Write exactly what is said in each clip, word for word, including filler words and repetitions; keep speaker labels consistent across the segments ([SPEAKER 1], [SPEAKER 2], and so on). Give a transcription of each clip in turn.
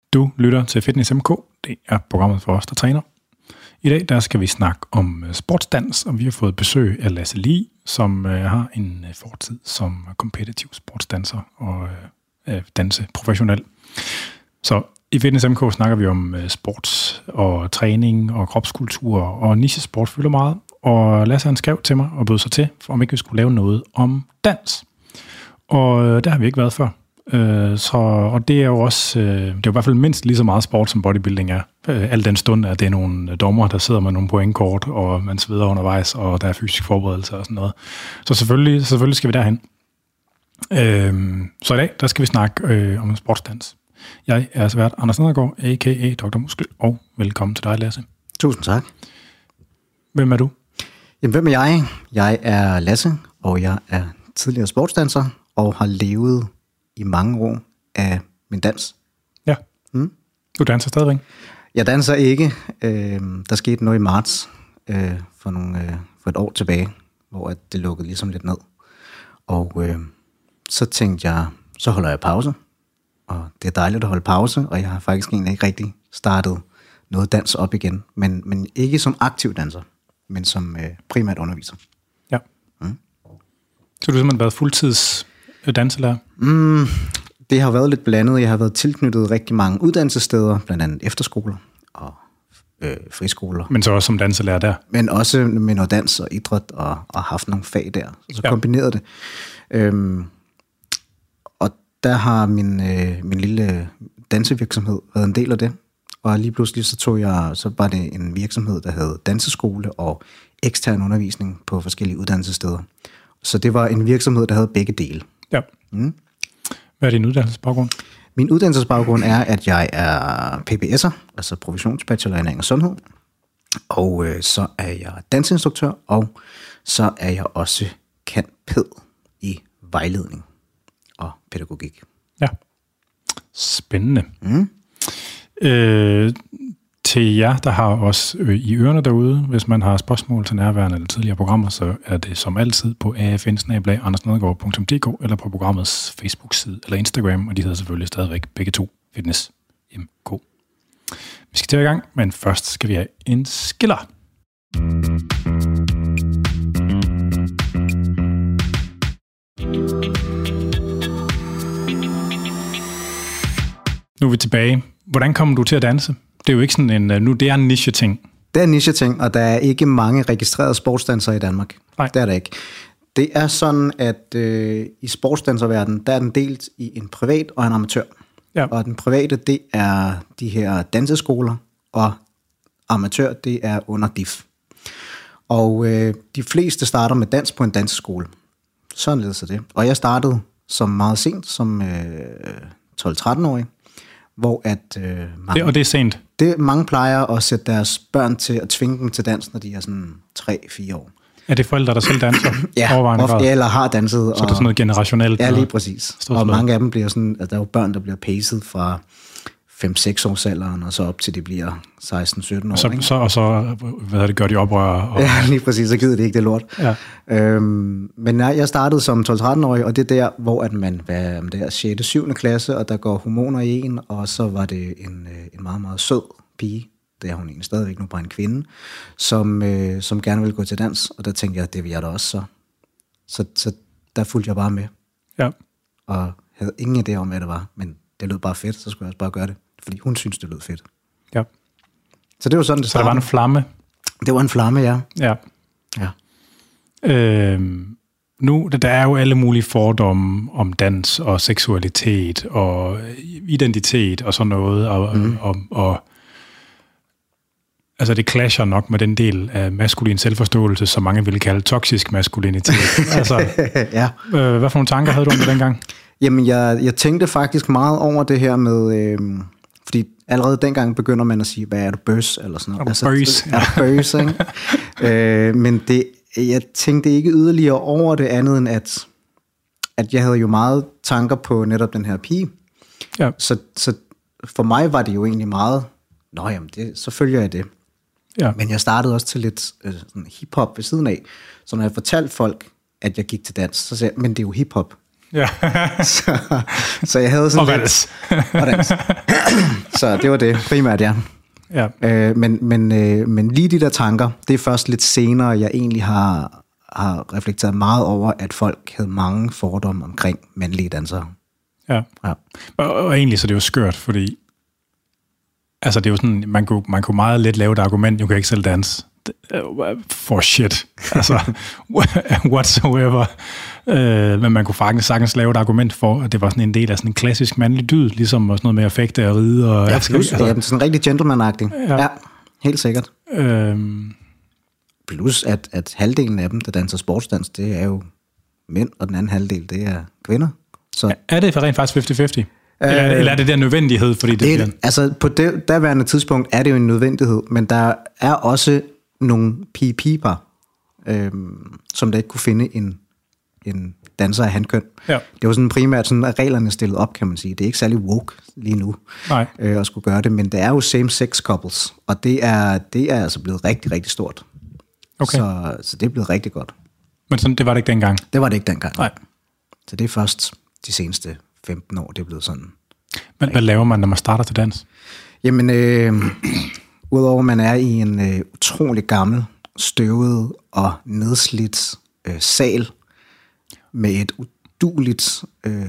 [SPEAKER 1] Du lytter til Fitness M K. Det er programmet for os, der træner. I dag der skal vi snakke om sportsdans, og vi har fået besøg af Lasse Lie, som øh, har en fortid som kompetitiv sportsdanser og øh, danse professionel. Så i Fitness M K snakker vi om øh, sports og træning og kropskultur, og nichesport fylder meget. Og Lasse han skrev til mig og bød sig til, for om ikke vi skulle lave noget om dans. Og øh, der har vi ikke været før. Så, og det er jo også, det er jo i hvert fald mindst lige så meget sport, som bodybuilding er. Al den stund, at det er nogle dommer, der sidder med nogle pointkort, og man sveder undervejs, og der er fysisk forberedelse og sådan noget. Så selvfølgelig, selvfølgelig skal vi derhen. Så i dag, der skal vi snakke øh, om sportsdans. Jeg er svært Anders Nedergaard, a k a. doktor Muskel, og velkommen til dig, Lasse.
[SPEAKER 2] Tusind tak.
[SPEAKER 1] Hvem er du?
[SPEAKER 2] Jamen, hvem er jeg? Jeg er Lasse, og jeg er tidligere sportsdanser, og har levet i mange år af min dans.
[SPEAKER 1] Ja. Mm. Du danser stadigvæk?
[SPEAKER 2] Jeg danser ikke. Øh, der skete noget i marts øh, for, nogle, øh, for et år tilbage, hvor at det lukkede ligesom lidt ned. Og øh, så tænkte jeg, så holder jeg pause. Og det er dejligt at holde pause, og jeg har faktisk egentlig ikke rigtig startet noget dans op igen. Men, men ikke som aktiv danser, men som øh, primært underviser.
[SPEAKER 1] Ja. Mm. Så du har simpelthen været fuldtids danselærer?
[SPEAKER 2] Mm, det har været lidt blandet. Jeg har været tilknyttet rigtig mange uddannelsessteder, blandt andet efterskoler og øh, friskoler.
[SPEAKER 1] Men så også som danselærer der?
[SPEAKER 2] Men også med noget dans og idræt og, og haft nogle fag der. Så ja. Kombineret det. Øhm, og der har min, øh, min lille dansevirksomhed været en del af det. Og lige pludselig så tog jeg, så var det en virksomhed, der havde danseskole og ekstern undervisning på forskellige uddannelsessteder. Så det var en virksomhed, der havde begge dele.
[SPEAKER 1] Ja. Mm. Hvad er din uddannelsesbaggrund?
[SPEAKER 2] Min uddannelsesbaggrund er, at jeg er P B S'er, altså professionsbachelor i ernæring og sundhed. Og øh, så er jeg danseinstruktør, og så er jeg også cand.pæd i vejledning og pædagogik.
[SPEAKER 1] Ja. Spændende. Mm. Øh, til jer, der har os øh, i ørerne derude, hvis man har spørgsmål til nærværende eller tidligere programmer, så er det som altid på a f n bindestreg anders nedergaard punktum d k eller på programmets Facebook-side eller Instagram, og de hedder selvfølgelig stadigvæk begge to Fitness M K. Vi skal til i gang, men først skal vi have en skiller. Nu er vi tilbage. Hvordan kommer du til at danse? Det er jo ikke sådan en, nu det er en niche-ting.
[SPEAKER 2] Det er en niche-ting, og der er ikke mange registrerede sportsdansere i Danmark.
[SPEAKER 1] Nej.
[SPEAKER 2] Det er der ikke. Det er sådan, at øh, i sportsdanserverdenen, der er den delt i en privat og en amatør.
[SPEAKER 1] Ja.
[SPEAKER 2] Og den private, det er de her danseskoler, og amatør, det er under D I F. Og øh, de fleste starter med dans på en danseskole. Sådan leder sig det. Og jeg startede som meget sent, som øh, tolv-tretten-årig. Hvor at, øh, mange,
[SPEAKER 1] det, og det er sent?
[SPEAKER 2] Det, mange plejer at sætte deres børn til at tvinge dem til dans, når de er sådan tre fire år.
[SPEAKER 1] Er det forældre, der selv danser?
[SPEAKER 2] Ja, ofte, eller har danset.
[SPEAKER 1] Så og, det er sådan noget generationelt?
[SPEAKER 2] Ja, lige præcis. Og mange af dem bliver sådan, at der er jo børn, der bliver pacet fra fem seks års alderen, og så op til de bliver seksten sytten år.
[SPEAKER 1] Så, så, og så hvad det, gør de oprør? Og...
[SPEAKER 2] Ja, lige præcis, så gider det ikke det lort.
[SPEAKER 1] Ja.
[SPEAKER 2] Øhm, men jeg startede som tolv-tretten-årig, og det er der, hvor at man var der sjette syvende klasse, og der går hormoner i en, og så var det en, en meget, meget sød pige, det er hun egentlig stadigvæk nu, bare en kvinde, som, øh, som gerne ville gå til dans, og der tænkte jeg, det vil jeg da også så. Så, så der fulgte jeg bare med.
[SPEAKER 1] Ja.
[SPEAKER 2] Og havde ingen idé om, hvad det var, men det lød bare fedt, så skulle jeg også bare gøre det, fordi hun synes, det lød fedt.
[SPEAKER 1] Ja.
[SPEAKER 2] Så det var sådan, det startede.
[SPEAKER 1] Så der var en flamme?
[SPEAKER 2] Det var en flamme, ja.
[SPEAKER 1] Ja.
[SPEAKER 2] Ja.
[SPEAKER 1] Øhm, nu, der er jo alle mulige fordomme om dans og seksualitet og identitet og sådan noget, og, mm. og, og altså det clasher nok med den del af maskulin selvforståelse, som mange ville kalde toksisk maskulinitet. Altså,
[SPEAKER 2] ja.
[SPEAKER 1] øh, hvad for nogle tanker havde du om det dengang?
[SPEAKER 2] Jamen, jeg, jeg tænkte faktisk meget over det her med, øh, fordi allerede dengang begynder man at sige, hvad er du, bøs, eller sådan noget.
[SPEAKER 1] Er du bøs?
[SPEAKER 2] Altså, er du bøs, ikke? øh, men det, jeg tænkte ikke yderligere over det andet, end at, at jeg havde jo meget tanker på netop den her pige.
[SPEAKER 1] Ja.
[SPEAKER 2] Så, så for mig var det jo egentlig meget, nå jamen, det, så følger jeg det.
[SPEAKER 1] Ja.
[SPEAKER 2] Men jeg startede også til lidt øh, sådan hip-hop ved siden af. Så når jeg fortalte folk, at jeg gik til dans, så sagde jeg, men det er jo hip-hop.
[SPEAKER 1] Ja.
[SPEAKER 2] så, så jeg havde sådan
[SPEAKER 1] og
[SPEAKER 2] lidt... Og dans. Så det var det, primært, ja.
[SPEAKER 1] ja.
[SPEAKER 2] Øh, men, men, øh, men lige de der tanker, det er først lidt senere, jeg egentlig har, har reflekteret meget over, at folk havde mange fordomme omkring mandlige dansere.
[SPEAKER 1] Ja.
[SPEAKER 2] ja.
[SPEAKER 1] Og, og egentlig så er det jo skørt, fordi altså det er jo sådan, man kunne, man kunne meget let lave et argument, du kan ikke selv danse. For shit. Altså, whatsoever. Øh, men man kunne faktisk sagtens lave et argument for, at det var sådan en del af sådan en klassisk mandlig dyd, ligesom sådan noget med at fægte og ride. Og
[SPEAKER 2] ja, plus, altså, ja, sådan en rigtig gentleman-agtig. Ja. ja, helt sikkert. Øhm. Plus, at, at halvdelen af dem, der danser sportsdans, det er jo mænd, og den anden halvdel, det er kvinder. Så.
[SPEAKER 1] Er det rent faktisk halvtreds halvtreds? Eller er, det, eller er det der nødvendighed? Fordi det, det
[SPEAKER 2] bliver... Altså, på det derværende tidspunkt er det jo en nødvendighed, men der er også nogle pige-piger, øhm, som der ikke kunne finde en, en danser af handkøn. Ja. Det var sådan primært sådan, at reglerne stillet op, kan man sige. Det er ikke særlig woke lige nu
[SPEAKER 1] Nej.
[SPEAKER 2] Øh, at skulle gøre det, men det er jo same-sex couples, og det er, det er altså blevet rigtig, rigtig stort. Okay. Så, så det er blevet rigtig godt.
[SPEAKER 1] Men sådan, det var det ikke dengang?
[SPEAKER 2] Det var det ikke dengang.
[SPEAKER 1] Nej.
[SPEAKER 2] Så det er først de seneste femten år, det er blevet sådan.
[SPEAKER 1] Men hvad laver man, når man starter til dans?
[SPEAKER 2] Jamen, øh, udover at man er i en øh, utrolig gammel, støvet og nedslidt øh, sal med et uduligt øh,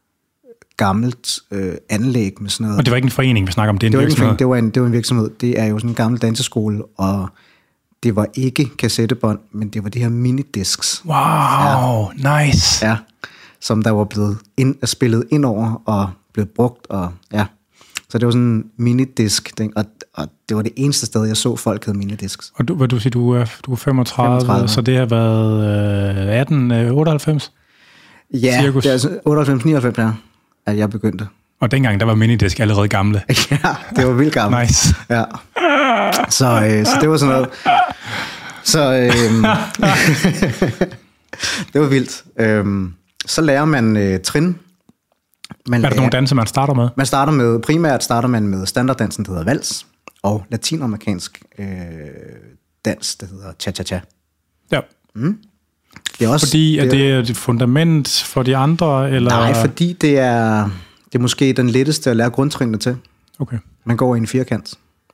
[SPEAKER 2] gammelt øh, anlæg med sådan noget.
[SPEAKER 1] Og det var ikke en forening, vi snakker om, det er en
[SPEAKER 2] det var
[SPEAKER 1] virksomhed?
[SPEAKER 2] En, det, var en, det var en virksomhed. Det er jo sådan en gammel danseskole, og det var ikke kassettebånd, men det var de her minidisks.
[SPEAKER 1] Wow, ja. Nice.
[SPEAKER 2] Ja, som der var blevet ind, spillet ind over og blevet brugt, og ja. Så det var sådan en minidisk ting, og, og det var det eneste sted, jeg så folk havde minidisks.
[SPEAKER 1] Og du, hvad du siger, du er, du er femogtredive, femogtredive, så det har været øh, atten otteoghalvfems?
[SPEAKER 2] Ja, cirkus. Det er altså otteoghalvfems nioghalvfems, ja, at jeg begyndte.
[SPEAKER 1] Og dengang, der var minidisk allerede gamle.
[SPEAKER 2] Ja, det var vildt gamle.
[SPEAKER 1] Nice.
[SPEAKER 2] Ja. Så, øh, så det var sådan noget. Så øh, det var vildt. Øh, så lærer man øh, trin. Man
[SPEAKER 1] er der
[SPEAKER 2] lærer,
[SPEAKER 1] nogle danser, man starter med?
[SPEAKER 2] Man starter med, primært starter man med standarddansen, der hedder vals, og latinamerikansk øh, dans, der hedder cha-cha-cha.
[SPEAKER 1] Ja.
[SPEAKER 2] Mm. Det er også,
[SPEAKER 1] fordi det, det er et fundament for de andre? Eller?
[SPEAKER 2] Nej, fordi det er, det er måske den letteste at lære grundtrinene til.
[SPEAKER 1] Okay.
[SPEAKER 2] Man går i en firkant.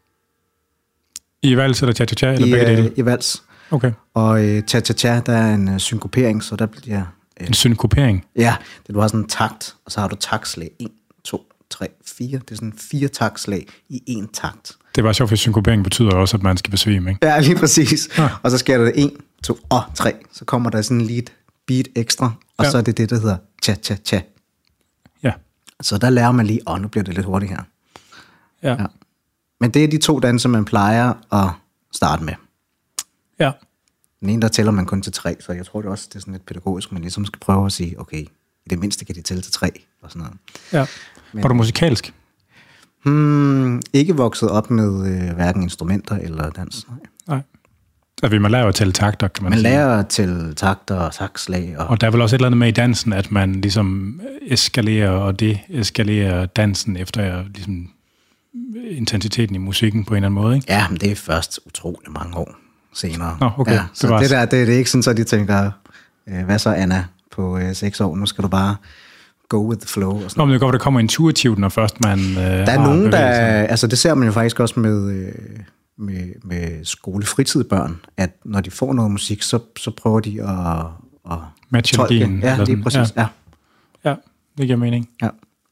[SPEAKER 1] I vals eller cha-cha-cha? Eller
[SPEAKER 2] I,
[SPEAKER 1] begge dele?
[SPEAKER 2] I vals.
[SPEAKER 1] Okay.
[SPEAKER 2] Og i cha-cha-cha, der er en uh, synkopering, så der bliver... Uh,
[SPEAKER 1] en synkopering?
[SPEAKER 2] Ja, det, du har sådan en takt, og så har du taktslag. en, to, tre, fire. Det er sådan fire taktslag i en takt.
[SPEAKER 1] Det var sjovt, for synkopering betyder også, at man skal besvime, ikke?
[SPEAKER 2] Ja, lige præcis.
[SPEAKER 1] Ja.
[SPEAKER 2] Og så sker der en, to og tre. Så kommer der sådan en lead beat ekstra, og ja. Så er det det, der hedder cha-cha-cha.
[SPEAKER 1] Ja.
[SPEAKER 2] Så der lærer man lige, åh, oh, nu bliver det lidt hurtigt her.
[SPEAKER 1] Ja.
[SPEAKER 2] Ja. Men det er de to danser, man plejer at starte med.
[SPEAKER 1] Ja.
[SPEAKER 2] Den ene, der tæller man kun til tre, så jeg tror det også, det er sådan lidt pædagogisk, man ligesom skal prøve at sige, okay, i det mindste kan de tælle til tre, og sådan noget.
[SPEAKER 1] Ja. Men, var du musikalsk?
[SPEAKER 2] Hmm, ikke vokset op med øh, hverken instrumenter eller dans. Nej.
[SPEAKER 1] Nej. Altså, man lærer jo at tælle takter, kan man,
[SPEAKER 2] man
[SPEAKER 1] sige.
[SPEAKER 2] Man lærer at tælle takter og taktslag. Og...
[SPEAKER 1] og der er vel også et eller andet med i dansen, at man ligesom eskalerer og deeskalerer dansen efter ligesom intensiteten i musikken på en eller anden måde, ikke?
[SPEAKER 2] Ja, men det er først utrolig mange år senere.
[SPEAKER 1] Nå, okay.
[SPEAKER 2] Ja, så det, det der, det, det er ikke sådan, så de tænker, øh, hvad så Anna på øh, seks år, nu skal du bare go with the flow. Og sådan.
[SPEAKER 1] Nå, men det går, det kommer intuitivt, når først man øh,
[SPEAKER 2] der er nogen, der, altså det ser man jo faktisk også med, øh, med, med skolefritidbørn, at når de får noget musik, så, så prøver de at, at
[SPEAKER 1] matche
[SPEAKER 2] tolke.
[SPEAKER 1] melodien.
[SPEAKER 2] Ja, lige præcis. Ja.
[SPEAKER 1] Ja. ja, det giver mening.
[SPEAKER 2] Ja.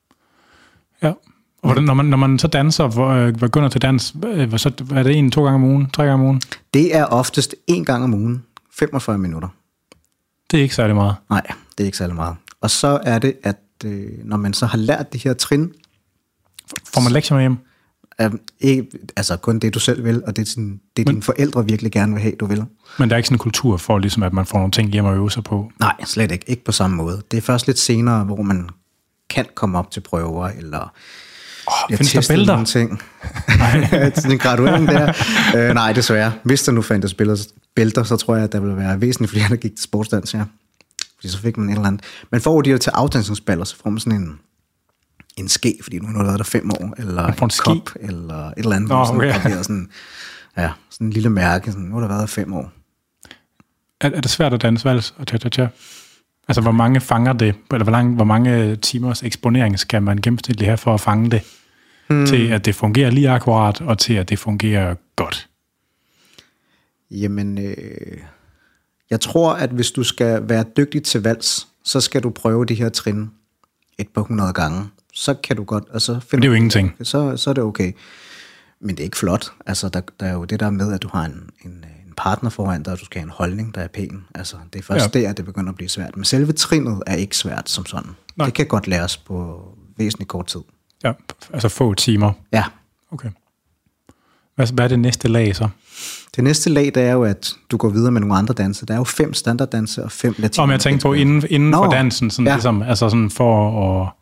[SPEAKER 1] Ja. Og hvordan, når, man, når man så danser, hvor, begynder til dans, hvad, så, er det en, to gange om ugen, tre gange om ugen?
[SPEAKER 2] Det er oftest en gang om ugen, femogfyrre minutter.
[SPEAKER 1] Det er ikke særlig meget.
[SPEAKER 2] Nej, det er ikke særlig meget. Og så er det, at øh, når man så har lært det her trin...
[SPEAKER 1] Får man lektier med hjem?
[SPEAKER 2] Øh, ikke, altså kun det, du selv vil, og det er, sådan, det er men, dine forældre virkelig gerne vil have, du vil.
[SPEAKER 1] Men der er ikke sådan en kultur for, ligesom, at man får nogle ting hjem og øve sig på?
[SPEAKER 2] Nej, slet ikke. Ikke på samme måde. Det er først lidt senere, hvor man kan komme op til prøver, eller...
[SPEAKER 1] Oh, findes der bælter?
[SPEAKER 2] Nogle ting. Nej, sådan en graduering der. Øh, nej, desværre. Hvis der nu fandtes bælter, så tror jeg, at der ville være væsentligt flere, der gik til sportsdans, ja. Fordi så fik man et eller andet. Men får de jo til afdansningsballer, så får man sådan en, en ske, fordi nu har du været der fem år, eller en, en kop, eller et eller andet.
[SPEAKER 1] Nå,
[SPEAKER 2] sådan,
[SPEAKER 1] okay.
[SPEAKER 2] og sådan, ja, sådan en lille mærke, sådan, nu har der været der fem år.
[SPEAKER 1] Er, er det svært at danse vals og cha-cha-cha? Altså, hvor mange fanger det? Eller hvor, lang, hvor mange timers eksponering skal man gennemsnitligt have for at fange det? Hmm. Til at det fungerer lige akkurat, og til at det fungerer godt?
[SPEAKER 2] Jamen, øh, jeg tror, at hvis du skal være dygtig til vals, så skal du prøve de her trin et par hundrede gange. Så kan du godt... Og så
[SPEAKER 1] det er jo ingenting.
[SPEAKER 2] Så, så er det okay. Men det er ikke flot. Altså, der, der er jo det der med, at du har en, en, en partner foran dig, og du skal have en holdning, der er pæn. Altså, det er først ja. der, det begynder at blive svært. Men selve trinnet er ikke svært som sådan. Nej. Det kan godt læres på væsentlig kort tid.
[SPEAKER 1] Ja, altså få timer.
[SPEAKER 2] Ja.
[SPEAKER 1] Okay. Hvad, hvad er det næste lag så?
[SPEAKER 2] Det næste lag, det er jo, at du går videre med nogle andre danse. Der er jo fem standarddanse og fem latino.
[SPEAKER 1] Om jeg tænker på inden, inden for dansen, sådan, ja. ligesom, altså sådan for at,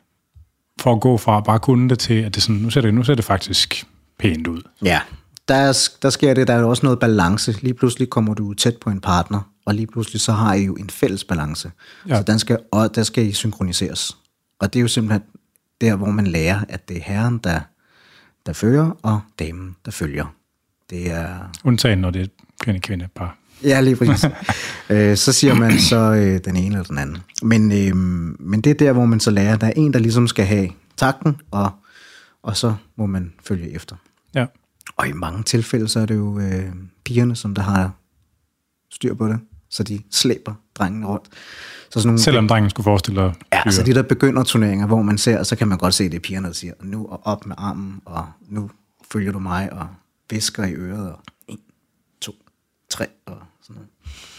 [SPEAKER 1] for at gå fra at bare kunne det til, at det sådan, nu ser det, nu ser det faktisk pænt ud.
[SPEAKER 2] Ja, der, der sker det, der er jo også noget balance. Lige pludselig kommer du tæt på en partner, og lige pludselig så har I jo en fælles balance. Ja. Så den skal, og der skal I synkroniseres. Og det er jo simpelthen der, hvor man lærer, at det er herren, der, der fører, og damen, der følger. Det er...
[SPEAKER 1] Undtagen, når det er kvinde-kvinde par.
[SPEAKER 2] Ja, lige præcis. øh, så siger man så øh, den ene eller den anden. Men, øh, men det er der, hvor man så lærer, der er en, der ligesom skal have takten, og, og så må man følge efter.
[SPEAKER 1] Ja.
[SPEAKER 2] Og i mange tilfælde, så er det jo øh, pigerne, som der har styr på det, så de slæber drengene rundt. Så sådan nogle,
[SPEAKER 1] selvom drengen skulle forestille dig.
[SPEAKER 2] Ja, så de der begynder turneringer, hvor man ser, så kan man godt se, det er pigerne, der siger, nu og op med armen, og nu følger du mig, og visker i øret, og en, to, tre, og sådan noget.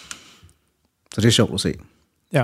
[SPEAKER 2] Så det er sjovt at se.
[SPEAKER 1] Ja.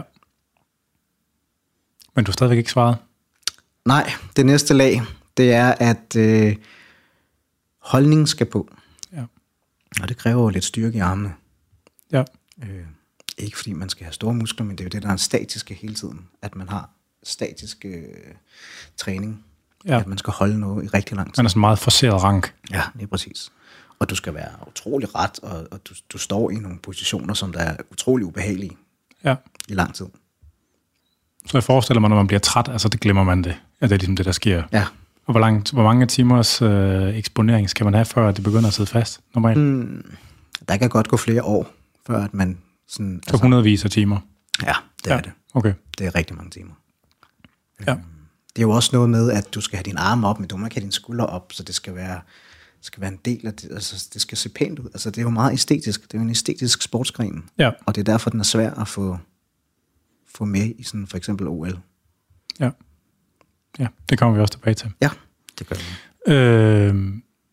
[SPEAKER 1] Men du har stadigvæk ikke svaret?
[SPEAKER 2] Nej, det næste lag, det er, at øh, holdningen skal på.
[SPEAKER 1] Ja.
[SPEAKER 2] Og det kræver jo lidt styrke i armene.
[SPEAKER 1] Ja.
[SPEAKER 2] Øh, ikke fordi man skal have store muskler, men det er jo det, der er statiske hele tiden. At man har statisk øh, træning. Ja. At man skal holde noget i rigtig lang tid.
[SPEAKER 1] Man er sådan meget forceret rank.
[SPEAKER 2] Ja, lige præcis. Og du skal være utrolig ret, og, og du, du står i nogle positioner, som der er utrolig ubehagelige
[SPEAKER 1] ja.
[SPEAKER 2] i lang tid.
[SPEAKER 1] Så jeg forestiller mig, når man bliver træt, altså det glemmer man det. At det er ligesom det, der sker.
[SPEAKER 2] Ja.
[SPEAKER 1] Og hvor, langt, hvor mange timers øh, eksponering skal man have, før det begynder at sidde fast normalt?
[SPEAKER 2] Mm, der kan godt gå flere år, før at man... Sådan,
[SPEAKER 1] så altså, hundredvis af timer?
[SPEAKER 2] Ja, det
[SPEAKER 1] ja.
[SPEAKER 2] er det.
[SPEAKER 1] Okay.
[SPEAKER 2] Det er rigtig mange timer.
[SPEAKER 1] Ja.
[SPEAKER 2] Det er jo også noget med, at du skal have dine arme op, men du må ikke have dine skuldre op, så det skal være, skal være en del af det. Altså, det skal se pænt ud. Altså, det er jo meget æstetisk. Det er jo en æstetisk sportsgren.
[SPEAKER 1] Ja. Og
[SPEAKER 2] det er derfor, den er svær at få, få med i sådan for eksempel O L.
[SPEAKER 1] Ja. Ja, det kommer vi også tilbage til.
[SPEAKER 2] Ja, det gør vi.
[SPEAKER 1] Øh,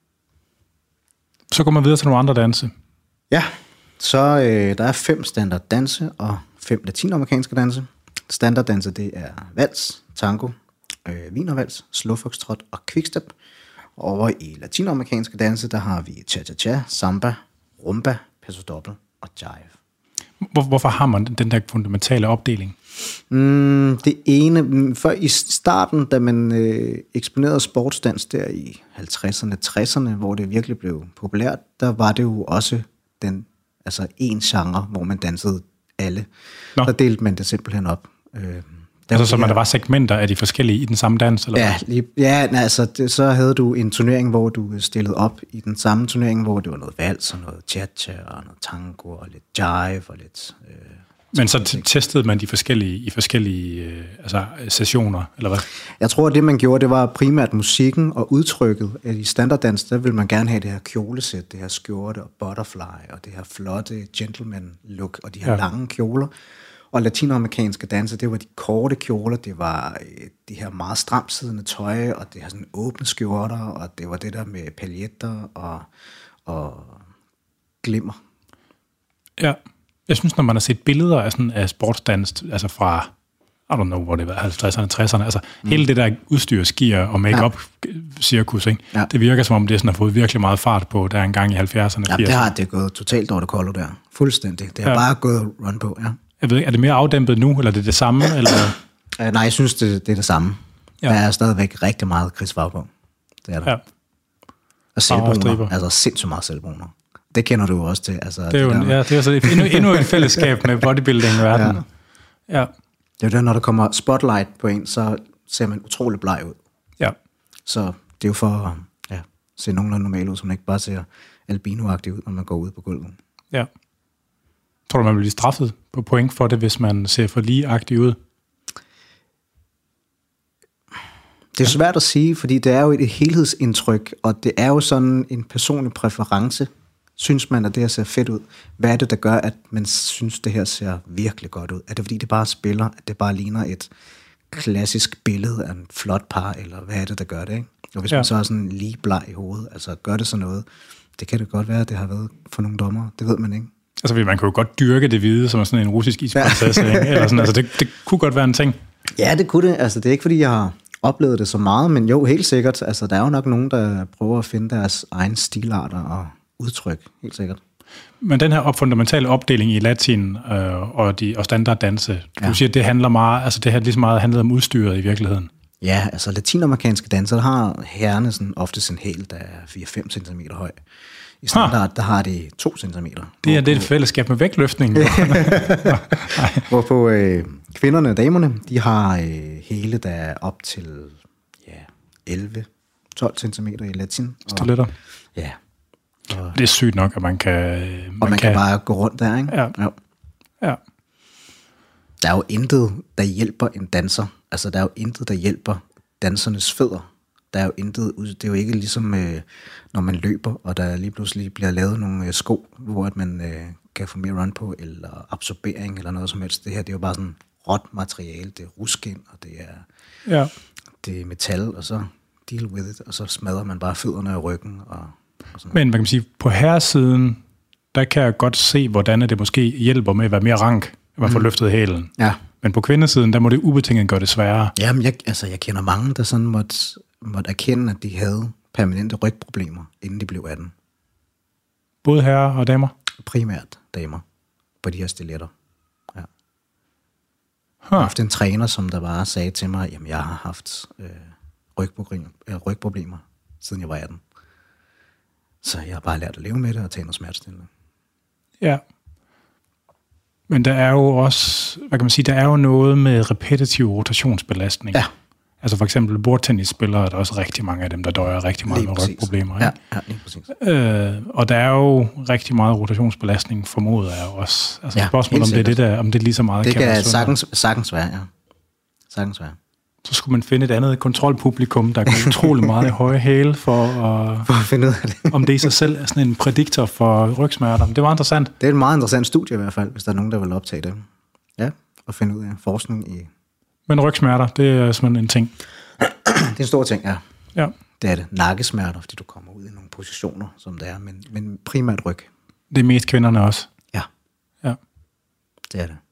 [SPEAKER 1] så går man videre til nogle andre danse.
[SPEAKER 2] Ja, så øh, der er fem standard danse og fem latinamerikanske danse. Standarddanse, det er vals, tango, øh, wienervals, slow foxtrot og quickstep. Over i latinamerikanske danse, der har vi cha-cha-cha, samba, rumba, paso doble og jive.
[SPEAKER 1] Hvor, hvorfor har man den der fundamentale opdeling?
[SPEAKER 2] Mm, det ene, før i starten, da man øh, eksponerede sportsdans der i halvtredserne, tresserne, hvor det virkelig blev populært, der var det jo også den, altså en genre, hvor man dansede alle. Nå. Der delte man det simpelthen op. Øh, Der
[SPEAKER 1] altså, så man der var segmenter af de forskellige i den samme dans? Eller
[SPEAKER 2] ja, lige, ja nej, altså, det, så havde du en turnering, hvor du stillede op i den samme turnering, hvor det var noget vals og noget cha-cha og noget tango og lidt jive og lidt... Øh,
[SPEAKER 1] Men så t- testede man de forskellige i forskellige øh, altså, sessioner, eller hvad?
[SPEAKER 2] Jeg tror, at det man gjorde, det var primært musikken og udtrykket. At i standarddans, der vil man gerne have det her kjolesæt, det her skjorte og butterfly og det her flotte gentleman look og de her ja. lange kjoler. Og latinamerikanske danse, det var de korte kjoler, det var øh, de her meget stramsiddende tøj, og det her sådan åbne skjorter, og det var det der med paljetter og, og glimmer.
[SPEAKER 1] Ja, jeg synes, når man har set billeder af, sådan, af sportsdans, altså fra, I don't know, hvor det var, halvtredserne, tresserne, altså mm. hele det der udstyr, skier og make-up-cirkus, ikke? Ja. Det virker som om, det sådan har fået virkelig meget fart på, der en gang i halvfjerdserne.
[SPEAKER 2] Ja, det har det gået totalt over det kolde der. Fuldstændig. Det har ja. bare gået run på, ja.
[SPEAKER 1] Jeg ved ikke, er det mere afdæmpet nu, eller er det det samme? Eller?
[SPEAKER 2] Uh, nej, jeg synes, det, det er det samme. Ja. Der er stadigvæk rigtig meget krigsfarve på. Det er der. Ja. Og selvbruner, altså sindssygt meget selvbruner. Det kender du jo også til. Altså,
[SPEAKER 1] det er jo, det ja, det er så endnu, endnu et fællesskab med bodybuilding i verden. Ja. Ja.
[SPEAKER 2] Det er jo det, når der kommer spotlight på en, så ser man utrolig bleg ud.
[SPEAKER 1] Ja.
[SPEAKER 2] Så det er jo for at ja, se nogenlunde normalt ud, så man ikke bare ser albinoagtig ud, når man går ud på gulvet.
[SPEAKER 1] Ja. Tror du, man bliver straffet på point for det, hvis man ser for ligeagtig ud?
[SPEAKER 2] Det er svært at sige, fordi det er jo et helhedsindtryk, og det er jo sådan en personlig præference. Synes man, at det her ser fedt ud? Hvad er det, der gør, at man synes, det her ser virkelig godt ud? Er det, fordi det bare spiller, at det bare ligner et klassisk billede af en flot par, eller hvad er det, der gør det, ikke? Og hvis ja. man så er sådan lige bleg i hovedet, altså gør det så noget, det kan det godt være, at det har været for nogle dommer, det ved man ikke.
[SPEAKER 1] Altså, man kan jo godt dyrke det hvide, som sådan en russisk isprinsesse, ja. Eller sådan, altså det, det kunne godt være en ting.
[SPEAKER 2] Ja, det kunne det, altså det er ikke, fordi jeg har oplevet det så meget, men jo, helt sikkert, altså der er jo nok nogen, der prøver at finde deres egen stilarter og udtryk, helt sikkert.
[SPEAKER 1] Men den her fundamentale opdeling i latin øh, og, de, og standarddanse, du ja. siger, det handler meget, altså det har lige så meget handlet om udstyret i virkeligheden.
[SPEAKER 2] Ja, altså latinamerikanske danser, der har herrene sådan ofte en hæl, der er fire til fem centimeter høj. I standard, ha. der har de to centimeter.
[SPEAKER 1] Det er det et fællesskab med vægtløftning.
[SPEAKER 2] Hvorpå øh, kvinderne og damerne, de har øh, hæle, der er op til ja, elleve til tolv centimeter i latin.
[SPEAKER 1] Stiletter.
[SPEAKER 2] Ja.
[SPEAKER 1] Og det er sygt nok, at man kan...
[SPEAKER 2] Man og man kan, kan bare gå rundt der, ikke?
[SPEAKER 1] Ja. ja. ja.
[SPEAKER 2] Der er jo intet, der hjælper en danser. Altså, der er jo intet, der hjælper dansernes fødder. Der er jo intet... Det er jo ikke ligesom, øh, når man løber, og der lige pludselig bliver lavet nogle øh, sko, hvor at man øh, kan få mere run på, eller absorbering, eller noget som helst. Det her, det er jo bare sådan råt materiale. Det er ruskin, og det er,
[SPEAKER 1] ja.
[SPEAKER 2] det er metal, og så deal with it, og så smadrer man bare fødderne og ryggen, og
[SPEAKER 1] men man kan sige, på herresiden, der kan jeg godt se, hvordan det måske hjælper med at være mere rank, at man får mm. løftet hælen.
[SPEAKER 2] Ja.
[SPEAKER 1] Men på kvindesiden, der må det ubetinget gøre det sværere.
[SPEAKER 2] Jamen, jeg, altså, jeg kender mange, der sådan måtte, måtte erkende, at de havde permanente rygproblemer, inden de blev atten.
[SPEAKER 1] Både herrer og damer?
[SPEAKER 2] Primært damer, på de her stiletter. Ja. Huh.
[SPEAKER 1] Jeg har
[SPEAKER 2] haft en træner, som der bare sagde til mig, jamen, jeg har haft øh, rygproblemer, øh, rygproblemer, siden jeg var atten. Så jeg har bare lært at leve med det og tage noget smertestillende.
[SPEAKER 1] Ja. Men der er jo også, hvad kan man sige, der er jo noget med repetitiv rotationsbelastning.
[SPEAKER 2] Ja.
[SPEAKER 1] Altså for eksempel bordtennisspillere, er der også rigtig mange af dem, der døjer rigtig meget lige med præcis. rygproblemer. Ikke?
[SPEAKER 2] Ja, ja, lige præcis.
[SPEAKER 1] Øh, og der er jo rigtig meget rotationsbelastning, formoder jeg også. Altså ja, spørgsmålet, om det er det der, om det er lige så meget.
[SPEAKER 2] Det kan, kan sagtens, sagtens være, ja. Sagtens være.
[SPEAKER 1] Så skulle man finde et andet kontrolpublikum, der går utrolig meget i høje hæle for at,
[SPEAKER 2] for at finde ud af det.
[SPEAKER 1] Om det i sig selv er sådan en prædiktor for rygsmerter. Det var interessant.
[SPEAKER 2] Det er et meget interessant studie i hvert fald, hvis der er nogen, der vil optage det. Ja, og finde ud af forskning i...
[SPEAKER 1] Men rygsmerter, det er simpelthen en ting.
[SPEAKER 2] Det er en stor ting, ja.
[SPEAKER 1] Ja.
[SPEAKER 2] Det er det. Nakkesmerter, fordi du kommer ud i nogle positioner, som det er, men, men primært ryg.
[SPEAKER 1] Det er mest kvinderne også.
[SPEAKER 2] Ja.
[SPEAKER 1] Ja.
[SPEAKER 2] Det er det.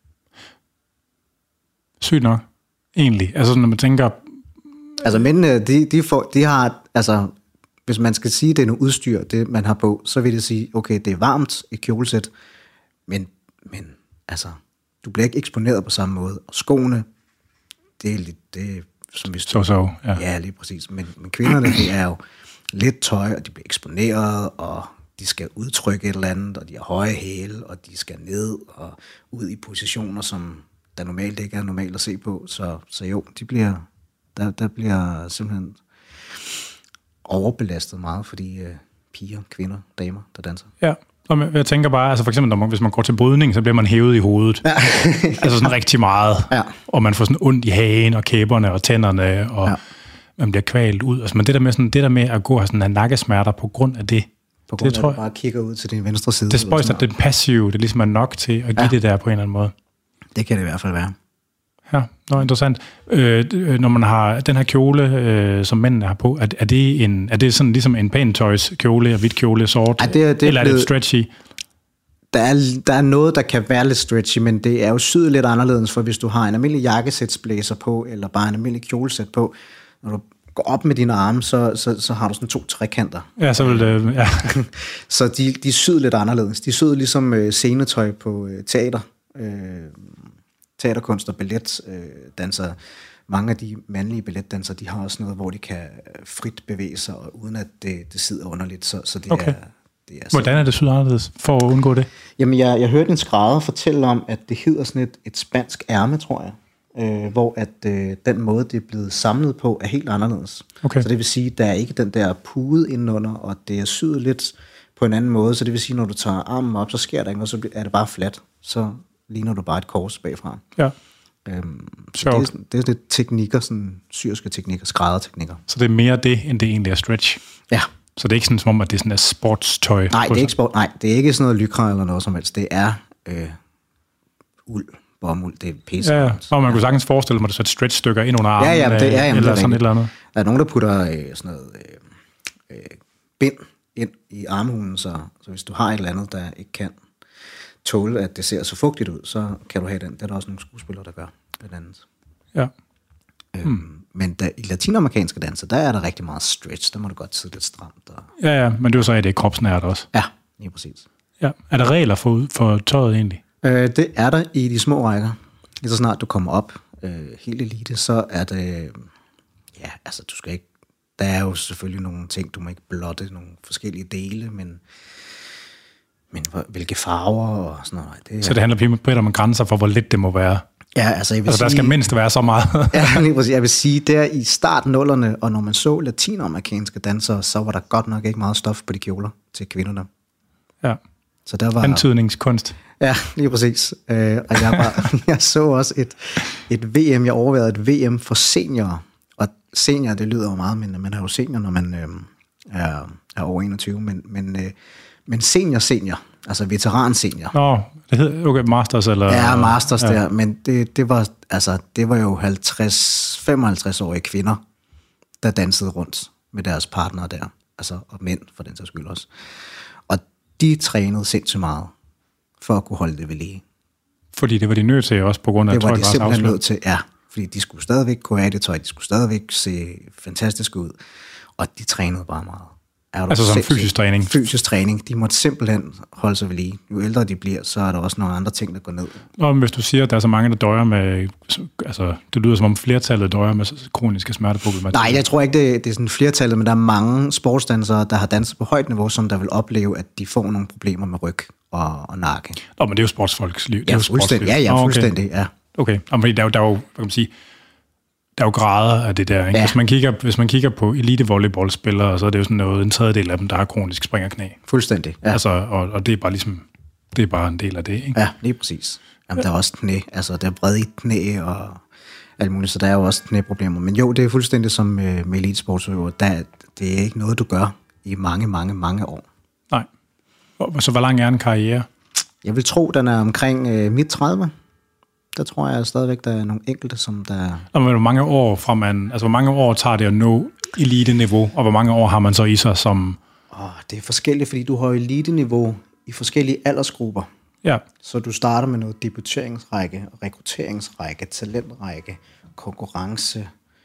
[SPEAKER 1] Sygt nok. Egentlig. Altså når man tænker...
[SPEAKER 2] Altså mændene, de, de, får, de har... Altså, hvis man skal sige, det er noget udstyr, det man har på, så vil det sige, okay, det er varmt i kjolesæt, men, men altså, du bliver ikke eksponeret på samme måde. Og skoene, det er lidt... Det er, som hvis du,
[SPEAKER 1] så så, ja.
[SPEAKER 2] Ja, lige præcis. Men, men kvinderne, det er jo lidt tøj, og de bliver eksponeret, og de skal udtrykke et eller andet, og de har høje hæle, og de skal ned og ud i positioner, som der normalt ikke er normalt at se på. Så, så jo, de bliver, der, der bliver simpelthen overbelastet meget for de øh, piger, kvinder, damer, der danser.
[SPEAKER 1] Ja, og jeg tænker bare, altså for eksempel, når man, hvis man går til brydning, så bliver man hævet i hovedet. Ja. Altså sådan rigtig meget. Ja. Og man får sådan ondt i hagen og kæberne og tænderne, og ja. man bliver kvalt ud. Altså, men det der med, sådan, det der med at gå og have sådan en nakkesmerter på grund af det,
[SPEAKER 2] på grund
[SPEAKER 1] det
[SPEAKER 2] af,
[SPEAKER 1] tror
[SPEAKER 2] at du bare kigger ud til din venstre side.
[SPEAKER 1] Det spøjs, at det passive, det ligesom er nok til at give ja. det der på en eller anden måde.
[SPEAKER 2] Det kan det i hvert fald være.
[SPEAKER 1] Ja, nå, interessant. Øh, når man har den her kjole, øh, som mændene har på, er, er, det en, er det sådan ligesom en pæntøjs kjole, og hvidt kjole, sort?
[SPEAKER 2] Ej, det er, det er
[SPEAKER 1] eller er
[SPEAKER 2] blevet,
[SPEAKER 1] det stretchy?
[SPEAKER 2] Der er, der er noget, der kan være lidt stretchy, men det er jo syet lidt anderledes, for hvis du har en almindelig jakkesætsblæser på, eller bare en almindelig kjolesæt på, når du går op med dine arme, så, så, så har du sådan to trekanter.
[SPEAKER 1] Ja, så vil det, ja.
[SPEAKER 2] Så de, de er syet lidt anderledes. De er syet ligesom øh, scenetøj på øh, teater. Øh, teaterkunst og balletdansere. Øh, Mange af de mandlige balletdansere, de har også noget, hvor de kan frit bevæge sig, uden at det, det sidder underligt. Så, så det
[SPEAKER 1] okay.
[SPEAKER 2] er, det er
[SPEAKER 1] Hvordan er det syet anderledes, for at undgå det?
[SPEAKER 2] Jamen, jeg, jeg hørte en skrædder fortælle om, at det hedder sådan et, et spansk ærme, tror jeg. Øh, hvor at øh, den måde, det er blevet samlet på, er helt anderledes.
[SPEAKER 1] Okay.
[SPEAKER 2] Så det vil sige, at der er ikke den der pude indenunder, og det er syet lidt på en anden måde. Så det vil sige, når du tager armen op, så sker der ikke, og så er det bare fladt. så ligner du bare et kors bagfra.
[SPEAKER 1] Ja.
[SPEAKER 2] Øhm, så det, er, det er lidt teknikker, sådan syriske teknikker, skrædderteknikker.
[SPEAKER 1] Så det er mere det, end det egentlig er stretch?
[SPEAKER 2] Ja.
[SPEAKER 1] Så det er ikke sådan, som om, at det er sådan et sportstøj?
[SPEAKER 2] Nej, det er ikke sport. Nej, det er ikke sådan noget lykra eller noget som helst. Det er øh, uld, bomuld, det er pisse.
[SPEAKER 1] Ja, ja. Og man kunne sagtens forestille mig, at du sætter stretch-stykker ind under armen,
[SPEAKER 2] ja, ja, det er, jamen,
[SPEAKER 1] eller
[SPEAKER 2] det er
[SPEAKER 1] sådan et eller andet.
[SPEAKER 2] Der er nogen, der putter øh, sådan noget øh, øh, bind ind i armhulen, så, så hvis du har et eller andet, der ikke kan tåle, at det ser så fugtigt ud, så kan du have den. Det er der også nogle skuespillere, der gør, blandt andet.
[SPEAKER 1] Ja.
[SPEAKER 2] Øhm, hmm. Men der, i latinamerikanske danser, der er der rigtig meget stretch. Der må du godt sidde lidt stramt. Og...
[SPEAKER 1] Ja, ja, men det er jo så, at det er kropsnært også.
[SPEAKER 2] Ja, lige præcis.
[SPEAKER 1] Ja. Er der regler for, for tøjet egentlig?
[SPEAKER 2] Øh, det er der i de små rækker. Lige så snart du kommer op øh, helt elite, så er det... Ja, altså du skal ikke... Der er jo selvfølgelig nogle ting, du må ikke blotte nogle forskellige dele, men... Men hvilke farver og sådan noget. Det er...
[SPEAKER 1] Så det handler primært om grænser for, hvor lidt det må være?
[SPEAKER 2] Ja, altså jeg vil
[SPEAKER 1] altså, der
[SPEAKER 2] sige,
[SPEAKER 1] skal mindst være så meget.
[SPEAKER 2] Ja, lige præcis. Jeg vil sige, der i startnullerne, og når man så latinamerikanske dansere, så var der godt nok ikke meget stof på de kjoler til kvinderne.
[SPEAKER 1] Ja.
[SPEAKER 2] Så der var...
[SPEAKER 1] Antydningskunst.
[SPEAKER 2] Ja, lige præcis. Øh, og jeg, var, jeg så også et, et V M, jeg overvejede et V M for seniorer. Og senior, det lyder jo meget, men man er jo senior, når man øh, er, er over enogtyve. Men, men, øh, men senior, senior, altså veteran senior.
[SPEAKER 1] Nå, det hedder okay, masters eller...
[SPEAKER 2] Ja, masters
[SPEAKER 1] ja.
[SPEAKER 2] der, men det, det, var, altså, det var jo halvtreds femoghalvtreds-årige kvinder, der dansede rundt med deres partnere der, altså, og mænd for den sags skyld også. Og de trænede sindssygt meget for at kunne holde det ved lige.
[SPEAKER 1] Fordi det var de nødt til også på grund af
[SPEAKER 2] det var de simpelthen
[SPEAKER 1] afsløb.
[SPEAKER 2] nødt til, ja. Fordi de skulle stadigvæk kunne have det tøj, de skulle stadigvæk se fantastisk ud, og de trænede bare meget.
[SPEAKER 1] Altså som fysisk træning?
[SPEAKER 2] Fysisk træning. De måtte simpelthen holde sig ved lige. Jo ældre de bliver, så er der også nogle andre ting, der går ned.
[SPEAKER 1] Og hvis du siger, at der er så mange, der døjer med... Altså, det lyder som om flertallet døjer med kroniske smerteproblematikker.
[SPEAKER 2] Nej, jeg tror ikke, det, det er sådan flertallet, men der er mange sportsdansere, der har danset på højt niveau, som der vil opleve, at de får nogle problemer med ryg og, og nakke.
[SPEAKER 1] Nå, men det er jo sportsfolks liv. Det
[SPEAKER 2] ja,
[SPEAKER 1] er jo
[SPEAKER 2] fuldstændig. Ja, ja, fuldstændig, okay. ja.
[SPEAKER 1] Okay, og der er jo, der er jo, hvad kan man sige... Der er jo grader af det der. Ikke? Ja. Hvis, man kigger, hvis man kigger på elite-volleyballspillere, så er det jo sådan noget, en tredjedel af dem, der har kronisk springerknæ.
[SPEAKER 2] Fuldstændig, ja.
[SPEAKER 1] Altså, og, og det er bare ligesom, det er bare en del af det, ikke?
[SPEAKER 2] Ja, lige præcis. Jamen, der er også knæ, altså der er brede knæ og alt muligt, så der er jo også knæproblemer. Men jo, det er fuldstændig som med, med elitesportsøver. Der, det er ikke noget, du gør i mange, mange, mange år.
[SPEAKER 1] Nej. Og, så hvor lang er en karriere? Jeg
[SPEAKER 2] vil tro, den er omkring øh, midt tredive. Der tror jeg stadigvæk, der er nogle enkelte, som der...
[SPEAKER 1] Og hvor mange år fra man, altså hvor mange år tager det at nå elite-niveau, og hvor mange år har man så i sig som...
[SPEAKER 2] Oh, det er forskelligt, fordi du har elite-niveau i forskellige aldersgrupper.
[SPEAKER 1] Ja.
[SPEAKER 2] Så du starter med noget debuteringsrække, rekrutteringsrække, talentrække, konkurrence,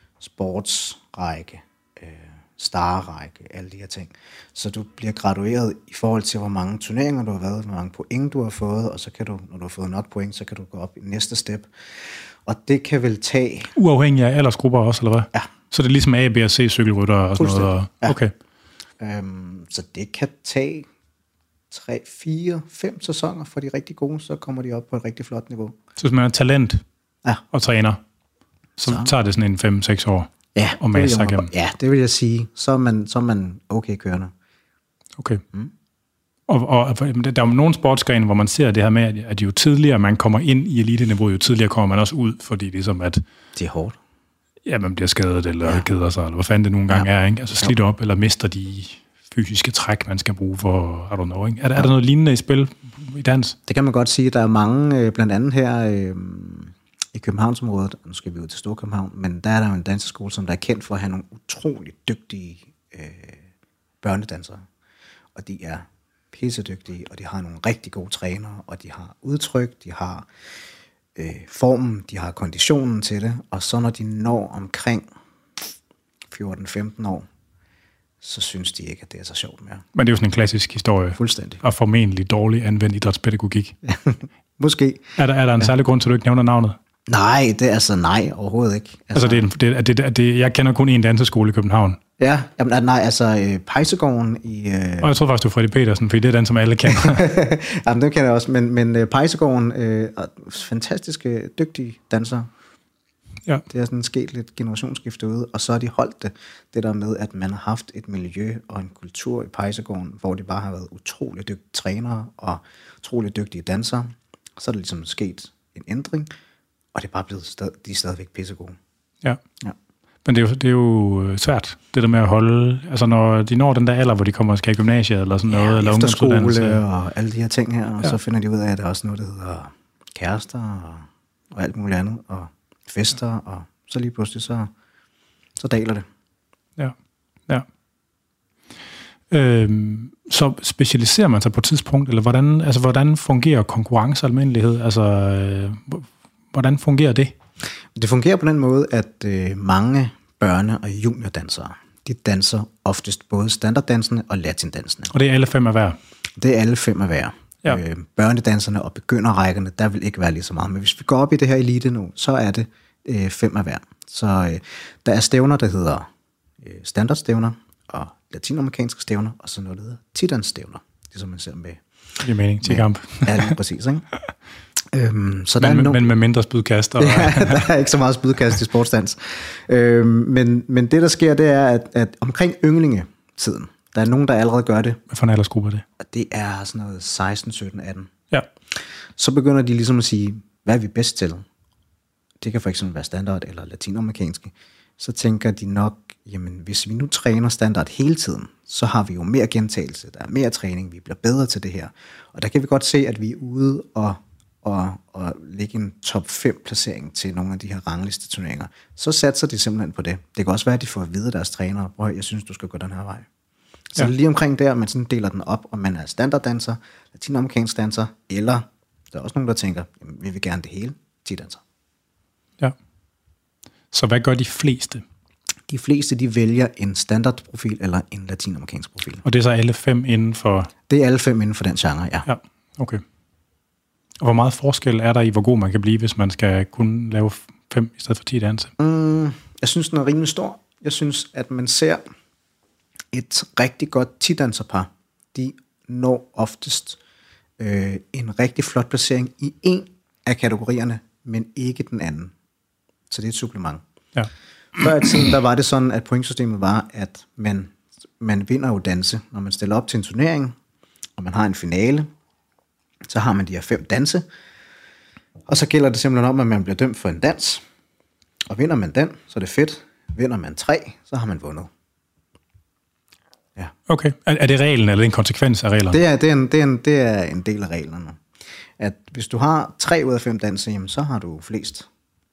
[SPEAKER 2] sportsrække, øh, starrække, alle de her ting. Så du bliver gradueret i forhold til, hvor mange turneringer du har været, hvor mange point du har fået, og så kan du, når du har fået nok point, så kan du gå op i næste step. Og det kan vel tage...
[SPEAKER 1] Uafhængig af aldersgrupper også, eller hvad?
[SPEAKER 2] Ja.
[SPEAKER 1] Så det er ligesom A, B og C cykelrytter og sådan noget? Og...
[SPEAKER 2] Ja.
[SPEAKER 1] Okay.
[SPEAKER 2] Øhm, så det kan tage tre, fire, fem sæsoner for de rigtig gode, så kommer de op på et rigtig flot niveau.
[SPEAKER 1] Så hvis man er talent
[SPEAKER 2] ja.
[SPEAKER 1] og træner, så, så tager det sådan en fem seks år?
[SPEAKER 2] Ja,
[SPEAKER 1] og det
[SPEAKER 2] jeg, ja, det vil jeg sige. Så er man, så er man okay kørende.
[SPEAKER 1] Okay. Mm. Og, og der er jo nogle sportsgrene, hvor man ser det her med, at jo tidligere man kommer ind i elite-niveau, jo tidligere kommer man også ud, fordi ligesom at...
[SPEAKER 2] Det er hårdt.
[SPEAKER 1] Ja, man bliver skadet, eller ja. keder sig, eller hvad fanden det nogle gange ja. er, ikke? Altså slidt op, eller mister de fysiske træk, man skal bruge for, I don't know, ikke? Er, der, ja. er der noget lignende i spil i dans?
[SPEAKER 2] Det kan man godt sige. Der er mange, blandt andet her... Øh, i Københavnsområdet, nu skal vi ud til Storkøbenhavn, men der er der jo en danseskole, som der er kendt for at have nogle utrolig dygtige øh, børnedansere. Og de er pissedygtige, og de har nogle rigtig gode trænere, og de har udtryk, de har øh, formen, de har konditionen til det, og så når de når omkring fjorten femten år, så synes de ikke, at det er så sjovt mere.
[SPEAKER 1] Men det er jo sådan en klassisk historie.
[SPEAKER 2] Fuldstændig.
[SPEAKER 1] Og formentlig dårlig anvendt idrætspædagogik.
[SPEAKER 2] Måske.
[SPEAKER 1] Er der, er der en ja. særlig grund til, at du ikke nævner navnet?
[SPEAKER 2] Nej, det er altså nej, overhovedet ikke.
[SPEAKER 1] Altså, altså det, er, det, det, det, jeg kender kun en danseskole i København.
[SPEAKER 2] Ja, jamen, nej, altså øh, Pejsegården i... Øh...
[SPEAKER 1] Og jeg tror faktisk, du er Freddy Petersen, fordi det er den, som alle kender.
[SPEAKER 2] Jamen, det kender jeg også, men, men øh, Pejsegården, øh, fantastiske, dygtige dansere.
[SPEAKER 1] Ja.
[SPEAKER 2] Det er sådan sket lidt generationsskifte ude, og så har de holdt det, det der med, at man har haft et miljø og en kultur i Pejsegården, hvor de bare har været utrolig dygtige trænere og utrolig dygtige dansere. Så er der ligesom sket en ændring, og det er bare blevet stad, de er stadigvæk pissegode.
[SPEAKER 1] Ja.
[SPEAKER 2] Ja.
[SPEAKER 1] Men det er, jo, det er jo svært, det der med at holde, altså når de når den der alder, hvor de kommer og skal i gymnasiet eller sådan noget,
[SPEAKER 2] ja,
[SPEAKER 1] eller
[SPEAKER 2] efterskole og alle de her ting her, og
[SPEAKER 1] ja.
[SPEAKER 2] så finder de ud af, at der er også noget, der hedder kærester og, og alt muligt andet, og fester, og så lige pludselig, så, så daler det.
[SPEAKER 1] Ja, ja. Øhm, så specialiserer man sig på et tidspunkt, eller hvordan, altså, hvordan fungerer konkurrence almindelighed? Altså, øh, hvordan fungerer det?
[SPEAKER 2] Det fungerer på den måde, at øh, mange børne- og juniordansere, de danser oftest både standarddansene og latindansene.
[SPEAKER 1] Og det er alle fem af hver?
[SPEAKER 2] Det er alle fem af hver.
[SPEAKER 1] Ja.
[SPEAKER 2] Øh, børnedanserne og begynderrækkerne, der vil ikke være lige så meget. Men hvis vi går op i det her elite nu, så er det øh, fem af hver. Så øh, der er stævner, der hedder øh, standardstævner, og latinamerikanske stævner, og så noget, der hedder tidansstævner. Det er som man ser med...
[SPEAKER 1] Det er mening, til kamp.
[SPEAKER 2] Ja, lige præcis, ikke? Øhm, så
[SPEAKER 1] men,
[SPEAKER 2] der er
[SPEAKER 1] men,
[SPEAKER 2] no-
[SPEAKER 1] men med mindre spydkast. Og
[SPEAKER 2] ja, der er ikke så meget spydkast i sportsdans. Øhm, men, men det, der sker, det er, at, at omkring ynglingetiden, der er nogen, der allerede gør det.
[SPEAKER 1] Hvad for en aldersgruppe er det?
[SPEAKER 2] Og det er sådan noget seksten, sytten, atten.
[SPEAKER 1] Ja.
[SPEAKER 2] Så begynder de ligesom at sige, hvad er vi bedst til? Det kan for eksempel være standard eller latinamerikanske. Så tænker de nok, jamen hvis vi nu træner standard hele tiden, så har vi jo mere gentagelse, der er mere træning, vi bliver bedre til det her. Og der kan vi godt se, at vi er ude og, og, og lægge en top fem placering til nogle af de her rangliste turneringer. Så satser de simpelthen på det. Det kan også være, at de får at vide deres trænere, prøv, jeg synes, du skal gå den her vej. Så ja. Lige omkring der, man sådan deler den op, om man er standarddanser, latinamerikansk danser, eller der er også nogen, der tænker, jamen, vi vil gerne det hele, ti-danser.
[SPEAKER 1] Ja. Så hvad gør de fleste?
[SPEAKER 2] De fleste, de vælger en standardprofil eller en latinamerikansk profil.
[SPEAKER 1] Og det er så alle fem inden for...
[SPEAKER 2] Det er alle fem inden for den genre, ja.
[SPEAKER 1] Ja, okay. Og hvor meget forskel er der i, hvor god man kan blive, hvis man skal kunne lave fem i stedet for ti danse?
[SPEAKER 2] Mm, jeg synes, den er rimelig stor. Jeg synes, at man ser et rigtig godt ti-danserpar. De når oftest øh, en rigtig flot placering i en af kategorierne, men ikke den anden. Så det er et supplement.
[SPEAKER 1] Ja.
[SPEAKER 2] Før i tiden, der var det sådan, at pointsystemet var, at man, man vinder jo danse. Når man stiller op til en turnering, og man har en finale, så har man de her fem danse, og så gælder det simpelthen om, at man bliver dømt for en dans, og vinder man den, så er det fedt. Vinder man tre, så har man vundet. Ja.
[SPEAKER 1] Okay. Er, er det reglen, eller en konsekvens af reglerne?
[SPEAKER 2] Det er, det, er en, det, er en, det er en del af reglerne. At hvis du har tre ud af fem danse, jamen, så har du flest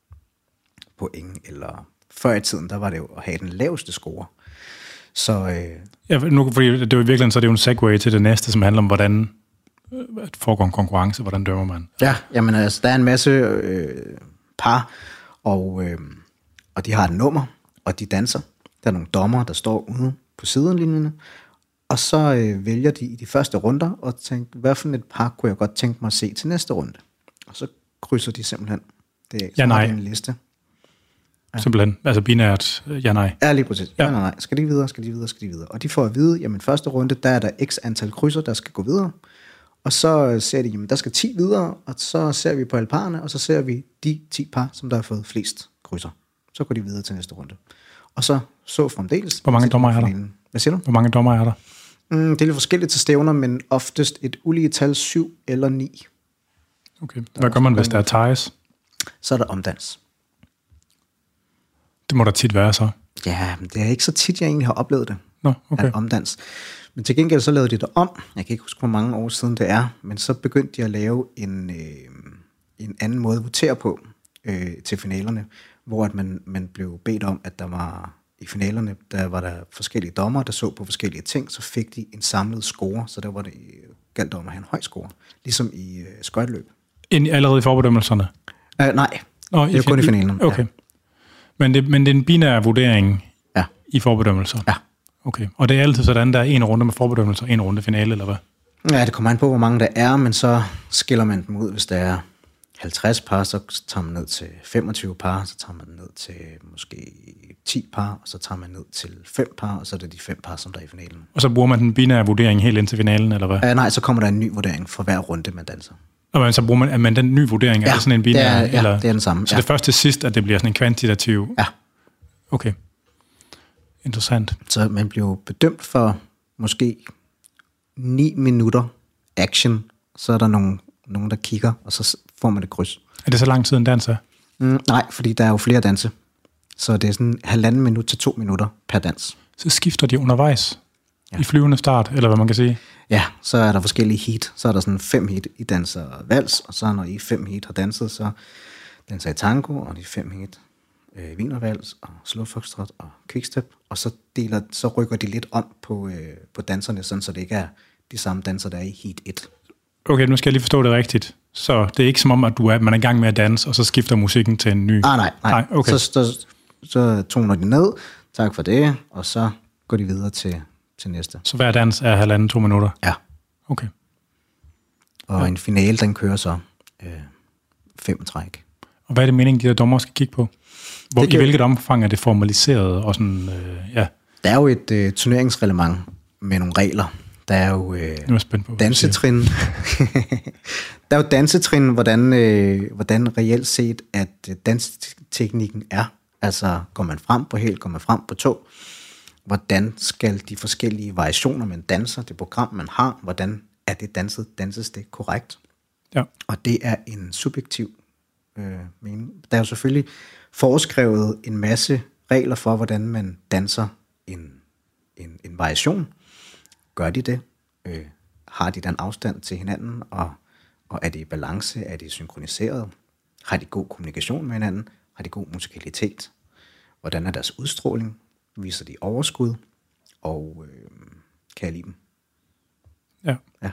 [SPEAKER 2] point, eller før i tiden, der var det jo at have den laveste score. Så, øh,
[SPEAKER 1] ja, nu, fordi det er jo i virkeligheden, så er det jo en segue til det næste, som handler om, hvordan foregår en konkurrence, hvordan dømmer man?
[SPEAKER 2] Ja, jamen altså, der er en masse øh, par, og, øh, og de har et nummer, og de danser. Der er nogle dommere, der står ude på sidelinjerne, og så øh, vælger de i de første runder, og tænker, hvad for et par kunne jeg godt tænke mig at se til næste runde? Og så krydser de simpelthen. Det er
[SPEAKER 1] ja, nej.
[SPEAKER 2] en liste.
[SPEAKER 1] Ja. Simpelthen, altså binært, ja, nej.
[SPEAKER 2] Ja, lige præcis.
[SPEAKER 1] Ja.
[SPEAKER 2] Ja, nej, nej. Skal de videre, skal de videre, skal de videre. Og de får at vide, jamen første runde, der er der x antal krydser, der skal gå videre. Og så ser de, jamen der skal ti videre, og så ser vi på alle parerne, og så ser vi de ti par, som der har fået flest krydser. Så går de videre til næste runde. Og så så fremdeles.
[SPEAKER 1] Hvor mange dommer er der?
[SPEAKER 2] Hvad siger du?
[SPEAKER 1] Hvor mange dommer er der?
[SPEAKER 2] Mm, det er lidt forskelligt til stævner, men oftest et ulige tal syv eller ni.
[SPEAKER 1] Okay. Hvad gør man, hvis der er ties?
[SPEAKER 2] Så er der omdans.
[SPEAKER 1] Det må der tit være så.
[SPEAKER 2] Ja, men det er ikke så tit, jeg egentlig har oplevet det.
[SPEAKER 1] Nå, okay.
[SPEAKER 2] At omdans. Men til gengæld så lavede de det om. Jeg kan ikke huske, hvor mange år siden det er. Men så begyndte de at lave en, øh, en anden måde at votere på øh, til finalerne. Hvor at man, man blev bedt om, at der var i finalerne, der var der forskellige dommer, der så på forskellige ting. Så fik de en samlet score. Så der var det galt om at have en høj score. Ligesom i øh, skøjteløb.
[SPEAKER 1] Allerede i forbedømmelserne?
[SPEAKER 2] Uh, nej,
[SPEAKER 1] Nå,
[SPEAKER 2] det er kun i finalen.
[SPEAKER 1] Okay.
[SPEAKER 2] Ja.
[SPEAKER 1] Men, det, men det er en binær vurdering
[SPEAKER 2] ja.
[SPEAKER 1] i forbedømmelser?
[SPEAKER 2] Ja.
[SPEAKER 1] Okay. Og det er altid sådan, der er en runde med forbedømmelser, en runde finale, eller hvad?
[SPEAKER 2] Ja, det kommer an på, hvor mange der er, men så skiller man dem ud. Hvis der er halvtreds par, så tager man ned til femogtyve par, så tager man ned til måske ti par, og så tager man ned til fem par, og så er det de fem par, som der er i finalen.
[SPEAKER 1] Og så bruger man den binære vurdering helt ind til finalen, eller hvad?
[SPEAKER 2] Uh, nej, så kommer der en ny vurdering for hver runde, man danser.
[SPEAKER 1] Og men, så bruger man, er man den nye vurdering, ja, er det sådan en binær?
[SPEAKER 2] Det er, ja,
[SPEAKER 1] eller?
[SPEAKER 2] det er den samme.
[SPEAKER 1] Så
[SPEAKER 2] ja.
[SPEAKER 1] det første til sidst, at det bliver sådan en kvantitativ?
[SPEAKER 2] Ja.
[SPEAKER 1] Okay. Interessant.
[SPEAKER 2] Så man bliver bedømt for måske ni minutter action, så er der nogle nogen, der kigger, og så får man det kryds.
[SPEAKER 1] Er det så lang tid en dans er?
[SPEAKER 2] Mm, nej, fordi der er jo flere danse. Så det er sådan halvanden minut til to minutter per dans.
[SPEAKER 1] Så skifter de undervejs
[SPEAKER 2] Ja.
[SPEAKER 1] i flyvende start, eller hvad man kan sige?
[SPEAKER 2] Ja, så er der forskellige heat. Så er der sådan fem heat, I danser vals, og så når I fem heat har danset, så danser I tango, og de fem heat øh, wienervals og slow foxtrot og quickstep, og så, deler, så rykker de lidt om på, øh, på danserne, sådan, så det ikke er de samme danser, der er i heat et.
[SPEAKER 1] Okay, nu skal jeg lige forstå det rigtigt. Så det er ikke som om, at du er, man er i gang med at danse, og så skifter musikken til en ny?
[SPEAKER 2] Ah, nej, nej.
[SPEAKER 1] nej okay.
[SPEAKER 2] Så, så, så toner de ned, tak for det, og så går de videre til, til næste.
[SPEAKER 1] Så hver dans er halvanden, to minutter?
[SPEAKER 2] Ja.
[SPEAKER 1] Okay.
[SPEAKER 2] Og ja. En finale, den kører så øh, fem træk.
[SPEAKER 1] Og hvad er det meningen, de der dommer skal kigge på? Hvor,
[SPEAKER 2] kan...
[SPEAKER 1] I hvilket omfang er det formaliseret? Og sådan, øh, ja.
[SPEAKER 2] Der er jo et øh, turneringsreglement med nogle regler. Der er jo øh,
[SPEAKER 1] nu er spændt på,
[SPEAKER 2] dansetrin. Der er jo dansetrin, hvordan, øh, hvordan reelt set, at øh, dansteknikken er. Altså, går man frem på hæl, går man frem på tå. Hvordan skal de forskellige variationer, man danser, det program, man har, hvordan er det danset, danses det korrekt?
[SPEAKER 1] Ja.
[SPEAKER 2] Og det er en subjektiv øh, mening. Der er jo selvfølgelig foreskrevet en masse regler for, hvordan man danser en, en, en variation. Gør de det? Øh, har de den afstand til hinanden? Og, og er det i balance? Er det synkroniseret? Har de god kommunikation med hinanden? Har de god musikalitet? Hvordan er deres udstråling? Viser de overskud? Og øh, kan jeg lide dem?
[SPEAKER 1] Ja.
[SPEAKER 2] Ja.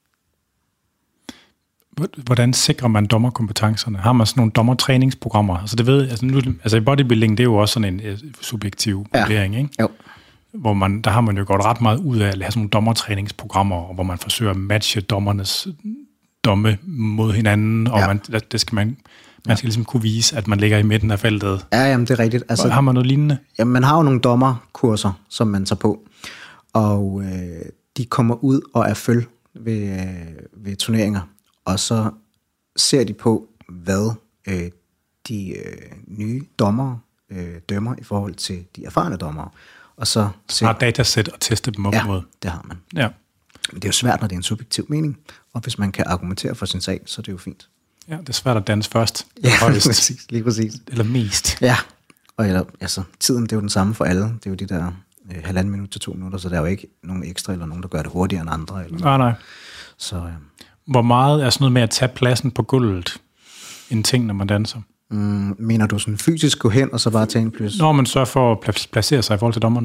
[SPEAKER 1] Hvordan sikrer man dommerkompetencerne? Har man sådan nogle dommertræningsprogrammer? Altså det ved, altså nu, altså i bodybuilding, det er jo også sådan en uh, subjektiv vurdering, ja. Ikke?
[SPEAKER 2] Jo.
[SPEAKER 1] Hvor man, der har man jo godt ret meget ud af at have sådan nogle dommertræningsprogrammer, hvor man forsøger at matche dommernes domme mod hinanden, og ja. man, det skal man, man skal ligesom kunne vise, at man ligger i midten af feltet.
[SPEAKER 2] Ja, jamen det er rigtigt. Altså,
[SPEAKER 1] har man noget lignende?
[SPEAKER 2] Jamen man har jo nogle dommerkurser, som man tager på, og øh, de kommer ud og er følge ved, øh, ved turneringer, og så ser de på, hvad øh, de øh, nye dommere øh, dømmer i forhold til de erfarne dommere. Og så
[SPEAKER 1] ser, har datasæt at teste dem op
[SPEAKER 2] ja,
[SPEAKER 1] mod.
[SPEAKER 2] det har man.
[SPEAKER 1] Ja.
[SPEAKER 2] Men det er jo svært, når det er en subjektiv mening, og hvis man kan argumentere for sin sag, så er det jo fint.
[SPEAKER 1] Ja, det er svært at danse først.
[SPEAKER 2] Ja, lige præcis, lige præcis.
[SPEAKER 1] Eller mest.
[SPEAKER 2] Ja, og eller, altså, tiden det er jo den samme for alle. Det er jo de der øh, halvanden minut til to minutter, så der er jo ikke nogen ekstra, eller nogen, der gør det hurtigere end andre. Eller
[SPEAKER 1] nej, nej.
[SPEAKER 2] Så, øh,
[SPEAKER 1] hvor meget er sådan noget med at tage pladsen på gulvet en ting, når man danser?
[SPEAKER 2] Mm, mener du sådan fysisk gå hen, og så bare tage en plads?
[SPEAKER 1] Når man sørger for at placere sig i forhold til dommerne?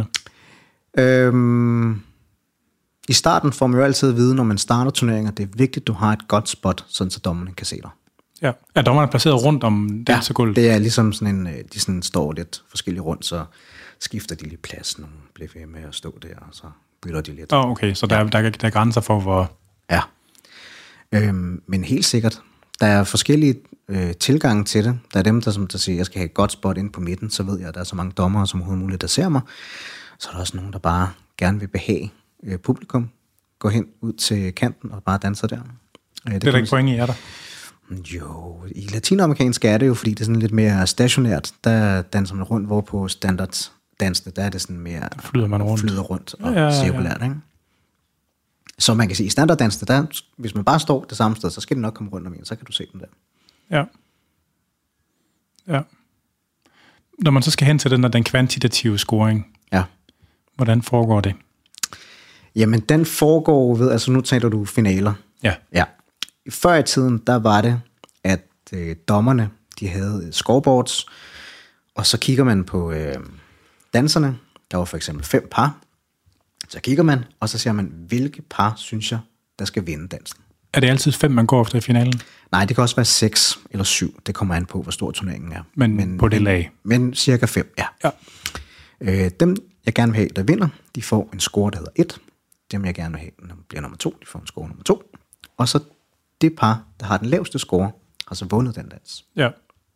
[SPEAKER 2] Øhm, I starten får man jo altid at vide, når man starter turneringer, det er vigtigt, at du har et godt spot, sådan så dommerne kan se dig.
[SPEAKER 1] Ja, er dommerne placeret rundt om dansegulvet?
[SPEAKER 2] Ja, det er ligesom sådan en, de sådan står lidt forskellige rundt, så skifter de lige plads, nogle bliver ved med at stå der, og så bytter de lidt.
[SPEAKER 1] Åh, oh, okay, så der, ja. der, der, der er grænser for, hvor...
[SPEAKER 2] Ja, øhm, men helt sikkert, der er forskellige øh, tilgange til det. Der er dem, der, som, der siger, jeg skal have et godt spot ind på midten, så ved jeg, at der er så mange dommere, som overhovedet muligt, der ser mig. Så er der også nogen, der bare gerne vil behage øh, publikum, gå hen ud til kanten og bare danser der. Øh, det
[SPEAKER 1] det er der ikke point i, er der?
[SPEAKER 2] Jo, i latinamerikansk er det jo, fordi det er sådan lidt mere stationært. Der danser man rundt, hvor på standarddansene, der er det sådan mere... Der
[SPEAKER 1] flyder man rundt.
[SPEAKER 2] Flyder rundt og
[SPEAKER 1] ja, ja, ja.
[SPEAKER 2] cirkulært, ikke? Så man kan sige, i standarddansene, der, hvis man bare står det samme sted, så skal det nok komme rundt om en, så kan du se den der.
[SPEAKER 1] Ja. Ja. Når man så skal hen til den, den kvantitative scoring,
[SPEAKER 2] ja.
[SPEAKER 1] Hvordan foregår det?
[SPEAKER 2] Jamen, den foregår ved, altså nu taler du finaler.
[SPEAKER 1] Ja.
[SPEAKER 2] Ja. Før i tiden, der var det, at øh, dommerne, de havde scoreboards, og så kigger man på øh, danserne. Der var for eksempel fem par. Så kigger man, og så siger man, hvilke par synes jeg, der skal vinde dansen.
[SPEAKER 1] Er det altid fem, man går efter i finalen?
[SPEAKER 2] Nej, det kan også være seks eller syv. Det kommer an på, hvor stor turneringen er.
[SPEAKER 1] Men, men på det lag?
[SPEAKER 2] Men, men cirka fem, ja.
[SPEAKER 1] ja.
[SPEAKER 2] Øh, dem, jeg gerne vil have, der vinder, de får en score, der hedder et. Dem, jeg gerne vil have, der bliver nummer to, de får en score nummer to. Og så det par, der har den laveste score, har så vundet den dans.
[SPEAKER 1] Ja.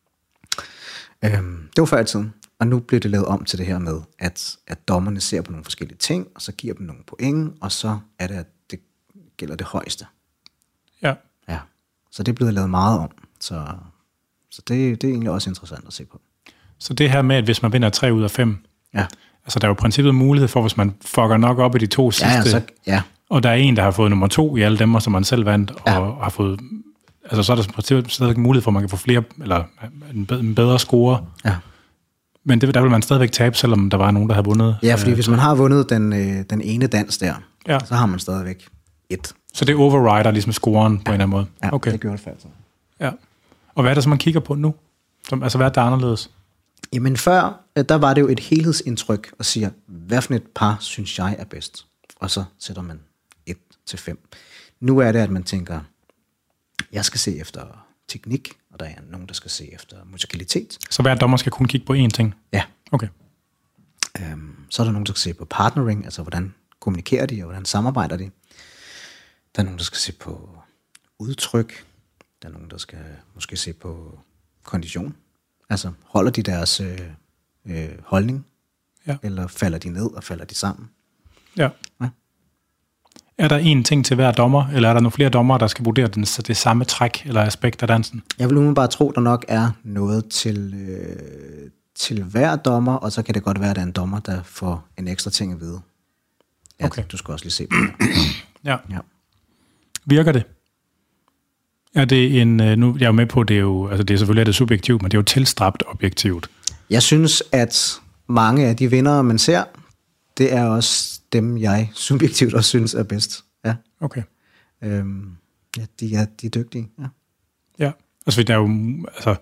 [SPEAKER 2] Øhm, det var før i tiden. Og nu bliver det lavet om til det her med, at, at dommerne ser på nogle forskellige ting, og så giver dem nogle point, og så er det, at det gælder det højeste.
[SPEAKER 1] Ja.
[SPEAKER 2] Ja. Så det er blevet lavet meget om. Så, så det, det er egentlig også interessant at se på.
[SPEAKER 1] Så det her med, at hvis man vinder tre ud af fem,
[SPEAKER 2] ja.
[SPEAKER 1] Altså der er jo i princippet mulighed for, hvis man fucker nok op i de to sidste,
[SPEAKER 2] ja, ja, så, ja.
[SPEAKER 1] og der er en, der har fået nummer to i alle dem, som man selv vandt,
[SPEAKER 2] ja.
[SPEAKER 1] og har fået altså så er der stadigvæk mulighed for, at man kan få flere, eller en bedre score.
[SPEAKER 2] Ja.
[SPEAKER 1] Men det, der vil man stadigvæk tabe, selvom der var nogen, der havde vundet.
[SPEAKER 2] Ja, fordi øh, hvis man har vundet den, øh, den ene dans der, ja. så har man stadigvæk et.
[SPEAKER 1] Så det overrider ligesom scoren på ja. en eller anden måde?
[SPEAKER 2] Ja, okay. Det gør det faktisk.
[SPEAKER 1] Ja. Og hvad er det så, man kigger på nu? Som, altså, hvad er der anderledes?
[SPEAKER 2] Jamen før, der var det jo et helhedsindtryk, og siger, hvad for et par synes jeg er bedst? Og så sætter man et til fem. Nu er det, at man tænker, jeg skal se efter teknik, og der er nogen, der skal se efter musikalitet.
[SPEAKER 1] Så hver dommer skal kun kigge på én ting?
[SPEAKER 2] Ja.
[SPEAKER 1] Okay.
[SPEAKER 2] Øhm, så er der nogen, der skal se på partnering, altså hvordan kommunikerer de, og hvordan samarbejder de. Der er nogen, der skal se på udtryk. Der er nogen, der skal måske se på kondition. Altså holder de deres øh, øh, holdning, ja. eller falder de ned, og falder de sammen?
[SPEAKER 1] Ja. ja. Er der en ting til hver dommer, eller er der nogle flere dommer, der skal vurdere den, det samme træk eller aspekt af dansen? Jeg vil umiddelbart tro, der nok er noget til, øh, til hver dommer, og så kan det godt være, at der er en dommer, der får en ekstra ting at vide. Ja, okay. Du skal også lige se på det. ja. ja. Virker det? Er det en, nu jeg er jo med på, det er jo, altså det er selvfølgelig er det subjektivt, men det er jo tilstræbt objektivt. Jeg synes, at mange af de vindere, man ser, det er også dem, jeg subjektivt også synes er bedst. Ja. Okay. Øhm, ja, de er, de er dygtige. Ja. Ja, altså der er jo, altså,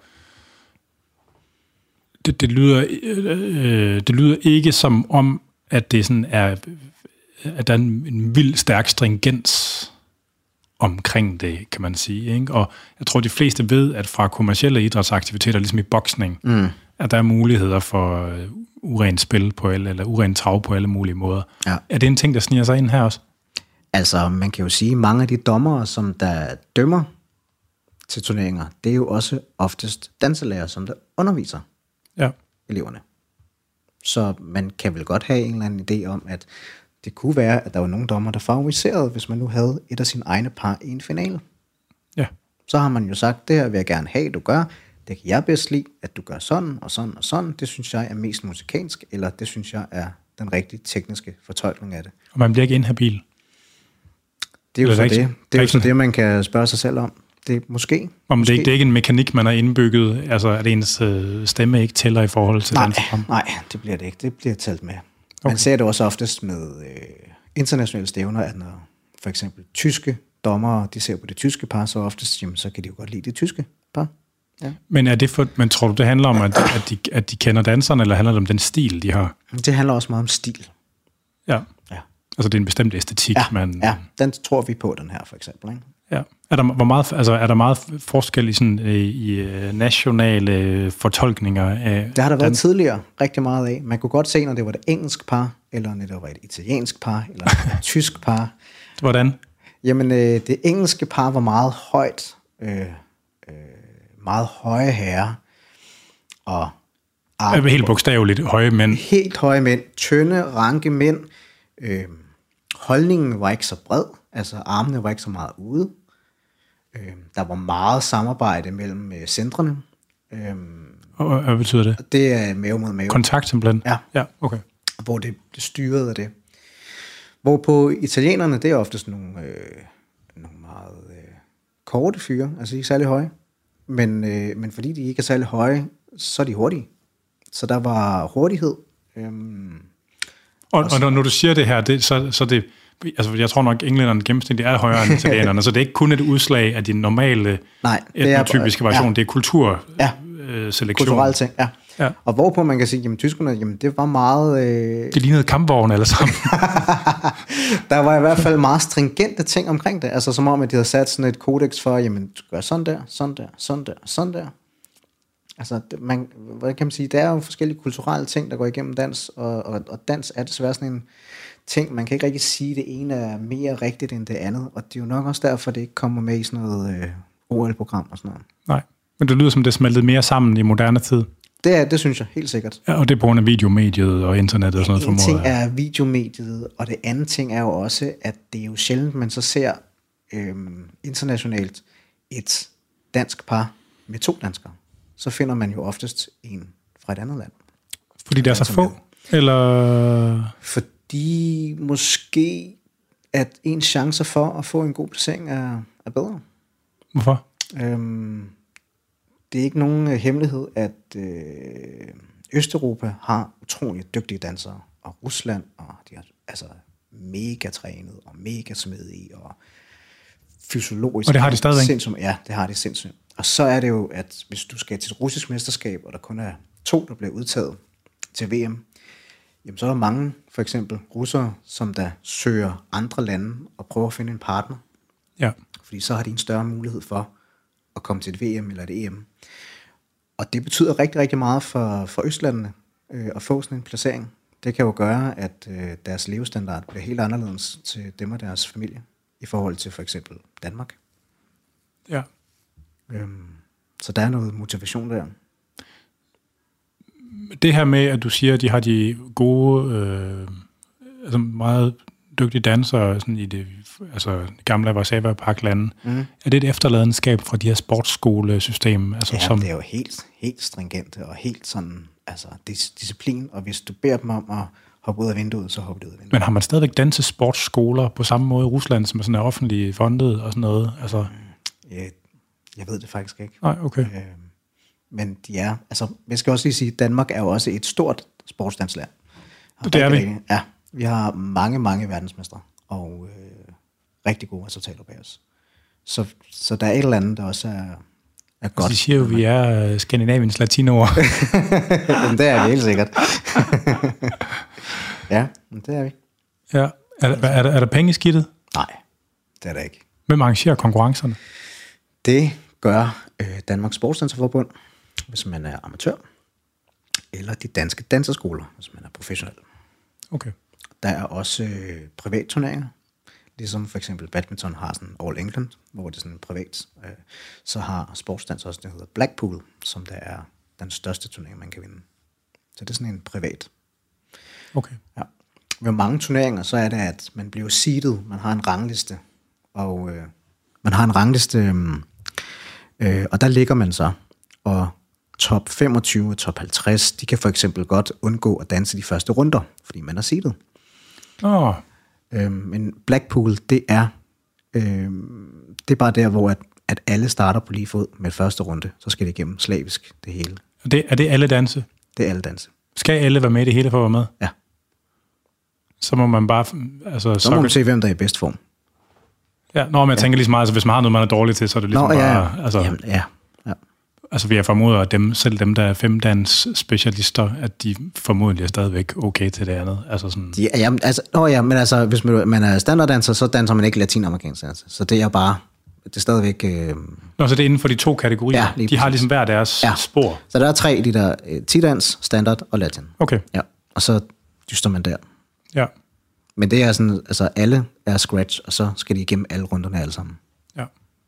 [SPEAKER 1] det, det lyder, øh, det lyder ikke som om, at det sådan er, at der er en, en vild stærk stringens omkring det, kan man sige. Ikke? Og jeg tror, de fleste ved, at fra kommercielle idrætsaktiviteter, ligesom i boksning, mm. at der er muligheder for uh, urent spil på alle, eller urent trav på alle mulige måder. Ja. Er det en ting, der sniger sig ind her også? Altså, man kan jo sige, at mange af de dommere, som der dømmer til turneringer, det er jo også oftest danselærer, som der underviser ja. eleverne. Så man kan vel godt have en eller anden idé om, at det kunne være, at der var nogle dommer, der favoriserede, hvis man nu havde et af sine egne par i en finale. Ja. Så har man jo sagt, det her vil jeg gerne have, du gør. Det kan jeg bedst lide, at du gør sådan og sådan og sådan. Det synes jeg er mest musikalsk, eller det synes jeg er den rigtige tekniske fortolkning af det. Og man bliver ikke inhabil? Det er jo så det. Det er jo så det, man kan spørge sig selv om. Det er måske. Om måske. Det, er, det er ikke en mekanik, man har indbygget, altså at ens øh, stemme ikke tæller i forhold til den program? Nej, det bliver det ikke. Det bliver talt med. Okay. Man ser det også oftest med øh, internationale stævner, at når for eksempel tyske dommere, de ser på det tyske par, så oftest, jamen, så kan de jo godt lide det tyske par. Ja. Men er det for, men tror du, det handler om, at, at, de, at de kender danserne, eller handler det om den stil, de har? Det handler også meget om stil. Ja. ja. Altså det er en bestemt æstetik, ja. man... Ja, den tror vi på, den her for eksempel, ikke? Ja. Er der, hvor meget, altså, er der meget forskel i, sådan, i nationale fortolkninger af... Det har der været dans? Tidligere rigtig meget af. Man kunne godt se, når det var et engelsk par, eller når det var et italiensk par, eller et tysk par. Hvordan? Jamen, øh, det engelske par var meget højt. Øh, øh, meget høje herrer. Og arme, helt bogstaveligt høje mænd. Helt høje mænd. Tynde, ranke mænd. Øh, holdningen var ikke så bred. Altså, armene var ikke så meget ude. Øh, der var meget samarbejde mellem øh, centrene. Øh, og hvad betyder det? Det er mave mod mave. Kontakt simpelthen? Ja. Ja, okay. Hvor det, det styrede af det. Hvor på italienerne, det er oftest nogle, øh, nogle meget øh, korte fyre, altså ikke særlig høje. Men, øh, men fordi de ikke er særlig høje, så er de hurtige. Så der var hurtighed. Øh, og, og når, når du siger det her, det, så, så det... Altså, jeg tror nok, at englænderne gennemsnitligt er højere end italienerne, så det er ikke kun et udslag af de normale etnotypiske variation, ja. Det er kulturselektion. Ja. Øh, kulturelle ting, ja. ja. Og hvorpå man kan sige, jamen tyskerne, jamen det var meget... Øh... Det lignede kampvogne alle sammen. Der var i hvert fald meget stringente ting omkring det, altså som om, at de havde sat sådan et kodex for, jamen du gør sådan der, sådan der, sådan der, sådan der. Altså, det, man, hvad kan man sige, der er jo forskellige kulturelle ting, der går igennem dans, og, og, og dans er desværre sådan en ting, man kan ikke rigtig sige, at det ene er mere rigtigt end det andet, og det er jo nok også derfor, det ikke kommer med i sådan noget øh, O L-program og sådan noget. Nej, men det lyder som, det smeltede mere sammen i moderne tid. Det er, det synes jeg, helt sikkert. Ja, og det er på grund af videomediet og internettet og sådan noget. En ting er videomediet, og det andet ting er jo også, at det er jo sjældent, man så ser øhm, internationalt et dansk par med to danskere. Så finder man jo oftest en fra et andet land. Fordi der er så få? Eller... Fordi måske, at ens chancer for at få en god placering er, er bedre. Hvorfor?
[SPEAKER 2] Øhm, det er ikke nogen øh, hemmelighed, at øh, Østeuropa har utroligt dygtige dansere, og Rusland, og de er altså mega trænet, og mega smidige, og fysiologisk.
[SPEAKER 1] Og det har de stadigvæk?
[SPEAKER 2] Sindssygt, ja, det har de sindssygt. Og så er det jo, at hvis du skal til et russisk mesterskab, og der kun er to, der bliver udtaget til V M, jamen så er der mange, for eksempel russere, som der søger andre lande og prøver at finde en partner.
[SPEAKER 1] Ja.
[SPEAKER 2] Fordi så har de en større mulighed for at komme til et V M eller et E M. Og det betyder rigtig, rigtig meget for, for Østlandene øh, at få sådan en placering. Det kan jo gøre, at øh, deres levestandard bliver helt anderledes til dem og deres familie, i forhold til for eksempel Danmark.
[SPEAKER 1] Ja.
[SPEAKER 2] Øhm, så der er noget motivation der.
[SPEAKER 1] Det her med, at du siger, at de har de gode, øh, altså meget dygtige dansere sådan i det altså gamle Warszawa-pagt-lande, mm. er det et efterladenskab fra de her sportsskolesystem? Altså,
[SPEAKER 2] ja,
[SPEAKER 1] som...
[SPEAKER 2] det er jo helt, helt stringente og helt sådan, altså dis- disciplin, og hvis du beder dem om at hoppe ud af vinduet, så hopper de ud af vinduet.
[SPEAKER 1] Men har man stadigvæk dansesportsskoler på samme måde i Rusland, som er sådan er offentlige fundet og sådan noget? Altså...
[SPEAKER 2] Mm, jeg, jeg ved det faktisk ikke.
[SPEAKER 1] Nej, okay. Øh,
[SPEAKER 2] men de er, altså, jeg skal også lige sige, at Danmark er jo også et stort sportsdansland.
[SPEAKER 1] Det er vi.
[SPEAKER 2] Ja, vi har mange, mange verdensmestre, og øh, rigtig gode resultater bag os. Så, så der er et eller andet, der også er, er godt.
[SPEAKER 1] De siger jo, at vi er Skandinaviens latinoer.
[SPEAKER 2] Jamen, det er vi helt sikkert. Ja, det er vi.
[SPEAKER 1] Ja. Er, er, er, der, er der penge i skidtet?
[SPEAKER 2] Nej, det er der ikke.
[SPEAKER 1] Hvem arrangerer konkurrencerne?
[SPEAKER 2] Det gør øh, Danmarks Sportsdanserforbund, hvis man er amatør, eller de danske danserskoler, hvis man er professionel.
[SPEAKER 1] Okay.
[SPEAKER 2] Der er også øh, privatturneringer, ligesom for eksempel badminton har sådan All England, hvor det er sådan en privat. Øh, så har sportsdans også, det hedder Blackpool, som der er den største turnering, man kan vinde. Så det er sådan en privat.
[SPEAKER 1] Okay.
[SPEAKER 2] Ja. Ved mange turneringer, så er det, at man bliver seedet, man har en rangliste, og øh, man har en rangliste, øh, og der ligger man så, og top femogtyve og top halvtreds, de kan for eksempel godt undgå at danse de første runder, fordi man er seedet.
[SPEAKER 1] Oh.
[SPEAKER 2] Øh, men Blackpool, det er, øh, det er bare der, hvor at, at alle starter på lige fod med første runde, så skal det igennem slavisk, det hele.
[SPEAKER 1] Er det, er det alle danse?
[SPEAKER 2] Det er alle danse.
[SPEAKER 1] Skal alle være med i det hele for at være med?
[SPEAKER 2] Ja.
[SPEAKER 1] Så må man bare... Altså,
[SPEAKER 2] så må man se, hvem der er i bedst form.
[SPEAKER 1] Ja, nå, men jeg
[SPEAKER 2] ja.
[SPEAKER 1] tænker ligesom meget, altså hvis man har noget, man er dårlig til, så er det ligesom
[SPEAKER 2] nå, ja,
[SPEAKER 1] bare...
[SPEAKER 2] Ja.
[SPEAKER 1] Altså,
[SPEAKER 2] Jamen, ja. ja.
[SPEAKER 1] Altså vi har formodet, at dem, selv dem, der er femdans specialister, at de formodentlig er stadigvæk okay til det andet. Altså sådan...
[SPEAKER 2] De, ja, altså, nå ja, men altså, hvis man, man er standarddanser, så danser man ikke latinamerikansk danser. Så det er bare... Det er stadigvæk... Øh...
[SPEAKER 1] Nå, så det er inden for de to kategorier?
[SPEAKER 2] Ja,
[SPEAKER 1] de præcis. Har ligesom hver deres ja. spor?
[SPEAKER 2] Så der er tre, de der øh, ti-dans, standard og latin.
[SPEAKER 1] Okay.
[SPEAKER 2] Ja, og så dyster man der.
[SPEAKER 1] Ja.
[SPEAKER 2] Men det er sådan, altså alle er scratch, og så skal de igennem alle runderne alle sammen.
[SPEAKER 1] Ja.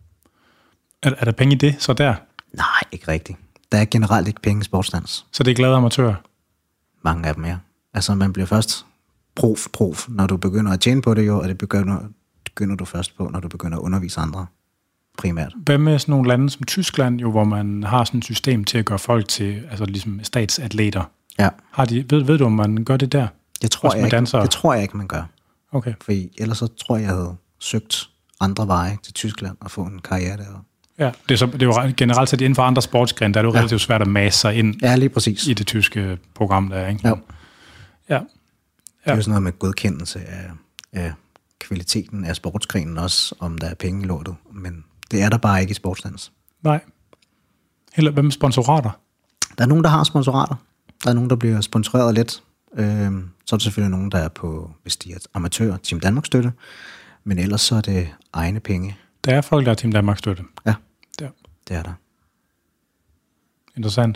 [SPEAKER 1] Er, er der penge i det, så der?
[SPEAKER 2] Nej, ikke rigtigt. Der er generelt ikke penge i sportsdans.
[SPEAKER 1] Så det er glade amatører?
[SPEAKER 2] Mange af dem, ja. Altså man bliver først prof, prof, når du begynder at tjene på det jo, og det begynder, begynder du først på, når du begynder at undervise andre. Primært.
[SPEAKER 1] Hvad med sådan nogle lande som Tyskland, jo, hvor man har sådan et system til at gøre folk til altså ligesom statsatleter?
[SPEAKER 2] Ja.
[SPEAKER 1] Har de, ved, ved du, om man gør det der?
[SPEAKER 2] Det tror, jeg ikke, det tror jeg ikke, man gør.
[SPEAKER 1] Okay.
[SPEAKER 2] For ellers så tror jeg, jeg havde søgt andre veje til Tyskland og få en karriere der.
[SPEAKER 1] Ja, det er, så, det er jo generelt set inden for andre sportsgrene, der er det jo ja. relativt svært at masse sig ind
[SPEAKER 2] ja, lige præcis.
[SPEAKER 1] i det tyske program der, ikke?
[SPEAKER 2] Ja.
[SPEAKER 1] Ja. Ja.
[SPEAKER 2] Det er jo sådan noget med godkendelse af, af kvaliteten af sportsgrenen også, om der er penge i lortet, men det er der bare ikke i sportsdans.
[SPEAKER 1] Nej. Heller, hvad med sponsorater?
[SPEAKER 2] Der er nogen, der har sponsorater. Der er nogen, der bliver sponsoreret lidt. Øhm, så er der selvfølgelig nogen, der er på, hvis de er amatører, Team Danmark støtte. Men ellers så er det egne penge.
[SPEAKER 1] Der er folk, der er Team Danmark støtte?
[SPEAKER 2] Ja,
[SPEAKER 1] der.
[SPEAKER 2] Det er der.
[SPEAKER 1] Interessant.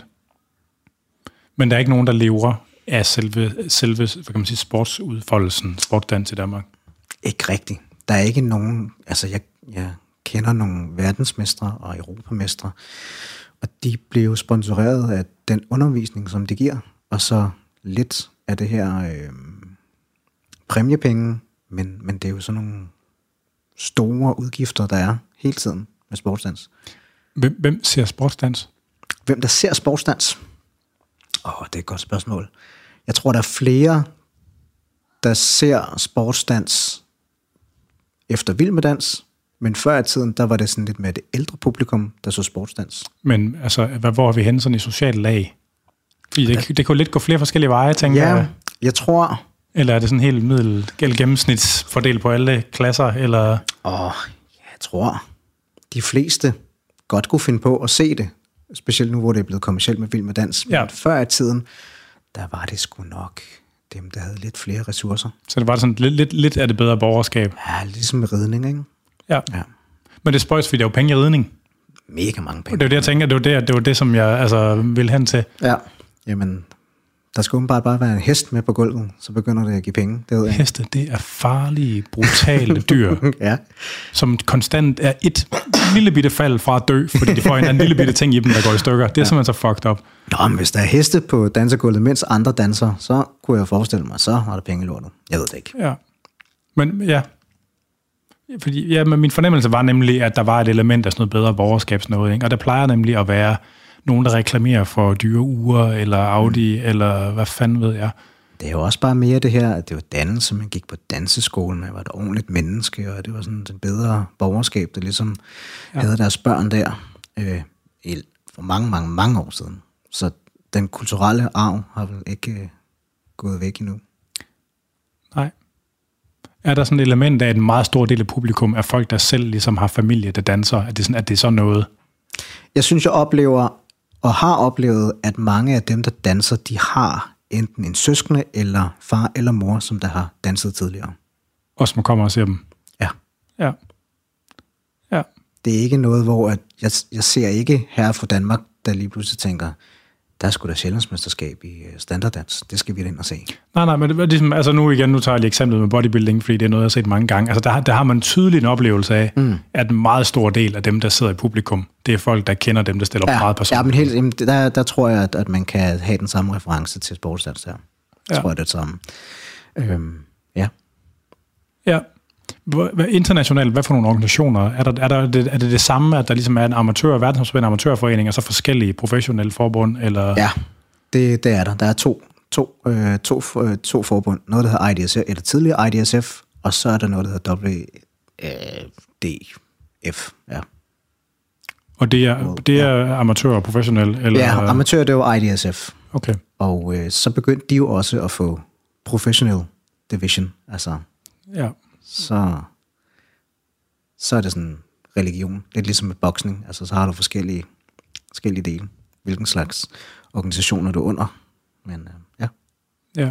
[SPEAKER 1] Men der er ikke nogen, der lever af selve, selve hvad kan man sige, sportsudfoldelsen, sportdans i Danmark?
[SPEAKER 2] Ikke rigtigt. Der er ikke nogen, altså jeg, jeg kender nogle verdensmestre og europamestre, og de blev sponsoreret af den undervisning, som det giver, og så lidt af det her øh, præmiepenge, men, men det er jo sådan nogle store udgifter, der er hele tiden med sportsdans.
[SPEAKER 1] Hvem, hvem ser sportsdans?
[SPEAKER 2] Hvem der ser sportsdans? Åh, oh, det er et godt spørgsmål. Jeg tror, der er flere, der ser sportsdans efter Vild med Dans, Men før i tiden, der var det sådan lidt med det ældre publikum, der så sportsdans.
[SPEAKER 1] Men altså, hvad, hvor er vi henne sådan i socialt lag? Fordi det, det kunne lidt gå flere forskellige veje, tænker
[SPEAKER 2] ja,
[SPEAKER 1] jeg.
[SPEAKER 2] jeg tror...
[SPEAKER 1] Eller er det sådan helt middel, eller gennemsnitsfordelt på alle klasser? Eller?
[SPEAKER 2] Åh, jeg tror, de fleste godt kunne finde på at se det. Specielt nu, hvor det er blevet kommercielt med Vild med Dans. Men
[SPEAKER 1] ja.
[SPEAKER 2] før i tiden, der var det sgu nok dem, der havde lidt flere ressourcer.
[SPEAKER 1] Så det var sådan lidt, lidt, lidt af det bedre borgerskab?
[SPEAKER 2] Ja, ligesom med ridning, ikke?
[SPEAKER 1] Ja. ja. Men det er spøjs, fordi der er jo penge i ridning.
[SPEAKER 2] Mega mange penge.
[SPEAKER 1] Det er det, jeg tænker, det var det, det, var det som jeg altså, vil hen til.
[SPEAKER 2] Ja, jamen... Der skal åbenbart bare være en hest med på gulvet, så begynder det at give penge. Det ved jeg.
[SPEAKER 1] Heste, det er farlige, brutale dyr,
[SPEAKER 2] ja.
[SPEAKER 1] som konstant er et lille bitte fald fra at dø, fordi de får en anden lille bitte ting i dem, der går i stykker. Det er ja. simpelthen så fucked up.
[SPEAKER 2] Nå, men hvis der er heste på dansegulvet, mens andre danser, så kunne jeg forestille mig, så har der penge i lortet. Jeg ved det ikke.
[SPEAKER 1] Ja, men ja. Fordi, ja, men min fornemmelse var nemlig, at der var et element af sådan noget bedre borgerskabsnået, ikke? Og der plejer nemlig at være nogen, der reklamerer for dyre uger, eller Audi, mm. eller hvad fanden ved jeg.
[SPEAKER 2] Det er jo også bare mere det her, at det var dannelse, man gik på danseskole, man var et ordentligt menneske, og det var sådan et bedre borgerskab, der ligesom ja. havde deres børn der øh, for mange, mange, mange år siden. Så den kulturelle arv har vel ikke øh, gået væk endnu.
[SPEAKER 1] Nej. Er der sådan et element af, at en meget stor del af publikum er folk, der selv ligesom har familie, der danser? Er det sådan, at det er så noget?
[SPEAKER 2] Jeg synes, jeg oplever, og har oplevet, at mange af dem, der danser, de har enten en søskende, eller far eller mor, som der har danset tidligere.
[SPEAKER 1] Og som kommer og ser dem?
[SPEAKER 2] Ja.
[SPEAKER 1] Ja. Ja.
[SPEAKER 2] Det er ikke noget, hvor at jeg, jeg ser ikke her fra Danmark, der lige pludselig tænker, der er sgu da sjællandsmesterskab i standarddans. Det skal vi ind og se.
[SPEAKER 1] Nej, nej, men det er ligesom, altså nu igen, nu tager jeg lige eksemplet med bodybuilding, fordi det er noget, jeg har set mange gange. Altså der, der har man tydeligt en oplevelse af, mm. at en meget stor del af dem, der sidder i publikum, det er folk, der kender dem, der stiller op
[SPEAKER 2] ja,
[SPEAKER 1] meget personligt.
[SPEAKER 2] Ja, men helt, der, der tror jeg, at, at man kan have den samme reference til sportsdans der. Jeg ja. tror jeg, det er det samme. Øhm, ja.
[SPEAKER 1] Ja. Internationalt, hvad for nogle organisationer? Er, der, er, der, er det det samme, at der ligesom er en amatør, verdensomspændende amatørforening, og så forskellige professionelle forbund? Eller?
[SPEAKER 2] Ja, det, det er der. Der er to, to, øh, to, øh, to forbund. Noget, der hedder I D S F, eller tidligere I D S F, og så er der noget, der hedder W D F. Ja.
[SPEAKER 1] Og det er, det er ja. amatør og professionel? Eller?
[SPEAKER 2] Ja, amatør, det var I D S F.
[SPEAKER 1] Okay.
[SPEAKER 2] Og øh, så begyndte de jo også at få professional division, altså...
[SPEAKER 1] Ja.
[SPEAKER 2] Så, så er det sådan religion. Lidt ligesom med boksning. Altså, så har du forskellige, forskellige dele. Hvilken slags organisationer du er under. Men øh, ja.
[SPEAKER 1] Ja.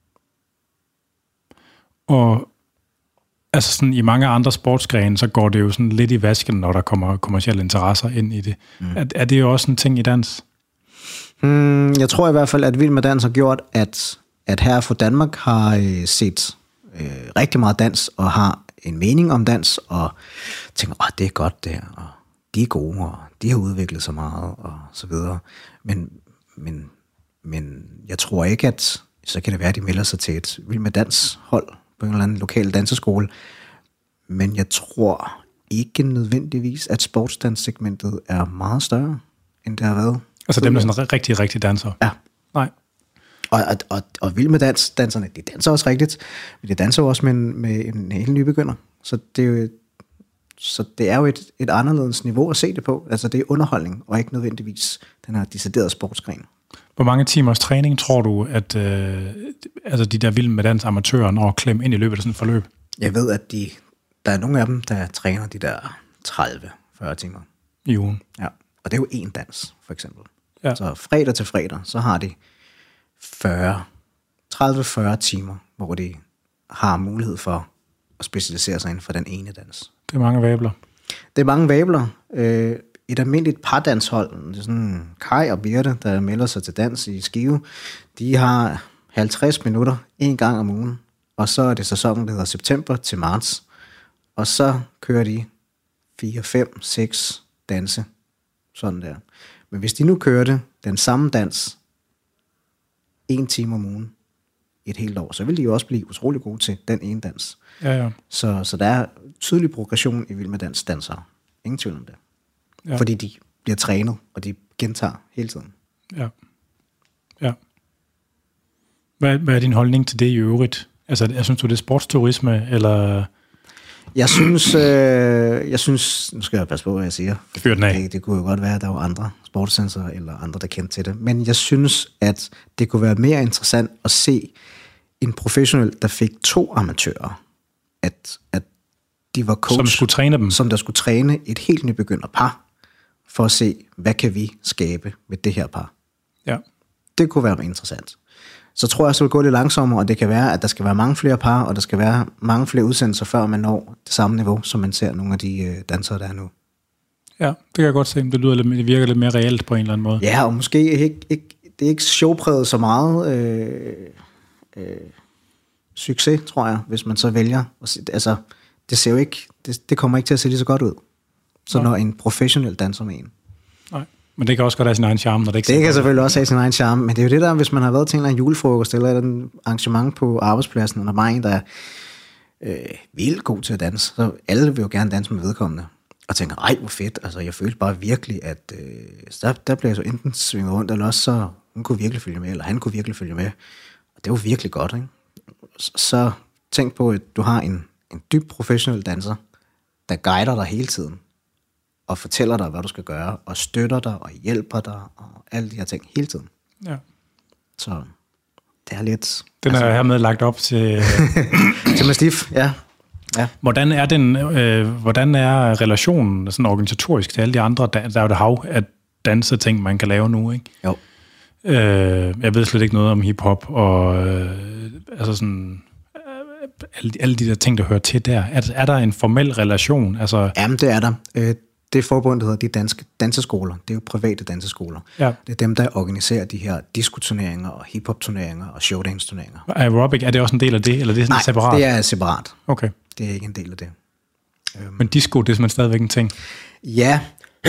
[SPEAKER 1] Og altså sådan i mange andre sportsgrene, så går det jo sådan lidt i vasken, når der kommer kommercielle interesser ind i det. Mm. Er, er det jo også en ting i dans?
[SPEAKER 2] Hmm, jeg tror i hvert fald, at Vild med Dans har gjort, at, at her for Danmark har øh, set... Øh, rigtig meget dans, og har en mening om dans, og tænker, åh, det er godt det her, og de er gode, og de har udviklet sig meget, og så videre. Men, men, men jeg tror ikke, at så kan det være, at de melder sig til et Vild med Dans hold på en eller anden lokal danseskole, men jeg tror ikke nødvendigvis, at sportsdanssegmentet er meget større, end det har været.
[SPEAKER 1] Altså dem, der er sådan rigtig, rigtig danser?
[SPEAKER 2] Ja.
[SPEAKER 1] Nej.
[SPEAKER 2] Og, og, og, og Vild med Dans, danserne, de danser også rigtigt, men de danser også med en, med en helt nybegynder. Så det er jo, så det er jo et, et anderledes niveau at se det på. Altså det er underholdning, og ikke nødvendigvis den her deciderede sportsgren.
[SPEAKER 1] Hvor mange timers træning tror du, at øh, altså de der Vild med Dans amatører når at klemme ind i løbet af sådan et forløb?
[SPEAKER 2] Jeg ved, at de, der er nogle af dem, der træner de der tredive til fyrre timer.
[SPEAKER 1] I ugen?
[SPEAKER 2] Ja, og det er jo én dans, for eksempel.
[SPEAKER 1] Ja.
[SPEAKER 2] Så fredag til fredag, så har de fyrre, tredive til fyrre timer, hvor de har mulighed for at specialisere sig inden for den ene dans.
[SPEAKER 1] Det er mange vabler.
[SPEAKER 2] Det er mange vabler. Et almindeligt pardanshold, det er sådan Kai og Birte, der melder sig til dans i Skive, de har halvtreds minutter en gang om ugen, og så er det sæsonen, der hedder september til marts, og så kører de fire, fem, seks danse, sådan der. Men hvis de nu kørte den samme dans en time om ugen et helt år, så vil de jo også blive utrolig gode til den ene dans.
[SPEAKER 1] Ja, ja.
[SPEAKER 2] Så, så der er tydelig progression i Vild med Dans dansere. Ingen tvivl om det. Ja. Fordi de bliver trænet, og de gentager hele tiden.
[SPEAKER 1] Ja. Ja. Hvad, hvad er din holdning til det i øvrigt? Altså, jeg synes du, det er sportsturisme, eller...
[SPEAKER 2] Jeg synes, øh, jeg synes, nu skal jeg passe på, hvad jeg siger.
[SPEAKER 1] Fyr den af.
[SPEAKER 2] Det, det kunne jo godt være, at der var andre sportssensorer eller andre, der kendte til det. Men jeg synes, at det kunne være mere interessant at se en professionel, der fik to amatører. At, at de var coach,
[SPEAKER 1] som skulle træne dem.
[SPEAKER 2] Som der skulle træne et helt nybegynder par, for at se, hvad kan vi skabe med det her par.
[SPEAKER 1] Ja.
[SPEAKER 2] Det kunne være interessant. Så tror jeg, så vil gå lidt langsommere, og det kan være, at der skal være mange flere par, og der skal være mange flere udsendelser, før man når det samme niveau, som man ser nogle af de øh, dansere, der er nu.
[SPEAKER 1] Ja, det kan jeg godt se. Det, lyder lidt, det virker lidt mere reelt på en eller anden måde.
[SPEAKER 2] Ja, og måske ikke, ikke, det er ikke showpræget så meget øh, øh, succes, tror jeg, hvis man så vælger. Altså, det ser jo ikke, det, det kommer ikke til at se lige så godt ud, så når en professionel danser med en.
[SPEAKER 1] Nej. Men det kan også godt have sin egen charme, når det ikke
[SPEAKER 2] Det kan selvfølgelig også have sin egen charme, men det er jo det der, hvis man har været til en eller anden julefrokost, eller et arrangement på arbejdspladsen, og der er en, der er øh, vildt god til at danse, så alle vil jo gerne danse med vedkommende, og tænker, ej, hvor fedt, altså jeg følte bare virkelig, at øh, der, der blev jeg så enten svinget rundt, eller også så hun kunne virkelig følge med, eller han kunne virkelig følge med, og det var virkelig godt, ikke? Så, så tænk på, at du har en, en dybt professionel danser, der guider dig hele tiden, og fortæller dig, hvad du skal gøre, og støtter dig, og hjælper dig, og alle de her ting hele tiden.
[SPEAKER 1] Ja.
[SPEAKER 2] Så det er lidt...
[SPEAKER 1] Den er altså, hermed lagt op til...
[SPEAKER 2] til Mastiff, ja. ja.
[SPEAKER 1] Hvordan er den, øh, hvordan er relationen sådan organisatorisk til alle de andre? Der, der er jo det hav af danseting, man kan lave nu, ikke?
[SPEAKER 2] Jo.
[SPEAKER 1] Øh, jeg ved slet ikke noget om hiphop, og øh, altså sådan... Øh, alle, alle de der ting, der hører til der. Er, er der en formel relation? Altså,
[SPEAKER 2] Jamen, det er der. Øh, Det forbund, der hedder de danske danseskoler, det er jo private danseskoler.
[SPEAKER 1] Ja.
[SPEAKER 2] Det er dem, der organiserer de her diskoturneringer og hiphop-turneringer og showdance-turneringer.
[SPEAKER 1] Aerobic, er det også en del af det, eller det er sådan
[SPEAKER 2] Nej,
[SPEAKER 1] separat?
[SPEAKER 2] det er separat.
[SPEAKER 1] Okay.
[SPEAKER 2] Det er ikke en del af det.
[SPEAKER 1] Men disco, det er simpelthen stadigvæk en ting?
[SPEAKER 2] Ja,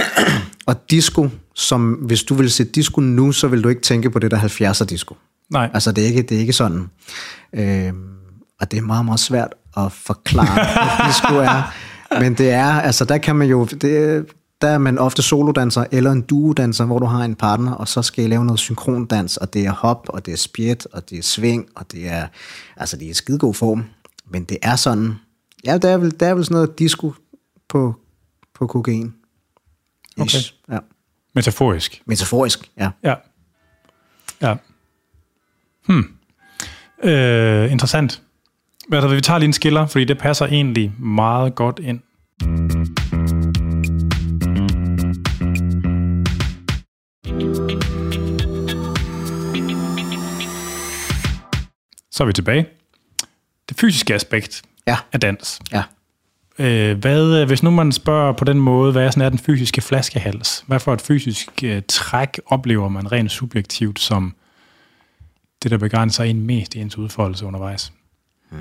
[SPEAKER 2] og disco, som hvis du vil se disco nu, så vil du ikke tænke på det der halvfjerdser disco.
[SPEAKER 1] Nej.
[SPEAKER 2] Altså, det er ikke, det er ikke sådan. Øhm, og det er meget, meget svært at forklare, hvad disco er. Men det er, altså der kan man jo, det, der er man ofte solodanser eller en duodanser, hvor du har en partner, og så skal I lave noget synkrondans, og det er hop, og det er spjæt, og det er sving, og det er, altså det er skidegod form. Men det er sådan, ja, der er vel, der er vel sådan noget disco på, på kokain.
[SPEAKER 1] Okay.
[SPEAKER 2] Ja.
[SPEAKER 1] Metaforisk.
[SPEAKER 2] Metaforisk, ja.
[SPEAKER 1] Ja. Ja. Hmm. Øh, interessant. Altså, vi tager lige en skiller, fordi det passer egentlig meget godt ind. Så er vi tilbage. Det fysiske aspekt
[SPEAKER 2] ja.
[SPEAKER 1] af dans.
[SPEAKER 2] Ja.
[SPEAKER 1] Øh, hvad, hvis nu man spørger på den måde, hvad er, sådan er den fysiske flaskehals? Hvad for et fysisk uh, træk oplever man rent subjektivt som det, der begrænser en mest i ens udfoldelse undervejs? Hmm.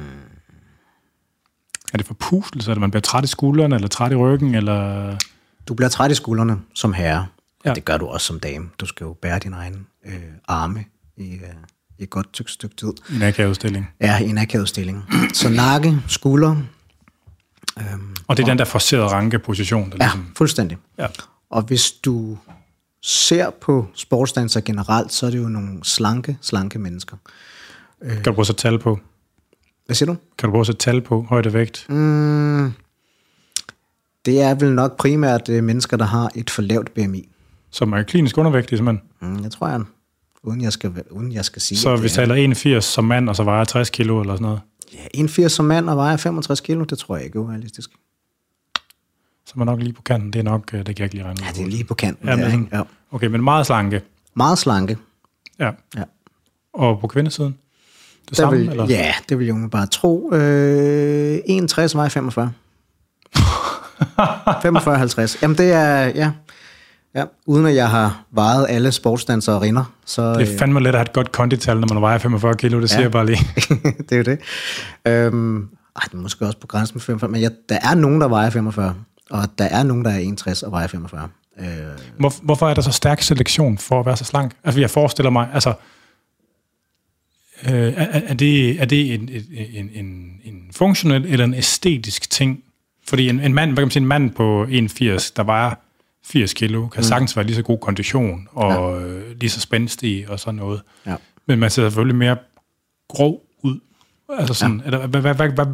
[SPEAKER 1] Er det forpustelse, at man bliver træt i skuldrene, eller træt i ryggen, eller...
[SPEAKER 2] Du bliver træt i skuldrene som herre,
[SPEAKER 1] ja.
[SPEAKER 2] Og det gør du også som dame. Du skal jo bære dine egne øh, arme i, øh, i et godt tyk stykke tid.
[SPEAKER 1] I en akavet-stilling.
[SPEAKER 2] Ja, i en akavet-stilling. Så nakke, skulder.
[SPEAKER 1] Øhm, og det er og, den der forcerede rankeposition. Der
[SPEAKER 2] ja,
[SPEAKER 1] ligesom...
[SPEAKER 2] fuldstændig.
[SPEAKER 1] Ja.
[SPEAKER 2] Og hvis du ser på sportsdanser generelt, så er det jo nogle slanke, slanke mennesker.
[SPEAKER 1] Kan du prøve at sætte tal på?
[SPEAKER 2] Hvad siger du?
[SPEAKER 1] Kan du prøve at sætte tal på højde vægt?
[SPEAKER 2] Mm, det er vel nok primært øh, mennesker, der har et for lavt B M I.
[SPEAKER 1] Som er klinisk undervægtige, simpelthen?
[SPEAKER 2] Mm, jeg tror, jeg uden jeg skal, uden jeg skal sige...
[SPEAKER 1] Så vi taler enogfirs som mand, og så vejer tres kilo eller sådan noget?
[SPEAKER 2] Ja, enogfirs som mand og vejer femogtres kilo, det tror jeg ikke er urealistisk.
[SPEAKER 1] Så man nok lige på kanten, det er nok, det kan jeg ikke lige regne ud.
[SPEAKER 2] Ja, det er lige på kanten.
[SPEAKER 1] Ja,
[SPEAKER 2] der,
[SPEAKER 1] men, ja. Okay, men meget slanke.
[SPEAKER 2] Meget slanke.
[SPEAKER 1] Ja.
[SPEAKER 2] ja.
[SPEAKER 1] Og på kvindesiden? Det
[SPEAKER 2] der
[SPEAKER 1] samme,
[SPEAKER 2] vil,
[SPEAKER 1] eller?
[SPEAKER 2] Ja, det vil jeg jo bare tro. Øh, enogtres vejer femogfyrre. femogfyrre halvtreds. Jamen det er, ja. ja. Uden at jeg har vejet alle sportsdansere og rinder. Så,
[SPEAKER 1] det er fandme let at have et godt kondital, når man vejer femogfyrre kilo, det ja. siger jeg bare lige.
[SPEAKER 2] det er jo det. Øhm, ej, det er måske også på grænsen med femogfyrre, men ja, der er nogen, der vejer femogfyrre. Og der er nogen, der er enogtres og vejer femogfyrre. Øh,
[SPEAKER 1] Hvor, hvorfor er der så stærk selektion for at være så slank? Altså, jeg forestiller mig, altså, øh, er, er det, er det en, en, en, en funktionel eller en æstetisk ting? Fordi en, en mand, hvad kan man sige, en mand på enogfirs, der vejer firs kilo, kan mm. sagtens være lige så god kondition og ja. lige så spændstig og sådan noget.
[SPEAKER 2] Ja.
[SPEAKER 1] Men man ser selvfølgelig mere grov ud. Altså sådan, ja. eller, hvad, hvad, hvad, hvad, hvad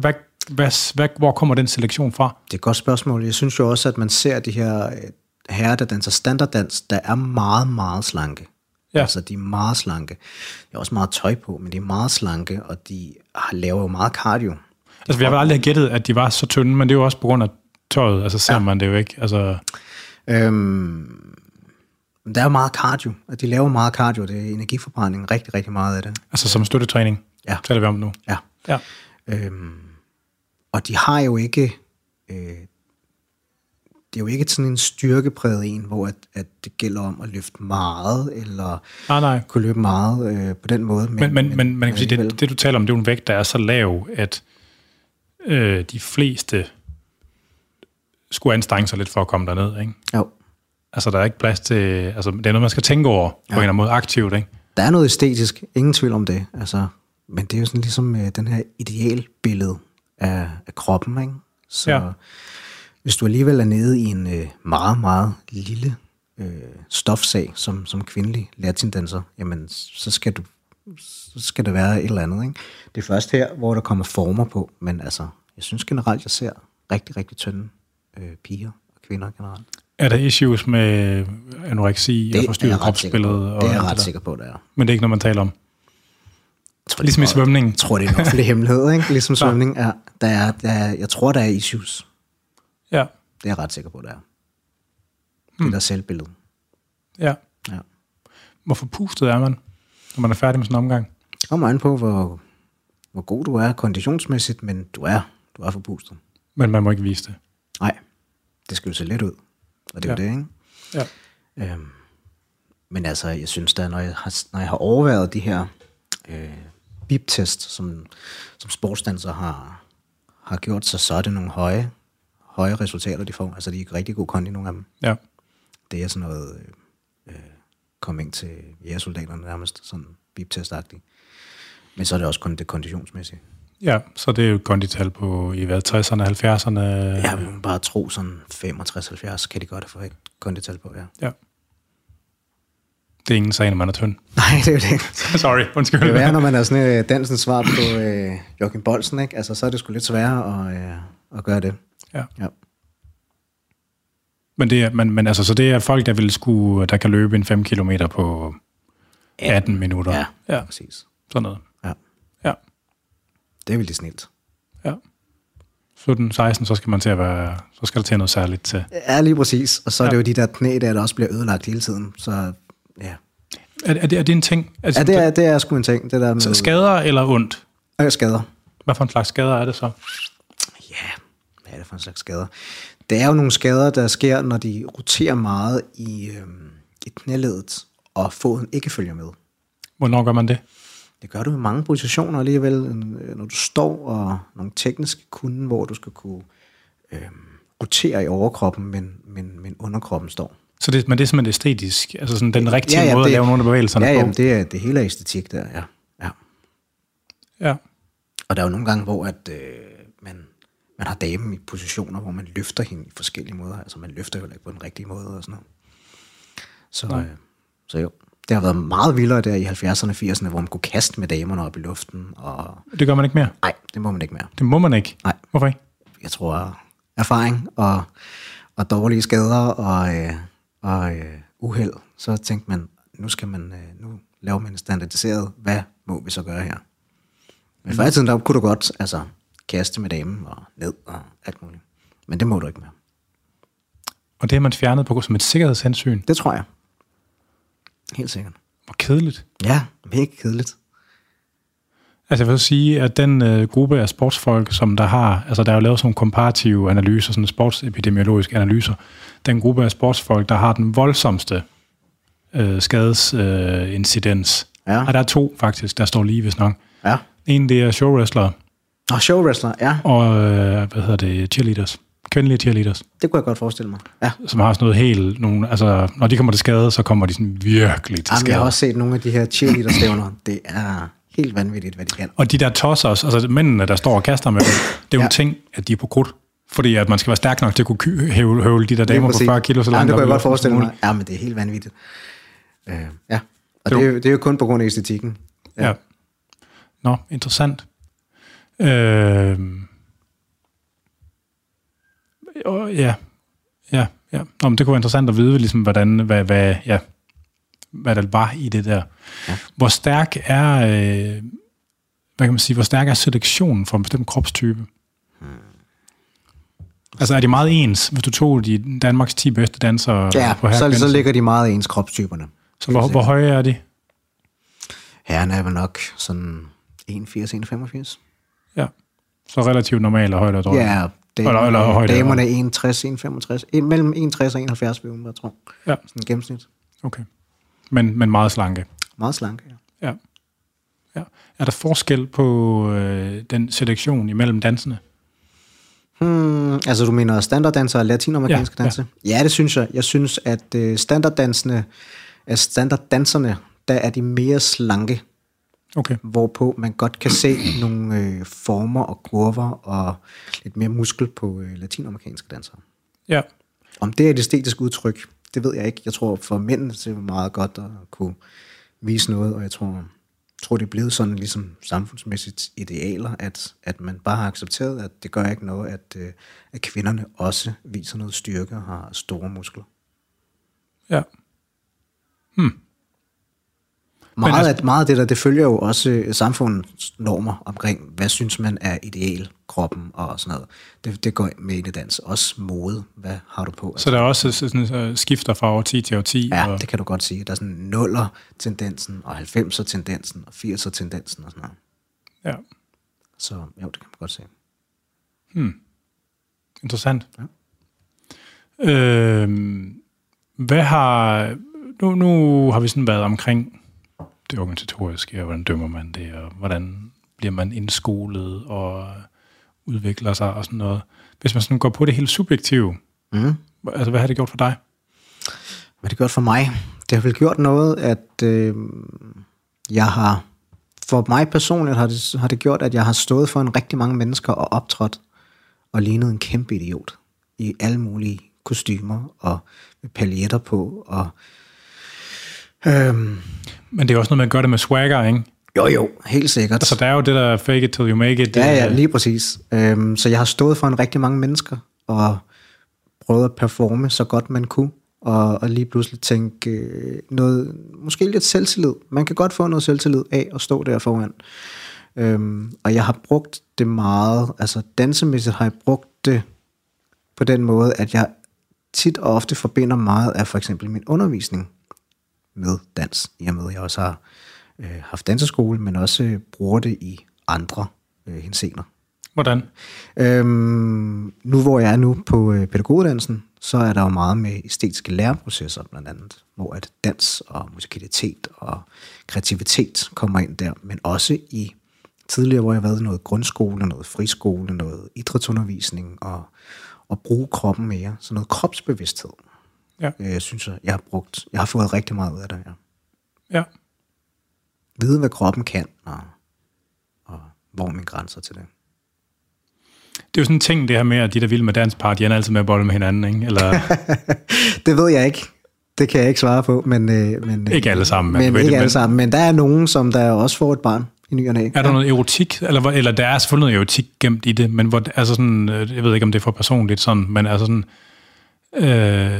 [SPEAKER 1] Hvad, hvad, hvor kommer den selektion fra?
[SPEAKER 2] Det er et godt spørgsmål. Jeg synes jo også, at man ser de her herrer, der danser standarddans, der er meget, meget slanke. Ja. Altså, de er meget slanke. De har også meget tøj på, men de er meget slanke, og de laver jo meget cardio.
[SPEAKER 1] Altså, jeg har aldrig gættet, at de var så tynde, men det er jo også på grund af tøjet. Altså, ser ja. man det jo ikke. Altså...
[SPEAKER 2] Øhm, der er jo meget cardio, og de laver meget cardio. Det er energiforbrænding, rigtig, rigtig meget af det.
[SPEAKER 1] Altså, som støttetræning?
[SPEAKER 2] Ja.
[SPEAKER 1] Taler vi om nu?
[SPEAKER 2] Ja.
[SPEAKER 1] Ja.
[SPEAKER 2] Øhm, og de har jo ikke... Øh, det er jo ikke sådan en styrkepræget en, hvor at, at det gælder om at løfte meget, eller
[SPEAKER 1] nej, nej.
[SPEAKER 2] kunne løbe meget øh, på den måde.
[SPEAKER 1] Men, men, men, men man kan sige, det, det du taler om, det er jo en vægt, der er så lav, at øh, de fleste skulle anstrenge sig lidt for at komme derned, ikke?
[SPEAKER 2] Jo.
[SPEAKER 1] Altså, der er ikke plads til... Altså, det er noget, man skal tænke over på ja. en eller anden måde aktivt, ikke?
[SPEAKER 2] Der er noget æstetisk, ingen tvivl om det. Altså, men det er jo sådan ligesom øh, den her idealbillede af, af kroppen, ikke? Så ja. Hvis du alligevel er nede i en øh, meget, meget lille øh, stofsag som, som kvindelig latindanser, jamen, så skal du så skal det være et eller andet, ikke? Det er først her, hvor der kommer former på, men altså, jeg synes generelt, jeg ser rigtig, rigtig tynde øh, piger og kvinder generelt. Er
[SPEAKER 1] der issues med anoreksi og forstyrret kropsbillede?
[SPEAKER 2] Det er jeg ret sikker på, det er.
[SPEAKER 1] Men det er ikke noget, man taler om?
[SPEAKER 2] Tror,
[SPEAKER 1] ligesom i svømning?
[SPEAKER 2] Jeg tror, det er en offentlig hemmelighed, ikke? Ligesom svømning er. Der er, der er. Jeg tror, der er issues.
[SPEAKER 1] Ja.
[SPEAKER 2] Det er jeg ret sikker på, det er. Det hmm. der selvbillede.
[SPEAKER 1] Ja.
[SPEAKER 2] ja.
[SPEAKER 1] Hvor forpustet er man, når man er færdig med sådan en omgang?
[SPEAKER 2] Det kommer an på, hvor, hvor god du er konditionsmæssigt, men du er, du er forpustet.
[SPEAKER 1] Men man må ikke vise det?
[SPEAKER 2] Nej, det skal jo se let ud. Og det er ja. jo det, ikke?
[SPEAKER 1] Ja.
[SPEAKER 2] Øhm, men altså, jeg synes da, når jeg har, når jeg har overvejet de her øh, bip-test, som, som sportsdanser har, har gjort, så så er det nogle høje, høje resultater, de får. Altså, de er rigtig gode kondi, nogle af dem.
[SPEAKER 1] Ja.
[SPEAKER 2] Det er sådan noget øh, komme ind til jægersoldaterne nærmest, sådan bip-test-agtigt. Men så er det også kun det konditionsmæssige.
[SPEAKER 1] Ja, så det er jo kondital på i hvad, tresserne, halvfjerdserne?
[SPEAKER 2] Ja, man bare tro sådan femogtres halvfjerds kan de godt få et kondital på, ja.
[SPEAKER 1] Ja. Det er ingen sag, når man er tynd.
[SPEAKER 2] Nej, det er jo det.
[SPEAKER 1] Sorry, undskyld.
[SPEAKER 2] Det er når man er sådan uh, dansens svar på uh, Joachim Bolsen, ikke? Altså, så er det sgu lidt sværere at, uh, at gøre det.
[SPEAKER 1] Ja.
[SPEAKER 2] ja.
[SPEAKER 1] Men, det er, men, men altså, så det er folk, der vil skulle, der kan løbe en fem kilometer på atten minutter?
[SPEAKER 2] Ja, ja, præcis.
[SPEAKER 1] Sådan noget?
[SPEAKER 2] Ja.
[SPEAKER 1] Ja.
[SPEAKER 2] Det er vildt snilt.
[SPEAKER 1] Ja. sytten seksten, så skal man til at være, så skal der til noget særligt til.
[SPEAKER 2] Ja, lige præcis. Og så er ja. det jo de der knæ, der, der også bliver ødelagt hele tiden. Så ja.
[SPEAKER 1] Er, er, det, er det en ting?
[SPEAKER 2] Altså, ja, det er, det er sgu en ting. Det der med
[SPEAKER 1] skader eller ondt?
[SPEAKER 2] Ja, skader.
[SPEAKER 1] Hvad for en slags skader er det så?
[SPEAKER 2] Ja, hvad er det for en slags skader? Det er jo nogle skader, der sker, når de roterer meget i, øhm, i knæledet, og foden ikke følger med.
[SPEAKER 1] Hvornår gør man det?
[SPEAKER 2] Det gør du i mange positioner alligevel, når du står, og nogle tekniske kunden, hvor du skal kunne øhm, rotere i overkroppen, men, men, men underkroppen står.
[SPEAKER 1] Så det, men det er simpelthen æstetisk? Altså sådan den rigtige
[SPEAKER 2] ja, ja,
[SPEAKER 1] måde
[SPEAKER 2] det,
[SPEAKER 1] at lave nogle af bevægelserne
[SPEAKER 2] ja,
[SPEAKER 1] på?
[SPEAKER 2] Ja, det er det hele er æstetik der, ja. ja.
[SPEAKER 1] Ja.
[SPEAKER 2] Og der er jo nogle gange, hvor at, øh, man, man har damen i positioner, hvor man løfter hende i forskellige måder. Altså man løfter jo ikke på den rigtige måde og sådan noget. Så, øh, så jo. Det har været meget vildere der i halvfjerdserne og firserne, hvor man kunne kaste med damerne op i luften. Og
[SPEAKER 1] det gør man ikke mere?
[SPEAKER 2] Nej, det må man ikke mere.
[SPEAKER 1] Det må man ikke?
[SPEAKER 2] Nej.
[SPEAKER 1] Hvorfor ikke?
[SPEAKER 2] Jeg tror, erfaring og, og dårlige skader og, øh, og øh, uheld, så tænkte man, nu skal man, øh, nu laver man standardiseret, hvad må vi så gøre her? Men før i tiden, der kunne du godt altså, kaste med damen og ned og alt muligt. Men det må du ikke mere.
[SPEAKER 1] Og det har man fjernet på som et sikkerhedshensyn?
[SPEAKER 2] Det tror jeg. Helt sikkert.
[SPEAKER 1] Hvor kedeligt.
[SPEAKER 2] Ja, mega kedeligt.
[SPEAKER 1] Altså jeg vil sige, at den øh, gruppe af sportsfolk, som der har, altså der er jo lavet sådan komparative analyser, sådan sportsepidemiologiske analyser, den gruppe af sportsfolk, der har den voldsomste øh, skadesincidens. Øh, ja. Og der er to faktisk, der står lige hvis nok.
[SPEAKER 2] Ja.
[SPEAKER 1] En, det er showwrestlere.
[SPEAKER 2] Nå, showwrestlere, ja.
[SPEAKER 1] Og, øh, hvad hedder det, cheerleaders. Kvindelige cheerleaders.
[SPEAKER 2] Det kunne jeg godt forestille mig, ja.
[SPEAKER 1] Som har sådan noget helt, nogle, altså når de kommer til skade, så kommer de sådan virkelig til
[SPEAKER 2] Jamen,
[SPEAKER 1] skade.
[SPEAKER 2] Jeg har også set nogle af de her cheerleader-stævner. Det er helt vanvittigt, hvad de kan.
[SPEAKER 1] Og de der tossers, altså mændene, der står og kaster med dem, det er jo ja. en ting, at de er på krudt. Fordi at man skal være stærk nok til at kunne hæve, hæve de der damer på fyrre kilo så langt.
[SPEAKER 2] Ja, det kunne jeg godt forestille mig. Ja, men det er helt vanvittigt. Uh, ja, og det er, det er jo kun på grund af æstetikken.
[SPEAKER 1] Ja. ja. Nå, interessant. Øh, Og, ja, ja, ja. Nå, men det kunne være interessant at vide, ligesom, hvordan, hvad, hvad, ja, hvad der var i det der. Ja. Hvor stærk er, øh, hvad kan man sige, hvor stærk er selektionen for en bestemt kropstype? Hmm. Altså er de meget ens, hvis du tog de Danmarks ti bedste dansere?
[SPEAKER 2] Ja,
[SPEAKER 1] på
[SPEAKER 2] så, så ligger de meget ens kropstyperne.
[SPEAKER 1] Så hvor, hvor høje er de?
[SPEAKER 2] Herren er vel nok sådan enogfirs til femogfirs.
[SPEAKER 1] Ja, så relativt normalt og højde og drømme.
[SPEAKER 2] Ja, damer, eller, eller højde, damerne er enogtres til femogtres. En, mellem enogtres og enoghalvfjerds, vil jeg tror.
[SPEAKER 1] Ja.
[SPEAKER 2] Sådan en gennemsnit.
[SPEAKER 1] Okay. Men, men meget slanke.
[SPEAKER 2] Meget slanke, ja.
[SPEAKER 1] Ja. Ja. Er der forskel på øh, den selektion imellem dansene?
[SPEAKER 2] Hmm, altså du mener standarddanser og latinamerikanske ja, danse? Ja. ja, det synes jeg. Jeg synes, at øh, standarddansene, at standarddanserne, der er de mere slanke.
[SPEAKER 1] Okay.
[SPEAKER 2] Hvorpå man godt kan se nogle øh, former og kurver og lidt mere muskel på øh, latinamerikanske dansere.
[SPEAKER 1] Ja.
[SPEAKER 2] Om det er et æstetisk udtryk, det ved jeg ikke. Jeg tror for mænd det er meget godt at kunne vise noget, og jeg tror, tror det er blevet sådan ligesom samfundsmæssigt idealer, at, at man bare har accepteret, at det gør ikke noget, at, øh, at kvinderne også viser noget styrke og har store muskler.
[SPEAKER 1] Ja. Hmm.
[SPEAKER 2] Meget, altså, meget af det der, det følger jo også samfundets normer omkring, hvad synes man er ideal, kroppen og sådan noget. Det, det går med ind i dans. Også mode. Hvad har du på?
[SPEAKER 1] Så der er også sådan, så skifter fra årti til årti?
[SPEAKER 2] Ja,
[SPEAKER 1] og...
[SPEAKER 2] det kan du godt sige. Der er sådan nuller-tendensen, og halvfemser-tendensen, og firser-tendensen og sådan noget.
[SPEAKER 1] Ja.
[SPEAKER 2] Så jo, det kan man godt se.
[SPEAKER 1] Hmm. Interessant. Ja. Øh, hvad har... Nu, nu har vi sådan været omkring det organisatoriske, og hvordan dømmer man det, og hvordan bliver man indskolet og udvikler sig og sådan noget. Hvis man sådan går på det helt subjektive, mm. altså hvad har det gjort for dig?
[SPEAKER 2] Hvad har det gjort for mig? Det har vel gjort noget, at øh, jeg har, for mig personligt har det, har det gjort, at jeg har stået for en rigtig mange mennesker og optrådt og lignet en kæmpe idiot i alle mulige kostymer og med paljetter på og Øhm,
[SPEAKER 1] Men det er også noget, man gør det med swagger, ikke?
[SPEAKER 2] Jo, jo, helt sikkert.
[SPEAKER 1] Altså, der er jo det der fake it till you make it.
[SPEAKER 2] Ja, ja, lige præcis. Øhm, så jeg har stået for en rigtig mange mennesker, og prøvet at performe så godt man kunne, og, og lige pludselig tænke øh, noget, måske lidt selvtillid. Man kan godt få noget selvtillid af at stå der foran. Øhm, og jeg har brugt det meget, altså dansemæssigt har jeg brugt det på den måde, at jeg tit og ofte forbinder meget af for eksempel min undervisning med dans, i og med, at jeg også har øh, haft danseskole, men også øh, bruger det i andre øh, henseender.
[SPEAKER 1] Hvordan?
[SPEAKER 2] Øhm, nu hvor jeg er nu på øh, pædagoguddannelsen, så er der jo meget med æstetiske læreprocesser blandt andet, hvor at dans og musikalitet og kreativitet kommer ind der, men også i tidligere, hvor jeg har været i noget grundskole, noget friskole, noget idrætsundervisning og, og bruge kroppen mere, så noget kropsbevidsthed. Ja. Jeg synes, jeg har brugt, jeg har fået rigtig meget ud af det, ja.
[SPEAKER 1] Ja.
[SPEAKER 2] Vide, hvad kroppen kan, og, og hvor er mine grænser til det.
[SPEAKER 1] Det er jo sådan en ting, det her med, at de der vilde med danspar, de er altid med at bolle med hinanden, ikke? Eller...
[SPEAKER 2] det ved jeg ikke. Det kan jeg ikke svare på, men... men
[SPEAKER 1] ikke alle sammen. Men,
[SPEAKER 2] men ikke
[SPEAKER 1] det,
[SPEAKER 2] alle sammen, men der er nogen, som der også får et barn i ny og næ.
[SPEAKER 1] Er der noget erotik, eller, eller der er selvfølgelig noget erotik gemt i det, men hvor, altså sådan, jeg ved ikke, om det er for personligt sådan, men altså sådan... Øh,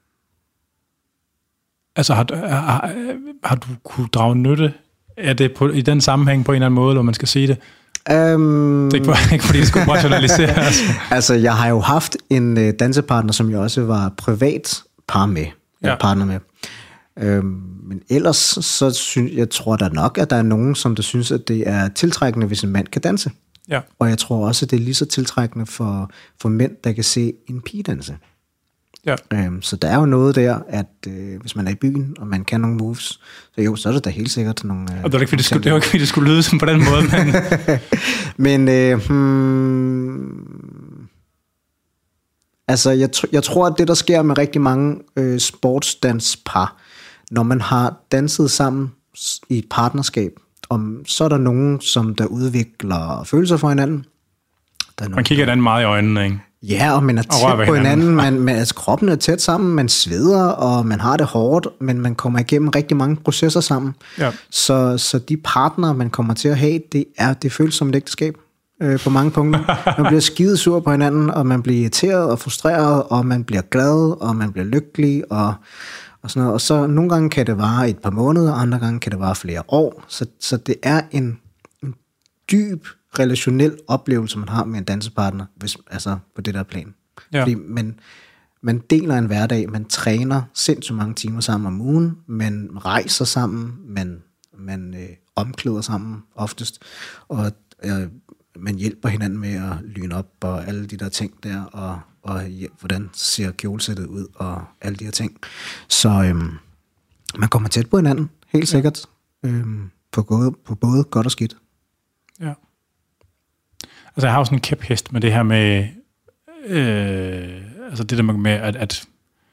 [SPEAKER 1] altså har, har, har du kunne drage nytte af det på, i den sammenhæng på en eller anden måde, eller man skal sige det? Um, det er ikke, ikke fordi det skulle rationaliseres.
[SPEAKER 2] Altså, jeg har jo haft en uh, dansepartner, som jeg også var privat par med, ja. partner med. Um, men ellers, så synes jeg, tror der nok, at der er nogen, som der synes, at det er tiltrækkende, hvis en mand kan danse.
[SPEAKER 1] Ja. Og
[SPEAKER 2] jeg tror også, at det er lige så tiltrækkende for, for mænd, der kan se en pige danse. Ja. Um, så der er jo noget der, at uh, hvis man er i byen, og man kan nogle moves, så jo, så er det da helt sikkert nogle... Uh,
[SPEAKER 1] og det er ikke, fordi det, skulle, det var ikke, fordi det skulle lyde som på den måde,
[SPEAKER 2] men... men uh, hmm, altså, jeg, tr- jeg tror, at det, der sker med rigtig mange uh, sportsdanspar, når man har danset sammen i et partnerskab, om, så er der nogen, som der udvikler følelser for hinanden. Der er nogen,
[SPEAKER 1] man kigger hinanden meget i øjnene, ikke?
[SPEAKER 2] Ja, og man er tæt på hinanden, man, man, altså kroppen er tæt sammen, man sveder, og man har det hårdt, men man kommer igennem rigtig mange processer sammen. Ja. Så, så de partnere, man kommer til at have, det, er, det føles som et ægteskab. øh, på mange punkter. Man bliver skide sur på hinanden, og man bliver irriteret og frustreret, og man bliver glad, og man bliver lykkelig, og, og sådan noget. Og så nogle gange kan det vare et par måneder, og andre gange kan det vare flere år. Så, så det er en, en dyb relationel oplevelse, man har med en dansepartner, hvis, altså på det der plan. Ja. Fordi man, man deler en hverdag, man træner sindssygt mange timer sammen om ugen, man rejser sammen, man, man øh, omklæder sammen oftest, og øh, man hjælper hinanden med at lyne op og alle de der ting der, og, og ja, hvordan ser kjolesættet ud, og alle de her ting. Så øh, man kommer tæt på hinanden, helt sikkert, øh, på, både, på både godt og skidt.
[SPEAKER 1] Ja. Altså jeg har jo sådan en kæphest med det her med, øh, altså det der med, at, at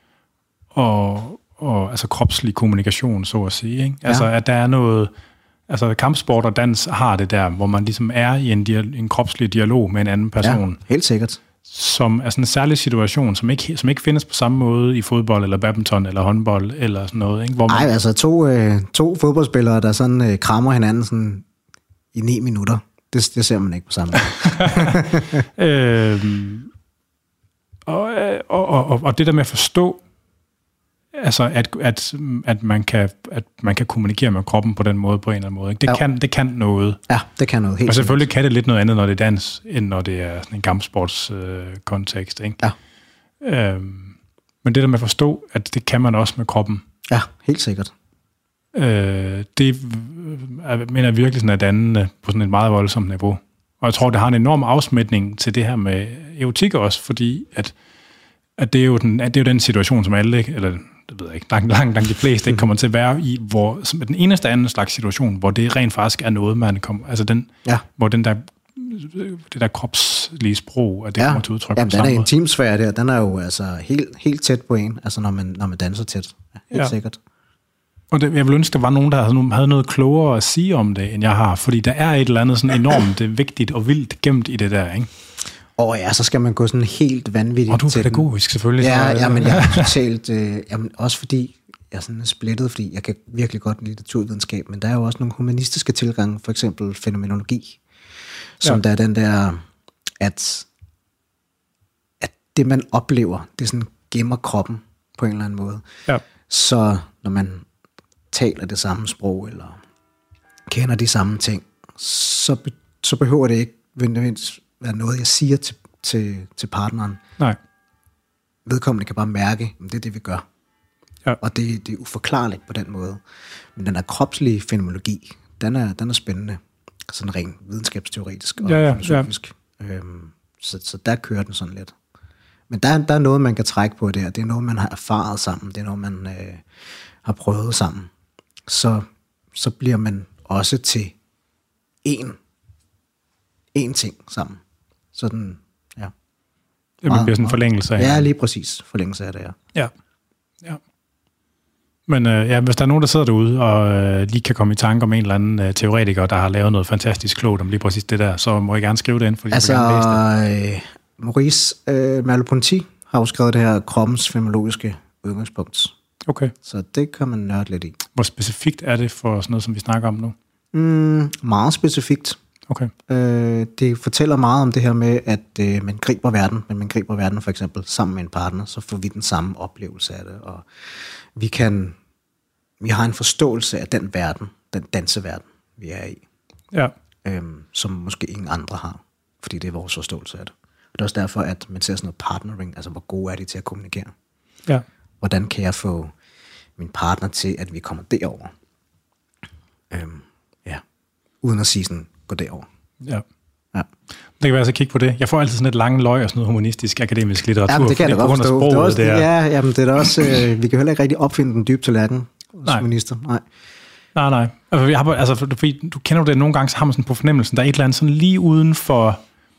[SPEAKER 1] og, og, altså kropslig kommunikation, så at sige, ikke? Altså ja. At der er noget, altså kampsport og dans har det der, hvor man ligesom er i en, dia- en kropslig dialog med en anden person.
[SPEAKER 2] Ja, helt sikkert.
[SPEAKER 1] Som er sådan en særlig situation, som ikke, som ikke findes på samme måde i fodbold, eller badminton, eller håndbold, eller sådan noget, ikke? Hvor man...
[SPEAKER 2] Ej, altså to, øh, to fodboldspillere, der sådan øh, krammer hinanden sådan i ni minutter. Det, det ser man ikke på samme måde.
[SPEAKER 1] øhm, og, og, og, og det der med at forstå, altså at, at, at, man kan, at man kan kommunikere med kroppen på den måde, på en eller anden måde. Ikke? Det, ja. kan, det kan noget.
[SPEAKER 2] Ja, det kan noget. Helt
[SPEAKER 1] og selvfølgelig kan det lidt noget andet, når det er dans, end når det er sådan en kampsports øh, kontekst. Ikke?
[SPEAKER 2] Ja.
[SPEAKER 1] Øhm, men det der med at forstå, at det kan man også med kroppen.
[SPEAKER 2] Ja, helt sikkert.
[SPEAKER 1] Øh, det er, mener jeg virkelig sådan er dannende på sådan et meget voldsomt niveau. Og jeg tror, det har en enorm afsmitning til det her med erotik også, fordi at, at det, er jo den, at det er jo den situation, som alle, eller det ved jeg ikke, langt, langt, langt de fleste ikke kommer til at være i, hvor, som er den eneste anden slags situation, hvor det rent faktisk er noget, man kommer, altså den,
[SPEAKER 2] ja. Hvor
[SPEAKER 1] den der, det der kropslige sprog, at det ja. kommer til udtryk.
[SPEAKER 2] Jamen, den er intimsfære der, den er jo altså helt, helt tæt på en, altså når man, når man danser tæt. Ja, helt ja. sikkert.
[SPEAKER 1] Og det, jeg ville ønske, der var nogen, der havde noget klogere at sige om det, end jeg har. Fordi der er et eller andet sådan enormt vigtigt og vildt gemt i det der, ikke?
[SPEAKER 2] Og ja, så skal man gå sådan helt vanvittigt.
[SPEAKER 1] Og du er pædagogisk, den. Selvfølgelig.
[SPEAKER 2] Ja, ja, men jeg er totalt... Øh, jamen, også fordi jeg er sådan splittet, fordi jeg kan virkelig godt lide naturvidenskab, men der er jo også nogle humanistiske tilgange, for eksempel fænomenologi, som ja. Der er den der, at, at det, man oplever, det sådan gemmer kroppen på en eller anden måde.
[SPEAKER 1] Ja.
[SPEAKER 2] Så når man taler det samme sprog, eller kender de samme ting, så, be, så behøver det ikke nødvendigvis være noget, jeg siger til, til, til partneren.
[SPEAKER 1] Nej.
[SPEAKER 2] Vedkommende kan bare mærke, at det er det, vi gør.
[SPEAKER 1] Ja.
[SPEAKER 2] Og det, det er uforklarligt på den måde. Men den der kropslige fænomenologi, den er, den er spændende. Sådan rent videnskabsteoretisk og
[SPEAKER 1] ja, ja,
[SPEAKER 2] filosofisk. Ja. Øhm, så, så der kører den sådan lidt. Men der, der er noget, man kan trække på der. Det er noget, man har erfaret sammen. Det er noget, man øh, har prøvet sammen. Så, så bliver man også til én, én ting sammen. Sådan, ja.
[SPEAKER 1] Det meget, bliver sådan en forlængelse af.
[SPEAKER 2] Ja, lige præcis. Forlængelse af det, ja.
[SPEAKER 1] Ja, ja. Men øh, ja, hvis der er nogen, der sidder derude og øh, lige kan komme i tanke om en eller anden øh, teoretiker, der har lavet noget fantastisk klogt om lige præcis det der, så må I gerne skrive det ind, fordi
[SPEAKER 2] altså,
[SPEAKER 1] jeg vil gerne læse det.
[SPEAKER 2] Øh, Maurice øh, Merleau-Ponty har jo skrevet det her kroppens fænomenologiske udgangspunkt.
[SPEAKER 1] Okay.
[SPEAKER 2] Så det kan man nørde lidt i.
[SPEAKER 1] Hvor specifikt er det for sådan noget, som vi snakker om nu?
[SPEAKER 2] Mm, meget specifikt.
[SPEAKER 1] Okay.
[SPEAKER 2] Øh, det fortæller meget om det her med, at øh, man griber verden, men man griber verden for eksempel sammen med en partner, så får vi den samme oplevelse af det, og vi kan, vi har en forståelse af den verden, den danseverden, vi er i,
[SPEAKER 1] ja.
[SPEAKER 2] øhm, som måske ingen andre har, fordi det er vores forståelse af det. Og det er også derfor, at man ser sådan noget partnering, altså hvor gode er de til at kommunikere.
[SPEAKER 1] Ja. Hvordan
[SPEAKER 2] kan jeg få min partner til, at vi kommer derover? Øhm, ja, uden at sige sådan, gå derover.
[SPEAKER 1] Ja.
[SPEAKER 2] Ja.
[SPEAKER 1] Det kan være, så kigge på det. Jeg får altid sådan et lange løg og sådan noget humanistisk akademisk litteratur.
[SPEAKER 2] Jamen, det kan jeg da godt forstå. Det er også,
[SPEAKER 1] det er.
[SPEAKER 2] Ja, jamen, det er da også, øh, vi kan heller ikke rigtig opfinde den dybe tallerken hos humanister. Nej.
[SPEAKER 1] Nej, nej. Altså, jeg har, altså, fordi du kender det nogle gange, så har man sådan på fornemmelsen, der er et eller andet sådan lige uden for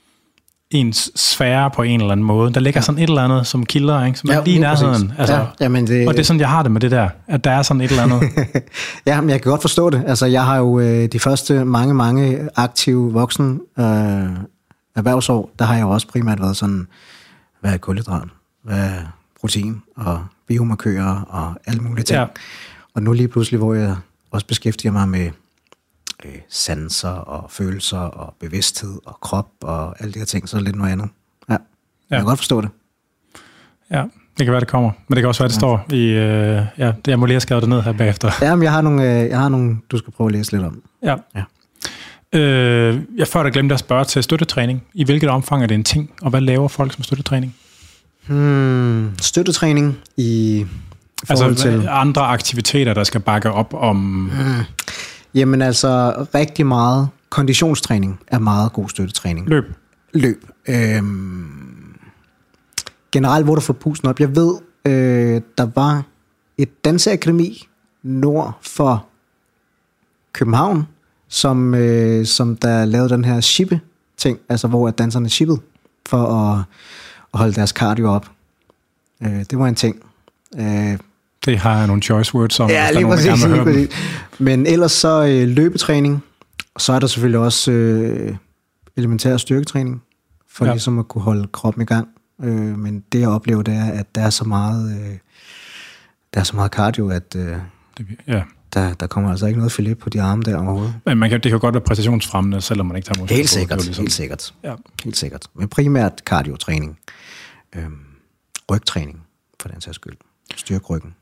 [SPEAKER 1] ens sfære på en eller anden måde. Der ligger ja. sådan et eller andet som kilder, ikke? Som ja, er lige i nærheden. Altså, ja, jamen det, og det er sådan, jeg har det med det der, at der er sådan et eller andet.
[SPEAKER 2] Ja, men jeg kan godt forstå det. Altså, jeg har jo øh, de første mange, mange aktive voksen øh, erhvervsår, der har jeg jo også primært været sådan, hvad er kulhydrat, hvad er protein og biomarkører og alle mulige ting. Ja. Og nu lige pludselig, hvor jeg også beskæftiger mig med øh, sanser og følelser og bevidsthed og krop og alle de her ting, så er det lidt noget andet. Ja, jeg
[SPEAKER 1] Ja.
[SPEAKER 2] kan godt forstå det.
[SPEAKER 1] Ja, det kan være, det kommer. Men det kan også være, det står i... Øh, ja, det, jeg må lige have skrevet det ned her bagefter.
[SPEAKER 2] Ja, men jeg har nogle, øh, jeg har nogle, du skal prøve at læse lidt om.
[SPEAKER 1] Ja.
[SPEAKER 2] Ja.
[SPEAKER 1] Øh, jeg før der glemte at spørge til støttetræning. I hvilket omfang er det en ting, og hvad laver folk som støttetræning?
[SPEAKER 2] Hmm, støttetræning i forhold
[SPEAKER 1] Altså
[SPEAKER 2] til...
[SPEAKER 1] andre aktiviteter, der skal bakke op om...
[SPEAKER 2] Hmm. Jamen altså, rigtig meget konditionstræning er meget god støttetræning.
[SPEAKER 1] Løb.
[SPEAKER 2] Løb. Øhm, generelt, hvor du får pusten op. Jeg ved, øh, der var et danseakademi nord for København, som, øh, som der lavede den her shippe-ting, altså hvor at danserne shippede for at, at holde deres cardio op. Øh, det var en ting. Øh,
[SPEAKER 1] Det har jeg nogle choice words om.
[SPEAKER 2] Ja,
[SPEAKER 1] hvis der
[SPEAKER 2] lige
[SPEAKER 1] er nogen, der
[SPEAKER 2] præcis.
[SPEAKER 1] gerne vil
[SPEAKER 2] Lige
[SPEAKER 1] høre
[SPEAKER 2] præcis. Men ellers så øh, løbetræning, og så er der selvfølgelig også øh, elementær styrketræning, for
[SPEAKER 1] Ja.
[SPEAKER 2] ja. ligesom at kunne holde kroppen i gang. Øh, men det jeg oplever, det er, at der er så meget, øh, der er så meget cardio, at øh,
[SPEAKER 1] Det, ja.
[SPEAKER 2] der, der kommer altså ikke noget filet på de arme der overhovedet.
[SPEAKER 1] Men man kan, det kan godt være præcisionsfremmende, selvom man ikke tager muskel
[SPEAKER 2] Helt
[SPEAKER 1] på.
[SPEAKER 2] sikkert,
[SPEAKER 1] Det er jo ligesom,
[SPEAKER 2] helt sikkert.
[SPEAKER 1] Ja.
[SPEAKER 2] Helt sikkert. Men primært cardiotræning. Øh, rygtræning, for den sags skyld. Styrke ryggen.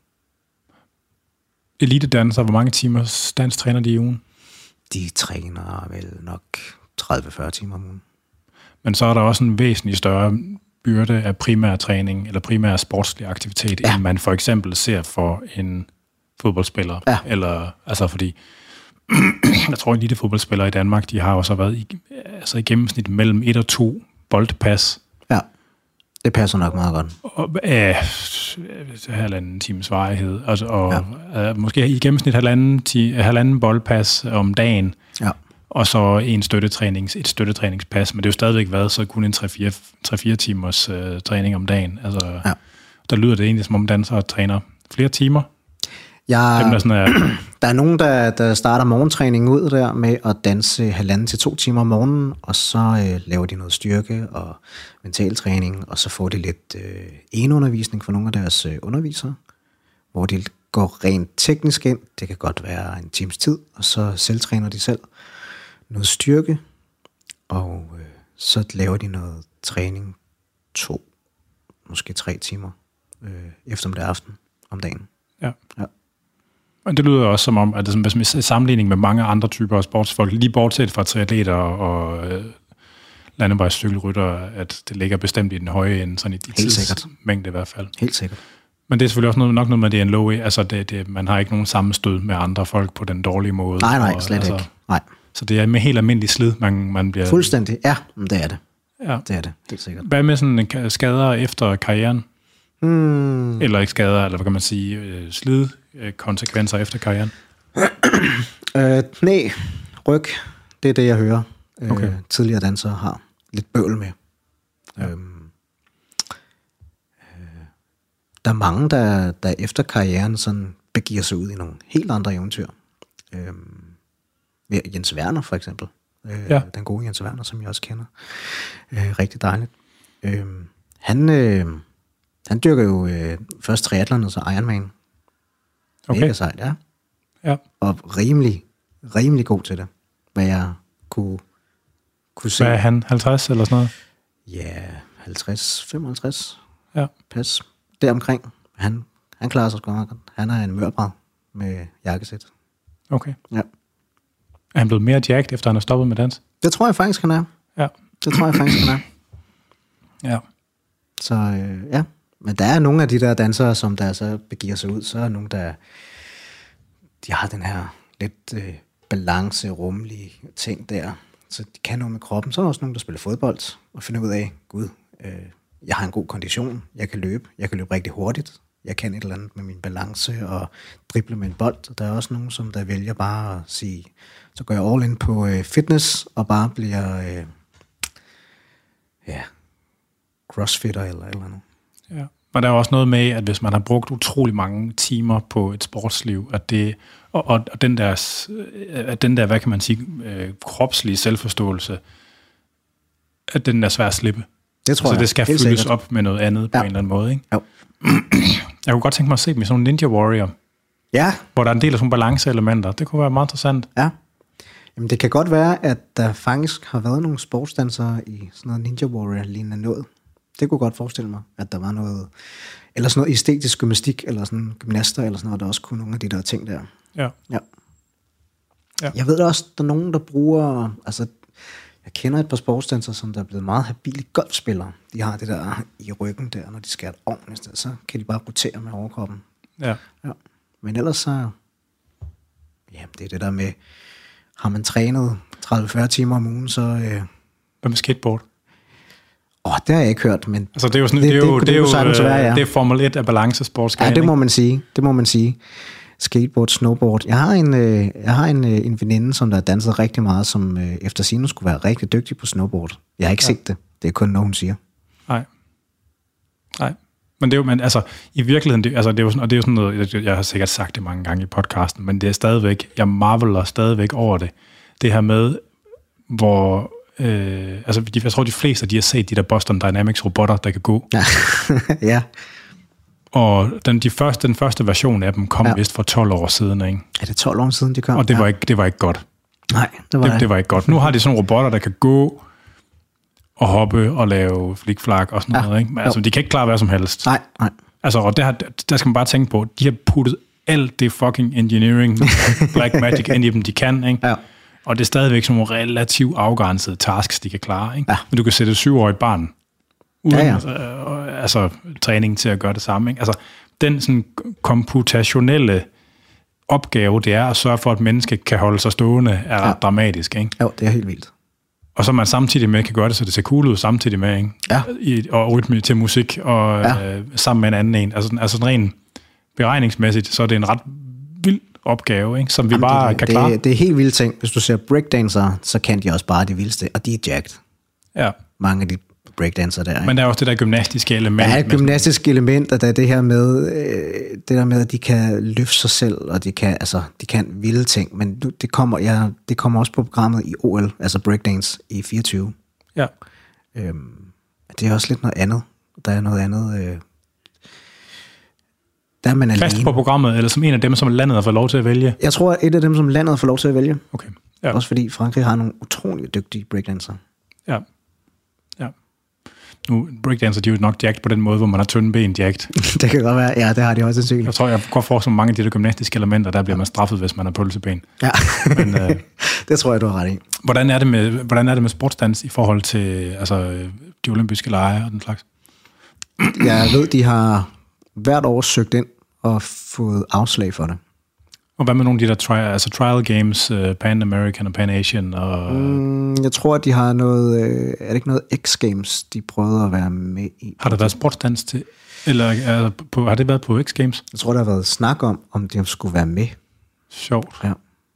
[SPEAKER 1] Elitedanser, hvor mange timer dans træner de i ugen?
[SPEAKER 2] De træner vel nok tredive til fyrre timer om ugen.
[SPEAKER 1] Men så er der også en væsentlig større byrde af primær træning eller primær sportslig aktivitet,
[SPEAKER 2] Ja.
[SPEAKER 1] end man for eksempel ser for en fodboldspiller.
[SPEAKER 2] Ja.
[SPEAKER 1] Eller, altså fordi, jeg tror, elite fodboldspillere i Danmark, de har jo så været i, altså i gennemsnit mellem et og to boldpas.
[SPEAKER 2] Ja, det passer nok meget godt.
[SPEAKER 1] Og, øh, halvanden times varighed. Altså, og ja. øh, måske i gennemsnit halvanden, ti, halvanden boldpas om dagen.
[SPEAKER 2] Ja.
[SPEAKER 1] Og så en støttetrænings, et støttetræningspas, men det er jo stadigvæk været så kun en tre til fire timers øh, træning om dagen. Altså,
[SPEAKER 2] Ja.
[SPEAKER 1] der lyder det egentlig, som om dansere træner flere timer.
[SPEAKER 2] Jeg,
[SPEAKER 1] Dem, der sådan er,
[SPEAKER 2] der er nogen, der, der starter morgentræningen ud der med at danse halvanden til to timer om morgenen, og så øh, laver de noget styrke og mentaltræning, og så får de lidt øh, eneundervisning for nogle af deres øh, undervisere, hvor de går rent teknisk ind. Det kan godt være en times tid, og så selvtræner de selv noget styrke, og øh, så laver de noget træning to, måske tre timer øh, eftermiddag aften om dagen.
[SPEAKER 1] ja.
[SPEAKER 2] Ja.
[SPEAKER 1] Men det lyder også som om, at det er som i sammenligning med mange andre typer af sportsfolk, lige bortset fra triatleter og øh, landevejscykelrytter, at det ligger bestemt i den høje ende, sådan i, i tidsmængde i hvert fald.
[SPEAKER 2] Helt sikkert.
[SPEAKER 1] Men det er selvfølgelig også noget, nok noget med, det er en low, altså det, det, man har ikke nogen sammenstød med andre folk på den dårlige måde.
[SPEAKER 2] Nej, nej,
[SPEAKER 1] og,
[SPEAKER 2] slet
[SPEAKER 1] altså,
[SPEAKER 2] ikke. Nej.
[SPEAKER 1] Så det er med helt almindelig slid, man, man bliver...
[SPEAKER 2] Fuldstændig, ja, det er det.
[SPEAKER 1] Ja.
[SPEAKER 2] Det er det, helt sikkert.
[SPEAKER 1] Hvad med sådan en skader efter karrieren?
[SPEAKER 2] Hmm.
[SPEAKER 1] Eller ikke skader, eller hvad kan man sige, øh, slid øh, konsekvenser efter karrieren?
[SPEAKER 2] Øh, knæ, ryg, det er det, jeg hører.
[SPEAKER 1] Okay.
[SPEAKER 2] Øh, tidligere dansere har lidt bøvl med.
[SPEAKER 1] Ja.
[SPEAKER 2] Øhm, øh, der er mange, der, der efter karrieren sådan begiver sig ud i nogle helt andre eventyr. Øhm, Jens Werner for eksempel. Øh,
[SPEAKER 1] Ja.
[SPEAKER 2] Den gode Jens Werner, som jeg også kender. Øh, rigtig dejligt. Øh, han, øh, han dyrker jo øh, først triathlon og så Ironman.
[SPEAKER 1] Okay.
[SPEAKER 2] Mega sejt, ja.
[SPEAKER 1] Ja.
[SPEAKER 2] Og rimelig, rimelig god til det. Hvad jeg kunne, kunne se.
[SPEAKER 1] Hvad er han? halvtreds eller sådan noget?
[SPEAKER 2] Ja, halvtreds, femoghalvtreds.
[SPEAKER 1] Ja.
[SPEAKER 2] Pas. Deromkring. Han, han klarer sig sgu meget godt. Han er en mørbrad med jakkesæt.
[SPEAKER 1] Okay.
[SPEAKER 2] Ja.
[SPEAKER 1] Er han blevet mere jacked, efter han har stoppet med dans?
[SPEAKER 2] Det tror jeg faktisk, han er.
[SPEAKER 1] Ja.
[SPEAKER 2] Det tror jeg faktisk, han er.
[SPEAKER 1] Ja.
[SPEAKER 2] Så øh, ja, men der er nogle af de der dansere, som der så begiver sig ud, så er nogle, der de har den her lidt øh, balance, rummelige ting der, så de kan noget med kroppen. Så er der også nogle, der spiller fodbold og finder ud af, gud, øh, jeg har en god kondition, jeg kan løbe, jeg kan løbe rigtig hurtigt, jeg kan et eller andet med min balance og drible med en bold. Der er også nogen, som der vælger bare at sige, så går jeg all in på øh, fitness og bare bliver øh, ja, crossfitter eller eller andet.
[SPEAKER 1] Ja. Og der er også noget med, at hvis man har brugt utrolig mange timer på et sportsliv, at det, og, og, og den der, at den der, hvad kan man sige, øh, kropslige selvforståelse, at den er svær at slippe.
[SPEAKER 2] Det tror
[SPEAKER 1] altså,
[SPEAKER 2] jeg.
[SPEAKER 1] det skal
[SPEAKER 2] Helt
[SPEAKER 1] fyldes
[SPEAKER 2] sikkert.
[SPEAKER 1] op med noget andet på
[SPEAKER 2] Ja.
[SPEAKER 1] en eller anden måde, ikke?
[SPEAKER 2] Jo.
[SPEAKER 1] Jeg kunne godt tænke mig at se dem i sådan en Ninja Warrior,
[SPEAKER 2] Ja,
[SPEAKER 1] hvor der er en del af sådan balanceelementer. Det kunne være meget interessant.
[SPEAKER 2] ja. Jamen, det kan godt være, at der faktisk har været nogle sportsdansere i sådan noget Ninja Warrior-lignende noget. Det kunne godt forestille mig, at der var noget, eller sådan noget æstetisk gymnastik, eller sådan gymnaster, eller sådan noget, der også kunne nogle af de der ting der.
[SPEAKER 1] Ja.
[SPEAKER 2] Ja.
[SPEAKER 1] Ja.
[SPEAKER 2] Jeg ved også, der er nogen, der bruger, altså, jeg kender et par sportsdansere, som der er blevet meget habile golfspillere. De har det der i ryggen der, når de skal have et ordentligt sted, så kan de bare rotere med overkroppen.
[SPEAKER 1] Ja.
[SPEAKER 2] Ja. Men ellers så, ja, det er det der med, har man trænet tredive til fyrre timer om ugen, så... Øh,
[SPEAKER 1] Hvad med skateboard?
[SPEAKER 2] Åh, det har jeg ikke hørt, men...
[SPEAKER 1] Altså, det er jo sådan, det, det, det, det, det, det, det, det, være, ja. det er Formel et af balancesport.
[SPEAKER 2] Ja, det må man sige. Det må man sige. Skateboard, snowboard. Jeg har en, øh, jeg har en, øh, en veninde, som der har danset rigtig meget, som øh, efter sine skulle være rigtig dygtig på snowboard. Jeg har ikke ja. set det. Det er kun noget, hun siger.
[SPEAKER 1] Nej. Nej. Men det er jo, men altså, i virkeligheden, det, altså, det er jo sådan, og det er jo sådan noget, jeg, jeg har sikkert sagt det mange gange i podcasten, men det er stadigvæk, jeg marveler stadigvæk over det. Det her med, hvor, øh, altså, jeg tror, de fleste af de har set de der Boston Dynamics robotter, der kan gå.
[SPEAKER 2] Ja. Ja.
[SPEAKER 1] Og den, de første, den første version af dem kom ja. vist for tolv år siden, ikke?
[SPEAKER 2] Er det tolv år siden, de kom?
[SPEAKER 1] Og det var,
[SPEAKER 2] ja.
[SPEAKER 1] ikke, det var ikke godt.
[SPEAKER 2] Nej, det var
[SPEAKER 1] det, det var ikke godt. Nu har de sådan nogle robotter, der kan gå og hoppe og lave flikflak og sådan ja. noget, ikke? Men, altså, de kan ikke klare hvad som helst.
[SPEAKER 2] Nej, nej.
[SPEAKER 1] Altså, og der, der skal man bare tænke på, de har puttet alt det fucking engineering, black magic ind i dem, de kan, ikke?
[SPEAKER 2] Ja.
[SPEAKER 1] Og det er stadigvæk sådan nogle relativt afgrænsede tasks, de kan klare, ikke?
[SPEAKER 2] Ja.
[SPEAKER 1] Men du kan sætte et syvårigt barn uden
[SPEAKER 2] ja, ja.
[SPEAKER 1] Øh, altså, træning til at gøre det samme, ikke? Altså, den sådan komputationelle opgave, det er at sørge for, at mennesket kan holde sig stående, er ret ja. dramatisk, ikke?
[SPEAKER 2] Jo, det er helt vildt.
[SPEAKER 1] Og så man samtidig med kan gøre det, så det ser cool ud samtidig med, ikke?
[SPEAKER 2] Ja.
[SPEAKER 1] I, og rytme til musik, og
[SPEAKER 2] ja.
[SPEAKER 1] øh, sammen med en anden en. Altså, altså rent beregningsmæssigt, så er det en ret vild opgave, ikke? Som vi Jamen, bare
[SPEAKER 2] det,
[SPEAKER 1] kan
[SPEAKER 2] det,
[SPEAKER 1] klare.
[SPEAKER 2] Det er helt vildt ting. Hvis du ser breakdancere, så kan de også bare det vildeste, og de er jacked.
[SPEAKER 1] Ja.
[SPEAKER 2] Mange af de breakdancer der. Ikke?
[SPEAKER 1] Men der er også det der gymnastiske element.
[SPEAKER 2] Der er et gymnastisk element, og der er det her med, øh, det der med, at de kan løfte sig selv, og de kan, altså, de kan vilde ting, men det kommer, ja, det kommer også på programmet i O L, altså breakdance i fireogtyve.
[SPEAKER 1] Ja.
[SPEAKER 2] Øhm, det er også lidt noget andet. Der er noget andet... Øh, der er man
[SPEAKER 1] Fast
[SPEAKER 2] alene.
[SPEAKER 1] på programmet, eller som en af dem, som landet har fået lov til at vælge?
[SPEAKER 2] Jeg tror, et af dem, som landet har fået lov til at vælge.
[SPEAKER 1] Okay. Ja.
[SPEAKER 2] Også fordi Frankrig har nogle utroligt dygtige breakdancere.
[SPEAKER 1] Ja. Ja. Nu, breakdancer, de er jo nok jacked på den måde, hvor man har tynde ben jacked.
[SPEAKER 2] Det kan godt være. Ja, det har de også sandsynligt.
[SPEAKER 1] Jeg tror, jeg går for, som mange af de der gymnastiske elementer, der bliver man straffet, hvis man har pølseben.
[SPEAKER 2] Ja,
[SPEAKER 1] Men, øh,
[SPEAKER 2] det tror jeg, du har ret i.
[SPEAKER 1] Hvordan er det med, hvordan er det med sportsdans i forhold til altså, de olympiske lege og den slags?
[SPEAKER 2] Jeg ved, de har hvert år søgt ind og fået afslag for det.
[SPEAKER 1] Og hvad med nogle af de der tri- altså trial games, uh, Pan American og Pan Asian? Og...
[SPEAKER 2] Mm, jeg tror, at de har noget... Øh, er det ikke noget X Games, de prøvede at være med i?
[SPEAKER 1] Har der været sportsdans til? Eller er på, har det været på X Games?
[SPEAKER 2] Jeg tror, der har været snak om, om de skulle være med.
[SPEAKER 1] Sjovt.
[SPEAKER 2] Ja.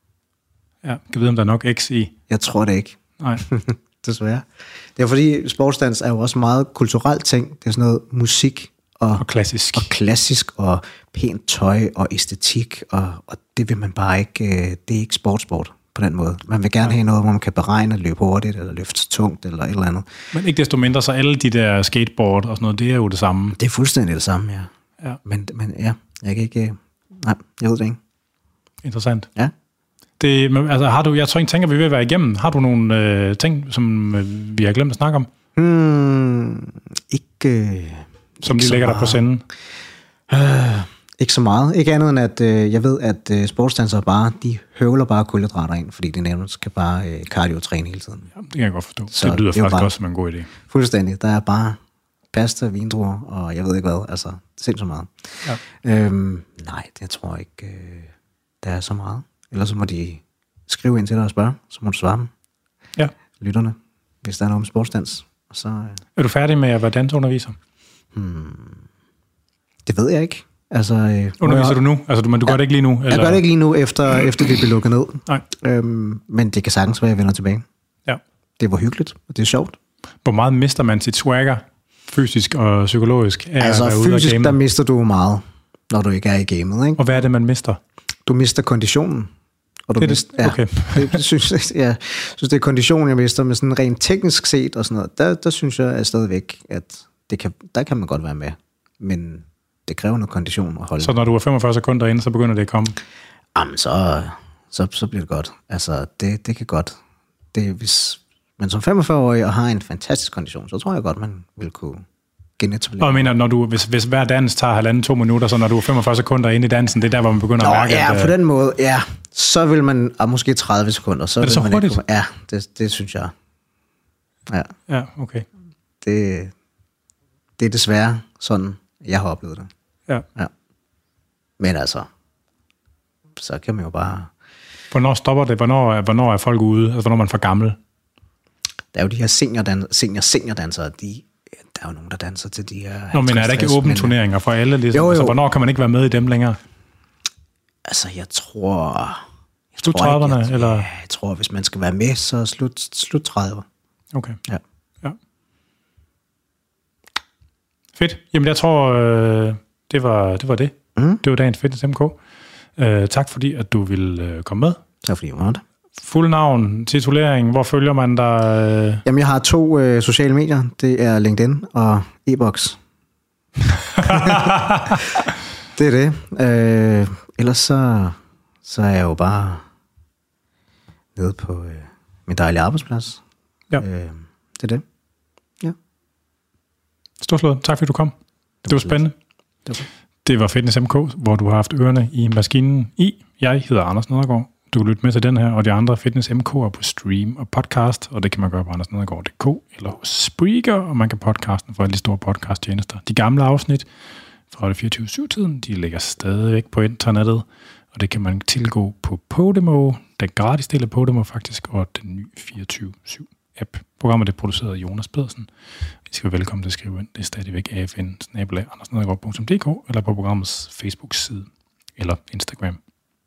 [SPEAKER 1] Ja, kan vide, om der er nok X i?
[SPEAKER 2] Jeg tror det ikke.
[SPEAKER 1] Nej.
[SPEAKER 2] Desværre. Det er fordi, sportsdans er jo også meget kulturelt ting. Det er sådan noget musik og,
[SPEAKER 1] og klassisk.
[SPEAKER 2] Og klassisk og pænt tøj og æstetik, og, og det vil man bare ikke, det er ikke sportsport på den måde. Man vil gerne ja. have noget, hvor man kan beregne, løbe hurtigt, eller løfte tungt, eller et eller andet.
[SPEAKER 1] Men ikke desto mindre, så alle de der skateboard og sådan noget, det er jo det samme.
[SPEAKER 2] Det er fuldstændig det samme, ja.
[SPEAKER 1] ja.
[SPEAKER 2] Men, men ja, jeg kan ikke, nej, jeg ved det ikke.
[SPEAKER 1] Interessant.
[SPEAKER 2] Ja.
[SPEAKER 1] Det, altså, har du, jeg tror ikke, tænker, vi vil være igennem. Har du nogle øh, ting, som øh, vi har glemt at snakke om?
[SPEAKER 2] Hmm, ikke... Øh,
[SPEAKER 1] som
[SPEAKER 2] ikke
[SPEAKER 1] de lægger der på senden?
[SPEAKER 2] Øh, ikke så meget. Ikke andet end, at øh, jeg ved, at øh, sportsdansere bare, de høvler bare kulhydrater ind, fordi de nærmest skal bare øh, cardio-træne hele tiden.
[SPEAKER 1] Ja, det kan jeg godt forstå.
[SPEAKER 2] Så
[SPEAKER 1] det lyder
[SPEAKER 2] det
[SPEAKER 1] faktisk
[SPEAKER 2] bare,
[SPEAKER 1] også som en god idé.
[SPEAKER 2] Fuldstændig. Der er bare pasta, vindruer, og jeg ved ikke hvad. Altså, sindssygt meget.
[SPEAKER 1] Ja.
[SPEAKER 2] Øhm, nej, det tror jeg ikke, øh, der er så meget. Ellers så må de skrive ind til dig og spørge, så må du svare dem.
[SPEAKER 1] Ja.
[SPEAKER 2] Lytterne, hvis der er noget om sportsdans. Så, øh,
[SPEAKER 1] er du færdig med at være dansunderviser?
[SPEAKER 2] Hmm, det ved jeg ikke. Altså, øh,
[SPEAKER 1] Underviser
[SPEAKER 2] jeg,
[SPEAKER 1] du nu? Altså, du, men du ja, gør det ikke lige nu? Eller?
[SPEAKER 2] Jeg gør det ikke lige nu, efter, efter det blev lukket ned.
[SPEAKER 1] Nej.
[SPEAKER 2] Øhm, men det kan sagtens være, at jeg vender tilbage.
[SPEAKER 1] Ja.
[SPEAKER 2] Det var hyggeligt, og det er sjovt.
[SPEAKER 1] Hvor meget mister man sit swagger, fysisk og psykologisk?
[SPEAKER 2] Altså fysisk, der mister du meget, når du ikke er i gamet. Ikke?
[SPEAKER 1] Og hvad er det, man mister?
[SPEAKER 2] Du mister konditionen. Og du
[SPEAKER 1] det er
[SPEAKER 2] mister,
[SPEAKER 1] det? Okay.
[SPEAKER 2] Ja, det, synes, jeg synes, det er konditionen, jeg mister, men sådan rent teknisk set og sådan noget, der, der synes jeg at stadigvæk, at det kan, der kan man godt være med. Men det kræver noget kondition at holde.
[SPEAKER 1] Så når du er femogfyrre sekunder inde, så begynder det at komme?
[SPEAKER 2] Jamen, så, så, så bliver det godt. Altså, det, det kan godt. Det, hvis man som femogfyrre-årig og har en fantastisk kondition, så tror jeg godt, man vil kunne genetablere.
[SPEAKER 1] Og jeg mener, når du, hvis, hvis hver dans tager halvanden to minutter, så når du er femogfyrre sekunder inde i dansen, det er der, hvor man begynder
[SPEAKER 2] Nå,
[SPEAKER 1] at mærke,
[SPEAKER 2] ja,
[SPEAKER 1] at...
[SPEAKER 2] på den måde, ja. Så vil man, og måske tredive sekunder, så
[SPEAKER 1] er det
[SPEAKER 2] vil
[SPEAKER 1] så
[SPEAKER 2] man
[SPEAKER 1] hurtigt?
[SPEAKER 2] ikke, ja, det, det synes jeg. Ja.
[SPEAKER 1] Ja, okay.
[SPEAKER 2] Det, det er desværre sådan, jeg har oplevet det.
[SPEAKER 1] Ja.
[SPEAKER 2] Ja. Men altså, så kan man jo bare...
[SPEAKER 1] Hvornår stopper det? Hvornår, hvornår er folk ude? Altså, hvornår er man for gammel?
[SPEAKER 2] Der er jo de her senior, senior, seniordansere, de, der er jo nogen, der danser til de her...
[SPEAKER 1] Nå, men er der ikke åbne men, turneringer for alle? Ligesom?
[SPEAKER 2] Jo, jo.
[SPEAKER 1] Altså, hvornår kan man ikke være med i dem længere?
[SPEAKER 2] Altså, jeg tror... Jeg
[SPEAKER 1] slut
[SPEAKER 2] tror
[SPEAKER 1] trediverne,
[SPEAKER 2] ikke, jeg,
[SPEAKER 1] eller?
[SPEAKER 2] Jeg tror, hvis man skal være med, så slut, slut tredive.
[SPEAKER 1] Okay.
[SPEAKER 2] Ja.
[SPEAKER 1] Ja. Fedt. Jamen, jeg tror, øh, det, var, det var det.
[SPEAKER 2] Mm.
[SPEAKER 1] Det var dagens Fitness M K. Øh, tak fordi, at du ville øh, komme med.
[SPEAKER 2] Tak fordi, jeg var det.
[SPEAKER 1] Fuld navn, titulering, hvor følger man dig? Øh?
[SPEAKER 2] Jamen, jeg har to øh, sociale medier. Det er LinkedIn og e-boks. Det er det. Øh, ellers så, så er jeg jo bare nede på øh, min dejlige arbejdsplads.
[SPEAKER 1] Ja.
[SPEAKER 2] Øh, det er det. Ja.
[SPEAKER 1] Storslået. Tak fordi du kom. Det, det var spændende.
[SPEAKER 2] Det var,
[SPEAKER 1] det var Fitness M K, hvor du har haft ørerne i maskinen i. Jeg hedder Anders Nedergaard. Du kan lytte med til den her, og de andre Fitness M K'er på stream og podcast, og det kan man gøre på andersnedergaard punktum d k eller hos Spreaker, og man kan podcasten fra alle de store podcasttjenester. De gamle afsnit fra det fireogtyve syv-tiden, de ligger stadigvæk på internettet, og det kan man tilgå på Podimo, den gratis del af Podimo faktisk, og den nye fireogtyve syv-app. Programmet er produceret af Jonas Pedersen. I skal være velkommen til at skrive ind. Det er stadigvæk a f n bindestreg andersnedergaard punktum d k eller på programmets Facebook-side eller Instagram.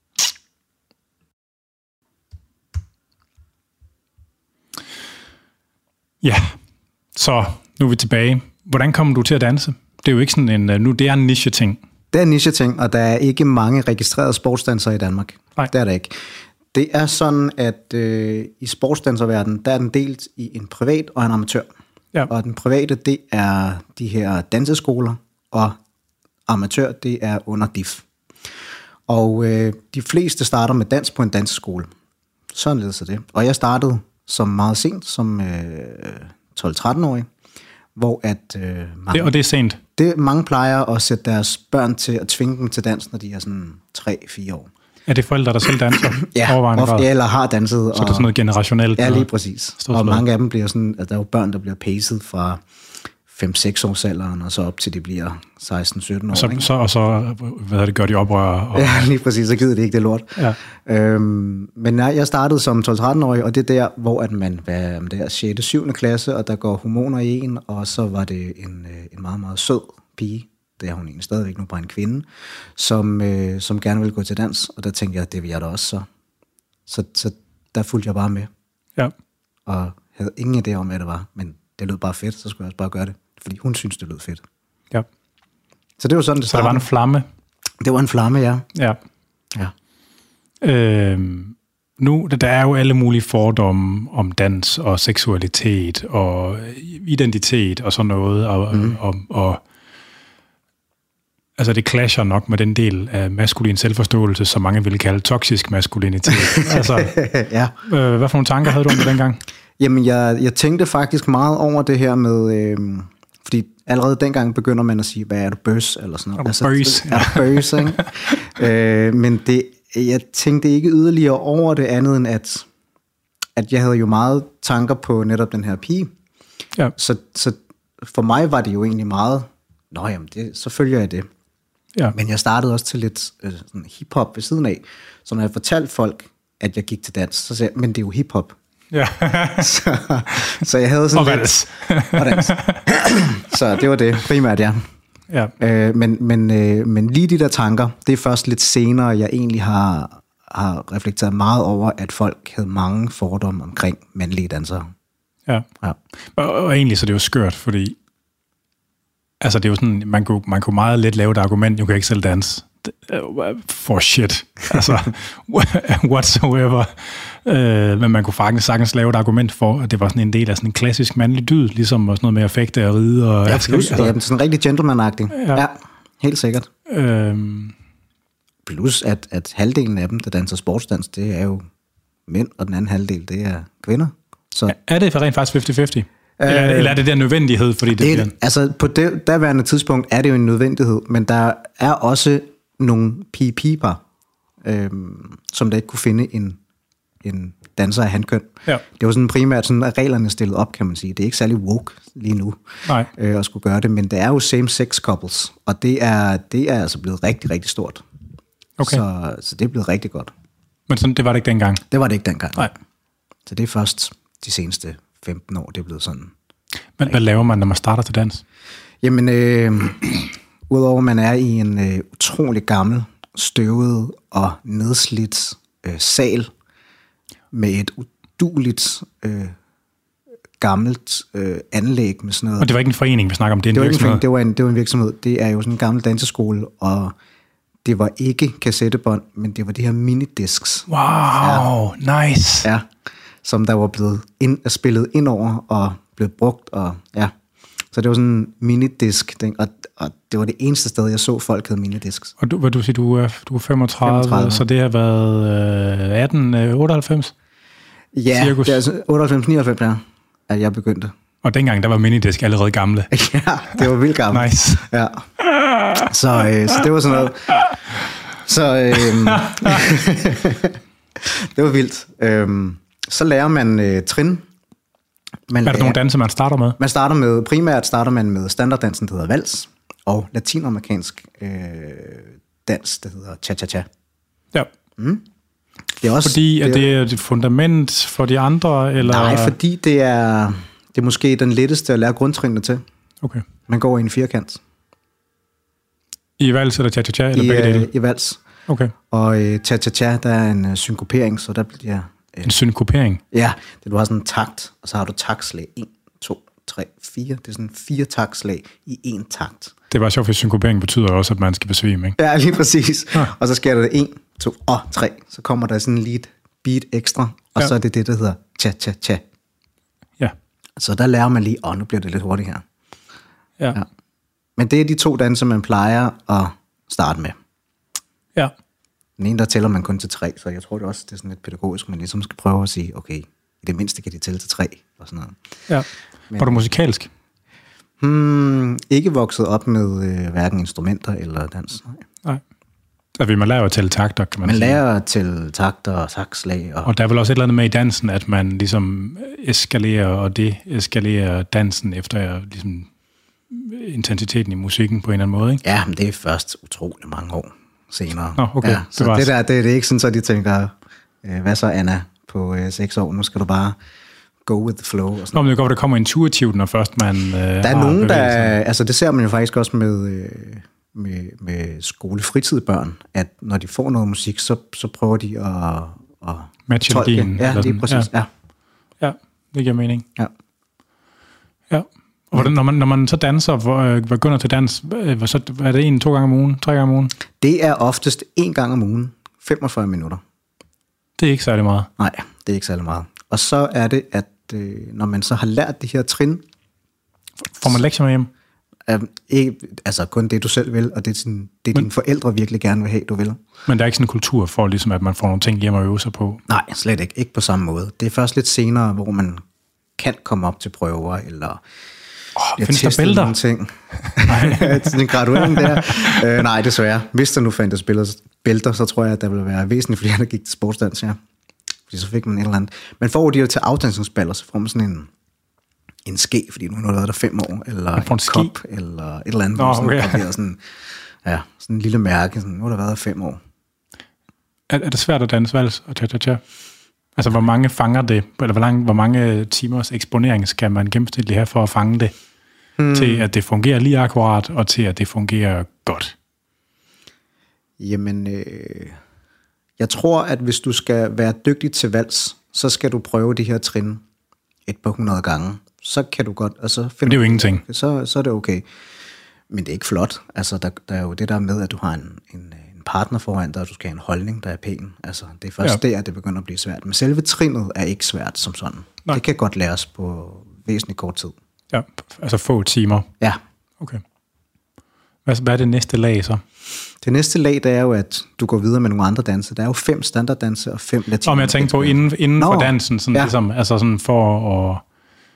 [SPEAKER 1] Ja, så nu er vi tilbage. Hvordan kommer du til at danse? Det er jo ikke sådan en, nu det er en niche-ting.
[SPEAKER 2] Det er en niche-ting, og der er ikke mange registrerede sportsdansere i Danmark.
[SPEAKER 1] Nej.
[SPEAKER 2] Det er der ikke. Det er sådan, at øh, i sportsdanserverdenen, der er den delt i en privat og en amatør.
[SPEAKER 1] Ja.
[SPEAKER 2] Og den private, det er de her danseskoler, og amatør, det er under D I F. Og øh, de fleste starter med dans på en danseskole. Sådan leder sig det. Og jeg startede som meget sent, som øh, tolv-tretten-årig, hvor at... Øh, mange,
[SPEAKER 1] det, og det er sent?
[SPEAKER 2] Det, mange plejer at sætte deres børn til at tvinge dem til dans, når de er sådan tre fire år.
[SPEAKER 1] Er det forældre, der selv danser?
[SPEAKER 2] Ja, ofte, eller har danset.
[SPEAKER 1] Så og, det er sådan noget generationelt?
[SPEAKER 2] Ja, lige præcis. Og mange af dem bliver sådan, at der er jo børn, der bliver pacet fra fem-seks års alderen, og så op til de bliver seksten-sytten år.
[SPEAKER 1] Så, så, og så hvad det, gør de oprør? Og...
[SPEAKER 2] Ja, lige præcis, så gider det ikke det lort.
[SPEAKER 1] Ja.
[SPEAKER 2] Øhm, men jeg startede som tolv-tretten-årig, og det er der, hvor at man var der sjette syvende klasse, og der går hormoner i en, og så var det en, en meget, meget sød pige, det er hun egentlig stadigvæk nu, bare en kvinde, som, øh, som gerne ville gå til dans, og der tænkte jeg, det vil jeg da også så. Så, så der fulgte jeg bare med.
[SPEAKER 1] Ja.
[SPEAKER 2] Og havde ingen idé om, hvad det var, men det lød bare fedt, så skulle jeg også bare gøre det, fordi hun synes, det lød fedt.
[SPEAKER 1] Ja.
[SPEAKER 2] Så det var sådan, det startede.
[SPEAKER 1] Så der var en flamme?
[SPEAKER 2] Det var en flamme, ja.
[SPEAKER 1] Ja.
[SPEAKER 2] Ja.
[SPEAKER 1] Øhm, nu, der er jo alle mulige fordomme om dans og seksualitet og identitet og sådan noget, og, mm. og, og altså det clasher nok med den del af maskulin selvforståelse, som mange ville kalde toksisk maskulinitet. Altså,
[SPEAKER 2] ja.
[SPEAKER 1] øh, hvad for nogle tanker havde du om det dengang?
[SPEAKER 2] Jamen, jeg, jeg tænkte faktisk meget over det her med, øh, fordi allerede dengang begynder man at sige, hvad er du, bøs, eller sådan noget.
[SPEAKER 1] Altså, bøs.
[SPEAKER 2] Er du bøs, ikke? øh, men det, jeg tænkte ikke yderligere over det andet, end at, at jeg havde jo meget tanker på netop den her pige.
[SPEAKER 1] Ja.
[SPEAKER 2] Så, så for mig var det jo egentlig meget, nå jamen, det, så følger jeg det.
[SPEAKER 1] Ja.
[SPEAKER 2] Men jeg startede også til lidt øh, sådan hip-hop ved siden af. Så når jeg fortalte folk, at jeg gik til dans, så sagde jeg, men det er jo hip-hop.
[SPEAKER 1] Ja.
[SPEAKER 2] så, så jeg havde sådan
[SPEAKER 1] og
[SPEAKER 2] lidt... Og dans. Så det var det primært, ja.
[SPEAKER 1] ja.
[SPEAKER 2] Øh, men, men, øh, men lige de der tanker, det er først lidt senere, jeg egentlig har, har reflekteret meget over, at folk havde mange fordomme omkring mandlige dansere.
[SPEAKER 1] Ja.
[SPEAKER 2] Ja.
[SPEAKER 1] Og, og egentlig så er det jo skørt, fordi altså det er jo sådan, man kunne, man kunne meget let lave et argument, du kan ikke selv danse. For shit. Altså, whatsoever. Øh, men man kunne faktisk sagtens lave et argument for, at det var sådan en del af sådan en klassisk mandlig dyd, ligesom sådan noget med at fægte og ride. Og
[SPEAKER 2] ja,
[SPEAKER 1] absolut.
[SPEAKER 2] Altså, ja, sådan en rigtig gentleman-agtig. Ja. Ja, helt sikkert.
[SPEAKER 1] Øhm,
[SPEAKER 2] Plus, at, at halvdelen af dem, der danser sportsdans, det er jo mænd, og den anden halvdel, det er kvinder. Så,
[SPEAKER 1] er det rent faktisk halvtreds halvtreds? Øh, eller, eller er det der nødvendighed? Fordi det, det
[SPEAKER 2] bliver... Altså, på det derværende tidspunkt er det jo en nødvendighed, men der er også nogle pige-piger, øhm, som der ikke kunne finde en, en danser af handkøn. Ja. Det var sådan primært sådan, at reglerne stillet op, kan man sige. Det er ikke særlig woke lige nu,
[SPEAKER 1] Nej.
[SPEAKER 2] Øh, at skulle gøre det, men det er jo same-sex couples, og det er, det er altså blevet rigtig, rigtig stort. Okay. Så, så det er blevet rigtig godt.
[SPEAKER 1] Men sådan, det var det ikke dengang?
[SPEAKER 2] Det var det ikke dengang.
[SPEAKER 1] Nej.
[SPEAKER 2] Så det er først de seneste femten år, det er blevet sådan.
[SPEAKER 1] Men hvad laver man, når man starter til dans?
[SPEAKER 2] Jamen, øh, udover at man er i en øh, utrolig gammel, støvet og nedslidt øh, sal med et uduligt øh, gammelt øh, anlæg med sådan noget.
[SPEAKER 1] Og det var ikke en forening, vi snakker om, det er en
[SPEAKER 2] det var
[SPEAKER 1] virksomhed?
[SPEAKER 2] En, det, var en, det var en virksomhed. Det er jo sådan en gammel danseskole, og det var ikke kassettebånd, men det var de her minidisks.
[SPEAKER 1] Wow, ja. Nice.
[SPEAKER 2] Ja, som der var blevet ind, spillet ind over og blevet brugt, og ja. Så det var sådan en minidisk, og, og det var det eneste sted, jeg så folk havde minidisks.
[SPEAKER 1] Og du, hvad du siger, du er, du er femogtredive, femogtredive, så det har været øh, atten otteoghalvfems?
[SPEAKER 2] Ja, cirkus. Det er altså otteoghalvfems nioghalvfems, ja, at jeg begyndte.
[SPEAKER 1] Og dengang, der var minidisk allerede gamle.
[SPEAKER 2] Ja, det var vildt gamle.
[SPEAKER 1] Nice.
[SPEAKER 2] Ja. Så, øh, så det var sådan noget. Så øh, det var vildt. Øh, så lærer man øh, trin. Man
[SPEAKER 1] er der
[SPEAKER 2] lærer,
[SPEAKER 1] nogle danser, man starter med?
[SPEAKER 2] Man starter med, primært starter man med standarddansen, der hedder vals, og latinamerikansk øh, dans, der hedder cha-cha-cha.
[SPEAKER 1] Ja.
[SPEAKER 2] Mm. Det er også,
[SPEAKER 1] fordi det, det er et fundament for de andre? Eller?
[SPEAKER 2] Nej, fordi det er, det er måske den letteste at lære grundtrinene til.
[SPEAKER 1] Okay.
[SPEAKER 2] Man går i en firkant.
[SPEAKER 1] I vals eller cha-cha-cha? Eller
[SPEAKER 2] I,
[SPEAKER 1] begge dele?
[SPEAKER 2] I vals.
[SPEAKER 1] Okay.
[SPEAKER 2] Og i cha-cha-cha, der er en uh, synkopering, så der bliver... Uh,
[SPEAKER 1] en synkopering?
[SPEAKER 2] Ja, det, du har sådan en takt, og så har du taktslag. en, to, tre, fire. Det er sådan fire taktslag i en takt.
[SPEAKER 1] Det var sjovt, for synkopering betyder også, at man skal besvime, ikke?
[SPEAKER 2] Ja, lige præcis.
[SPEAKER 1] Ja.
[SPEAKER 2] Og så sker der en, to og tre. Så kommer der sådan en lead beat ekstra, og ja. Så er det det, der hedder cha-cha-cha.
[SPEAKER 1] Ja.
[SPEAKER 2] Så der lærer man lige, åh, oh, nu bliver det lidt hurtigt her.
[SPEAKER 1] Ja.
[SPEAKER 2] Ja. Men det er de to danser, man plejer at starte med.
[SPEAKER 1] Ja.
[SPEAKER 2] Den ene, der tæller man kun til tre, så jeg tror det også, det er sådan lidt pædagogisk, man ligesom skal prøve at sige, okay, i det mindste kan de tælle til tre, og sådan noget.
[SPEAKER 1] Ja. Men, var du musikalsk?
[SPEAKER 2] Hmm, ikke vokset op med øh, hverken instrumenter eller dans. Nej.
[SPEAKER 1] Nej. Altså, man lærer jo at tælle takter, kan man,
[SPEAKER 2] man
[SPEAKER 1] sige.
[SPEAKER 2] Man lærer at tælle takter og taktslag. Og...
[SPEAKER 1] og der er vel også et eller andet med i dansen, at man ligesom eskalerer og deeskalerer dansen efter ligesom intensiteten i musikken på en eller anden måde, ikke?
[SPEAKER 2] Ja, men det er først utrolig mange år senere.
[SPEAKER 1] Nå, okay.
[SPEAKER 2] Ja, så det, det der, det, det er ikke sådan, så de tænker, øh, hvad så Anna på øh, seks år, nu skal du bare go with the flow. Og sådan.
[SPEAKER 1] Nå, men det går, det kommer intuitivt, når først man øh,
[SPEAKER 2] der er nogen, der, altså det ser man jo faktisk også med, øh, med, med skolefritidbørn, at når de får noget musik, så, så prøver de at, at
[SPEAKER 1] matche
[SPEAKER 2] tolke.
[SPEAKER 1] melodien.
[SPEAKER 2] Ja, lige præcis. Ja.
[SPEAKER 1] Ja. ja, det giver mening.
[SPEAKER 2] Ja.
[SPEAKER 1] Ja. Og hvordan, når, man, når man så danser, hvor, begynder til dans, hvad, så, er det en, to gange om ugen, tre gange om ugen?
[SPEAKER 2] Det er oftest en gang om ugen, femogfyrre minutter.
[SPEAKER 1] Det er ikke særlig meget.
[SPEAKER 2] Nej, det er ikke særlig meget. Og så er det, at øh, når man så har lært det her trin...
[SPEAKER 1] Får man lektier med hjem?
[SPEAKER 2] Øh, ikke, altså kun det, du selv vil, og det er, sådan, det er men, dine forældre virkelig gerne vil have, du vil.
[SPEAKER 1] Men der er ikke sådan en kultur for, ligesom, at man får nogle ting hjem og øve sig på?
[SPEAKER 2] Nej, slet ikke. Ikke på samme måde. Det er først lidt senere, hvor man kan komme op til prøver, eller...
[SPEAKER 1] Oh, findes der bælter?
[SPEAKER 2] Nogle ting. Nej, sådan en graduering der. øh, nej, desværre. Hvis der nu fandtes bælter, så tror jeg, at der ville være væsentligt flere, der gik til sportsdans, ja. Fordi så fik man et eller andet. Men får de jo til afdansningsballer, så får man sådan en, en ske, fordi nu har du været der fem år, eller en, en kop, eller et eller andet.
[SPEAKER 1] Nå,
[SPEAKER 2] sådan,
[SPEAKER 1] okay.
[SPEAKER 2] og sådan, ja, sådan en lille mærke, sådan, nu har der været der fem år.
[SPEAKER 1] Er, er det svært at danse vals og cha-cha-cha? Altså, hvor mange fanger det? Eller hvor, lang, hvor mange timers eksponering skal man gennemsnitligt have for at fange det? Hmm. Til at det fungerer lige akkurat, og til at det fungerer godt?
[SPEAKER 2] Jamen, øh, jeg tror, at hvis du skal være dygtig til vals, så skal du prøve de her trin et par hundrede gange. Så kan du godt... Altså,
[SPEAKER 1] det er jo ingenting.
[SPEAKER 2] Så, så er det okay. Men det er ikke flot. Altså, der, der er jo det der med, at du har en, en, en partner foran dig, og du skal have en holdning, der er pæn. Altså, det er først ja. der, det begynder at blive svært. Men selve trinnet er ikke svært som sådan. Nej. Det kan godt læres på væsentligt kort tid.
[SPEAKER 1] Ja, altså få timer.
[SPEAKER 2] Ja.
[SPEAKER 1] Okay. Hvad, hvad er det næste lag så?
[SPEAKER 2] Det næste lag, det er jo, at du går videre med nogle andre danse. Der er jo fem standarddanse og fem latino.
[SPEAKER 1] Om jeg tænker på inden, inden for dansen, sådan, ja. ligesom, altså sådan for at,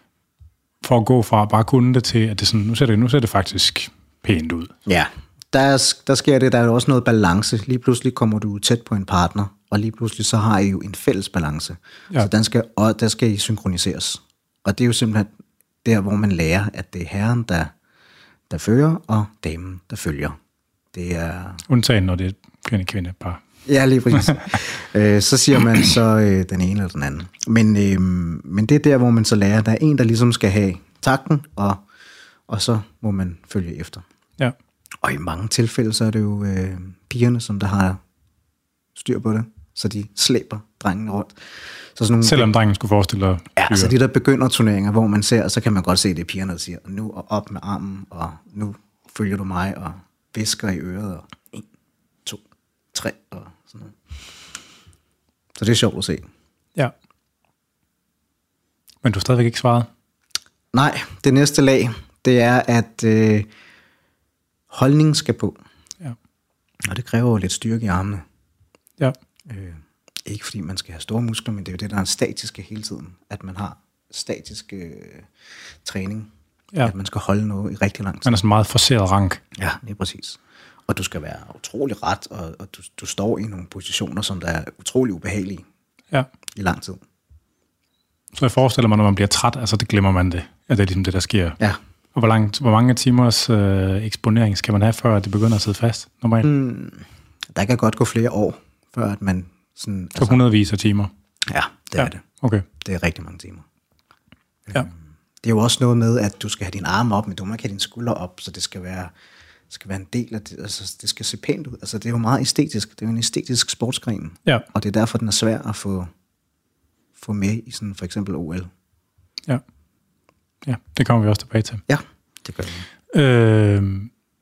[SPEAKER 1] for at gå fra at bare kunne det til, at det sådan, nu ser det, nu ser det faktisk pænt ud.
[SPEAKER 2] Ja, der, der sker det, der er jo også noget balance. Lige pludselig kommer du tæt på en partner, og lige pludselig så har I jo en fælles balance. Ja. Så den skal, og der skal I synkroniseres. Og det er jo simpelthen der, hvor man lærer, at det er herren, der, der fører, og damen, der følger. Det er...
[SPEAKER 1] Undtagen, når det er kvinde-kvinde par.
[SPEAKER 2] Ja, lige præcis. øh, så siger man så øh, den ene eller den anden. Men, øh, men det er der, hvor man så lærer, der er en, der ligesom skal have takten, og, og så må man følge efter.
[SPEAKER 1] Ja.
[SPEAKER 2] Og i mange tilfælde, så er det jo øh, pigerne, som der har styr på det, så de slæber drengen rundt. Så sådan nogle,
[SPEAKER 1] selvom drengen skulle forestille dig.
[SPEAKER 2] Ja, så de der begynder turneringer, hvor man ser, så kan man godt se, det er pigerne, der siger, nu og op med armen, og nu følger du mig, og visker i øret, og en, to, tre, og sådan noget. Så det er sjovt at se.
[SPEAKER 1] Ja. Men du har stadigvæk ikke svaret?
[SPEAKER 2] Nej, det næste lag, det er, at øh, holdningen skal på.
[SPEAKER 1] Ja.
[SPEAKER 2] Og det kræver jo lidt styrke i armene.
[SPEAKER 1] Ja.
[SPEAKER 2] Øh, ikke fordi man skal have store muskler, men det er jo det, der er statiske hele tiden. At man har statisk øh, træning. Ja. At man skal holde noget i rigtig lang tid.
[SPEAKER 1] Man er sådan meget forceret rank.
[SPEAKER 2] Ja, lige præcis. Og du skal være utrolig ret, og, og du, du står i nogle positioner, som der er utrolig ubehagelige.
[SPEAKER 1] Ja.
[SPEAKER 2] I lang tid.
[SPEAKER 1] Så jeg forestiller mig, når man bliver træt, altså det glemmer man det. At det er ligesom det, der sker.
[SPEAKER 2] Ja.
[SPEAKER 1] Og hvor, langt, hvor mange timers øh, eksponering skal man have, før det begynder at sidde fast normalt?
[SPEAKER 2] Mm, der kan godt gå flere år, før at man... Sådan,
[SPEAKER 1] så hundredvis af timer?
[SPEAKER 2] Ja, det
[SPEAKER 1] ja.
[SPEAKER 2] er det.
[SPEAKER 1] Okay.
[SPEAKER 2] Det er rigtig mange timer.
[SPEAKER 1] Ja.
[SPEAKER 2] Øhm, det er jo også noget med, at du skal have dine arme op, men du må ikke have dine skuldre op, så det skal være, skal være en del af det. Altså, det skal se pænt ud. Altså, det er jo meget æstetisk. Det er jo en æstetisk sportsgren.
[SPEAKER 1] Ja. Og
[SPEAKER 2] det er derfor, den er svær at få, få med i sådan for eksempel O L.
[SPEAKER 1] Ja. Ja, det kommer vi også tilbage til.
[SPEAKER 2] Ja, det gør vi.
[SPEAKER 1] Øh,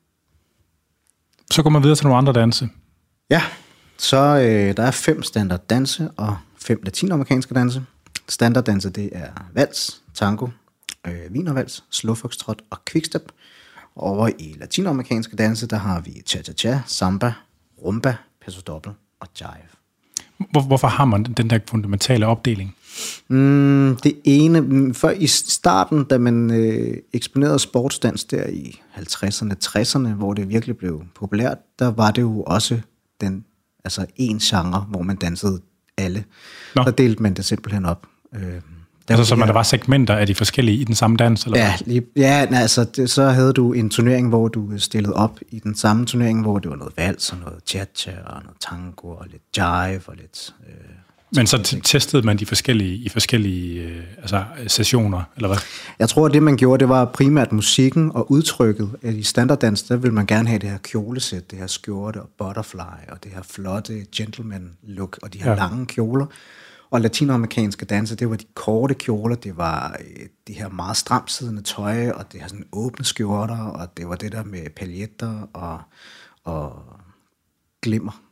[SPEAKER 1] så går man videre til nogle andre danse.
[SPEAKER 2] Ja, så øh, der er fem standard danse og fem latinamerikanske danse. Standard danse, det er vals, tango, øh, wienervals, slow foxtrot og quickstep. Over i latinamerikanske danse, der har vi cha-cha-cha, samba, rumba, paso doble og jive.
[SPEAKER 1] Hvor, hvorfor har man den der fundamentale opdeling?
[SPEAKER 2] Mm, det ene, før i starten, da man øh, eksponerede sportsdans der i halvtredserne, tresserne, hvor det virkelig blev populært, der var det jo også den, altså en genre, hvor man dansede alle. Nå. Der delte man det simpelthen op. Øh, Der
[SPEAKER 1] altså, så man der var segmenter af de forskellige i den samme dans? Eller
[SPEAKER 2] ja, lige, ja nej, altså, det, så havde du en turnering, hvor du stillede op i den samme turnering, hvor det var noget vals og noget cha-cha og noget tango og lidt jive og lidt... Øh,
[SPEAKER 1] Men så t- testede man de forskellige i forskellige øh, altså, sessioner, eller hvad?
[SPEAKER 2] Jeg tror, at det man gjorde, det var primært musikken og udtrykket. I standarddans, der vil man gerne have det her kjolesæt, det her skjorte og butterfly og det her flotte gentleman look og de her ja. lange kjoler. Og latinamerikanske danse, det var de korte kjoler, det var øh, de her meget stramsiddende tøj, og det her sådan åbne skjorter, og det var det der med paljetter og, og glimmer.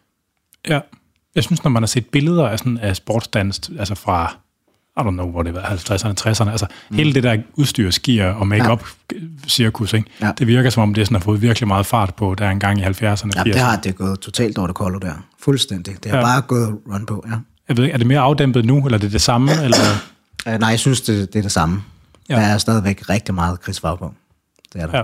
[SPEAKER 1] Ja, jeg synes, når man har set billeder af, sådan, af sportsdans, altså fra, I don't know, hvor det var, halvtredserne, tresserne, altså mm. hele det der udstyr, skier og make-up-cirkus, ikke? Ja. Det virker som om, det sådan har fået virkelig meget fart på, der en gang i halvfjerdserne.
[SPEAKER 2] Ja, det har det gået totalt over det kolde der. Fuldstændig. Det har ja. bare gået run på, ja.
[SPEAKER 1] Jeg ved ikke, er det mere afdæmpet nu, eller er det det samme? Eller?
[SPEAKER 2] Uh, nej, jeg synes, det, det er det samme. Ja. Der er stadigvæk rigtig meget krigsfarve på. Det er der. Ja.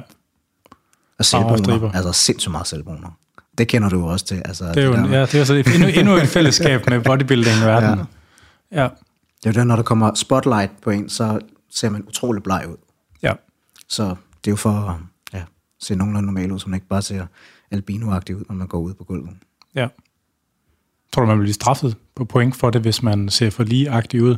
[SPEAKER 2] Og selvbruner, altså sindssygt meget selvbruner. Det kender du jo også til. Altså,
[SPEAKER 1] det er jo, det ja, det er så endnu, endnu et fællesskab med bodybuilding i verden. Ja. Ja.
[SPEAKER 2] Det er jo det, når der kommer spotlight på en, så ser man utrolig bleg ud.
[SPEAKER 1] Ja.
[SPEAKER 2] Så det er jo for at ja, se nogenlunde normalt ud, så man ikke bare ser albinoagtig ud, når man går ud på gulvet.
[SPEAKER 1] Ja. Tror du, man bliver straffet på point for det, hvis man ser for ligeagtig ud?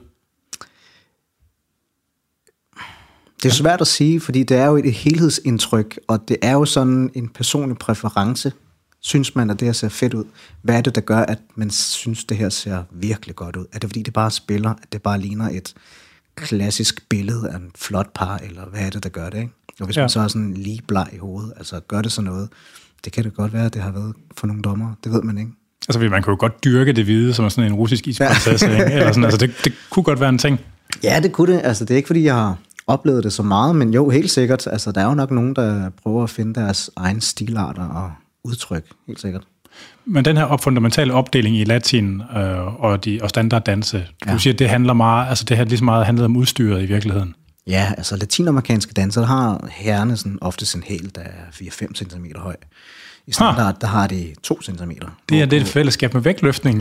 [SPEAKER 2] Det er svært at sige, fordi det er jo et helhedsindtryk, og det er jo sådan en personlig præference. Synes man, at det her ser fedt ud? Hvad er det, der gør, at man synes, det her ser virkelig godt ud? Er det, fordi det bare spiller, at det bare ligner et klassisk billede af en flot par, eller hvad er det, der gør det, ikke? Og hvis ja. man så er sådan lige bleg i hovedet, altså gør det så noget, det kan det godt være, at det har været for nogle dommer, det ved man ikke.
[SPEAKER 1] Altså, man kan jo godt dyrke det hvide som sådan en russisk isprinsesse, ja. Eller sådan, altså det, det kunne godt være en ting.
[SPEAKER 2] Ja, det kunne det. Altså, det er ikke, fordi jeg har oplevet det så meget, men jo, helt sikkert. Altså, der er jo nok nogen, der prøver at finde deres egen stilarter og udtryk, helt sikkert.
[SPEAKER 1] Men den her fundamentale opdeling i latin øh, og, de, og standarddanse, du ja. siger, det handler meget, altså det har lige så meget handlet om udstyret i virkeligheden.
[SPEAKER 2] Ja, altså latinamerikanske danser, der har herrene sådan ofte en hæl, der er fire til fem centimeter høj. I standard, ha. der har de to centimeter.
[SPEAKER 1] Det er det et fællesskab med vægtløftning.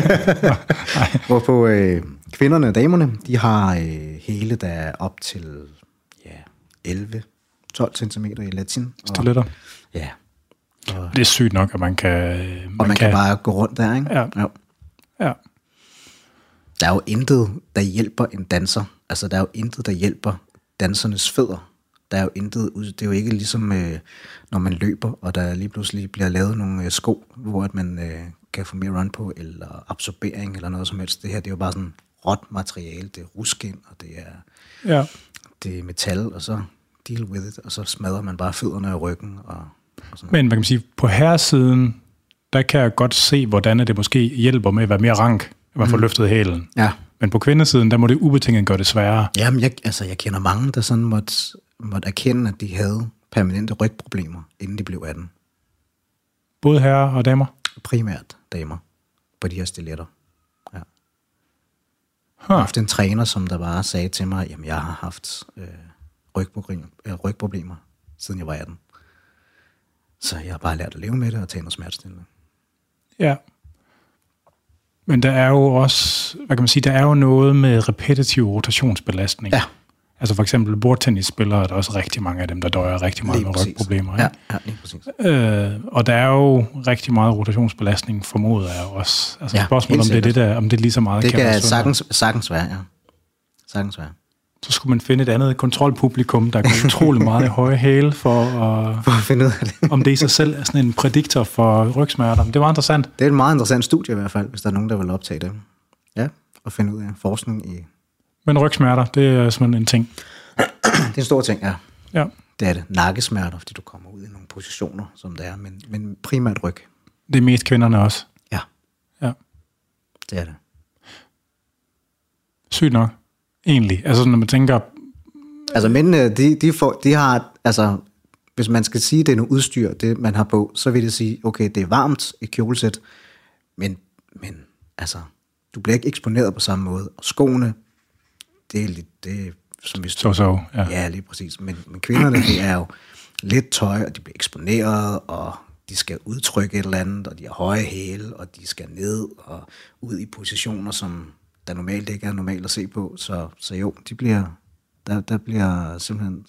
[SPEAKER 2] Hvorpå øh, kvinderne og damerne, de har øh, hele, der er op til ja, elleve til tolv centimeter i latin.
[SPEAKER 1] Stiletter.
[SPEAKER 2] Ja. Og,
[SPEAKER 1] det er sygt nok, at man kan...
[SPEAKER 2] Man og man kan, kan bare gå rundt der, ikke?
[SPEAKER 1] Ja. ja. ja.
[SPEAKER 2] Der er jo intet, der hjælper en danser. Altså, der er jo intet, der hjælper dansernes fødder. Der er jo intet... Det er jo ikke ligesom, øh, når man løber, og der lige pludselig bliver lavet nogle øh, sko, hvor at man øh, kan få mere run på, eller absorbering, eller noget som helst. Det her, det er jo bare sådan råt materiale. Det er ruskin, og det er,
[SPEAKER 1] ja.
[SPEAKER 2] det er metal, og så deal with it, og så smadrer man bare fødderne og ryggen, og
[SPEAKER 1] men hvad kan man sige, på herresiden, der kan jeg godt se, hvordan det måske hjælper med at være mere rank, at man får mm. løftet hælen.
[SPEAKER 2] Ja.
[SPEAKER 1] Men på kvindesiden, der må det ubetinget gøre det sværere.
[SPEAKER 2] Jamen, jeg, altså, jeg kender mange, der sådan måtte, måtte erkende, at de havde permanente rygproblemer, inden de blev atten.
[SPEAKER 1] Både herrer og damer?
[SPEAKER 2] Primært damer, på de her stiletter. Ja. Huh.
[SPEAKER 1] Jeg har
[SPEAKER 2] haft en træner, som der bare sagde til mig, jamen, jeg har haft øh, rygproblemer, øh, rygproblemer, siden jeg var atten. Så jeg har bare lært at leve med det og tage noget smertestillende.
[SPEAKER 1] Ja. Men der er jo også, hvad kan man sige, der er jo noget med repetitiv rotationsbelastning.
[SPEAKER 2] Ja.
[SPEAKER 1] Altså for eksempel bordtennisspillere, er der også rigtig mange af dem, der døjer rigtig meget lige med præcis. rygproblemer. Ikke?
[SPEAKER 2] Ja, ja, lige præcis.
[SPEAKER 1] Øh, og der er jo rigtig meget rotationsbelastning, formoder jeg også. Altså ja, spørgsmålet, om det er det der, om det er lige så meget.
[SPEAKER 2] Det kan, kan sagtens, sagtens være, ja. Sagtens være.
[SPEAKER 1] Så skulle man finde et andet kontrolpublikum, der går utrolig meget i høje hæle for at,
[SPEAKER 2] for at finde ud af det.
[SPEAKER 1] Om det i sig selv er sådan en prædiktor for rygsmerter. Det var interessant.
[SPEAKER 2] Det er et meget interessant studie i hvert fald, hvis der er nogen, der vil optage det. Ja, og finde ud af forskning i...
[SPEAKER 1] Men rygsmerter, det er simpelthen en ting.
[SPEAKER 2] Det er en stor ting, ja.
[SPEAKER 1] Ja.
[SPEAKER 2] Det er det. Nakkesmerter, fordi du kommer ud i nogle positioner, som det er, men, men primært ryg.
[SPEAKER 1] Det er mest kvinderne også.
[SPEAKER 2] Ja.
[SPEAKER 1] Ja.
[SPEAKER 2] Det er det.
[SPEAKER 1] Sygt nok. Egentlig. Altså når man tænker...
[SPEAKER 2] Altså mændene, de, de, får, de har... Altså, hvis man skal sige, det er noget udstyr, det man har på, så vil det sige, okay, det er varmt i kjolesæt, men, men altså, du bliver ikke eksponeret på samme måde. Og skoene, det er lidt... Det er, som hvis du,
[SPEAKER 1] så så, ja.
[SPEAKER 2] Ja, lige præcis. Men, men kvinderne, det er jo lidt tøj, og de bliver eksponeret, og de skal udtrykke et eller andet, og de har høje hæle, og de skal ned og ud i positioner, som der normalt ikke er normalt at se på. Så, så jo, de bliver, der, der bliver simpelthen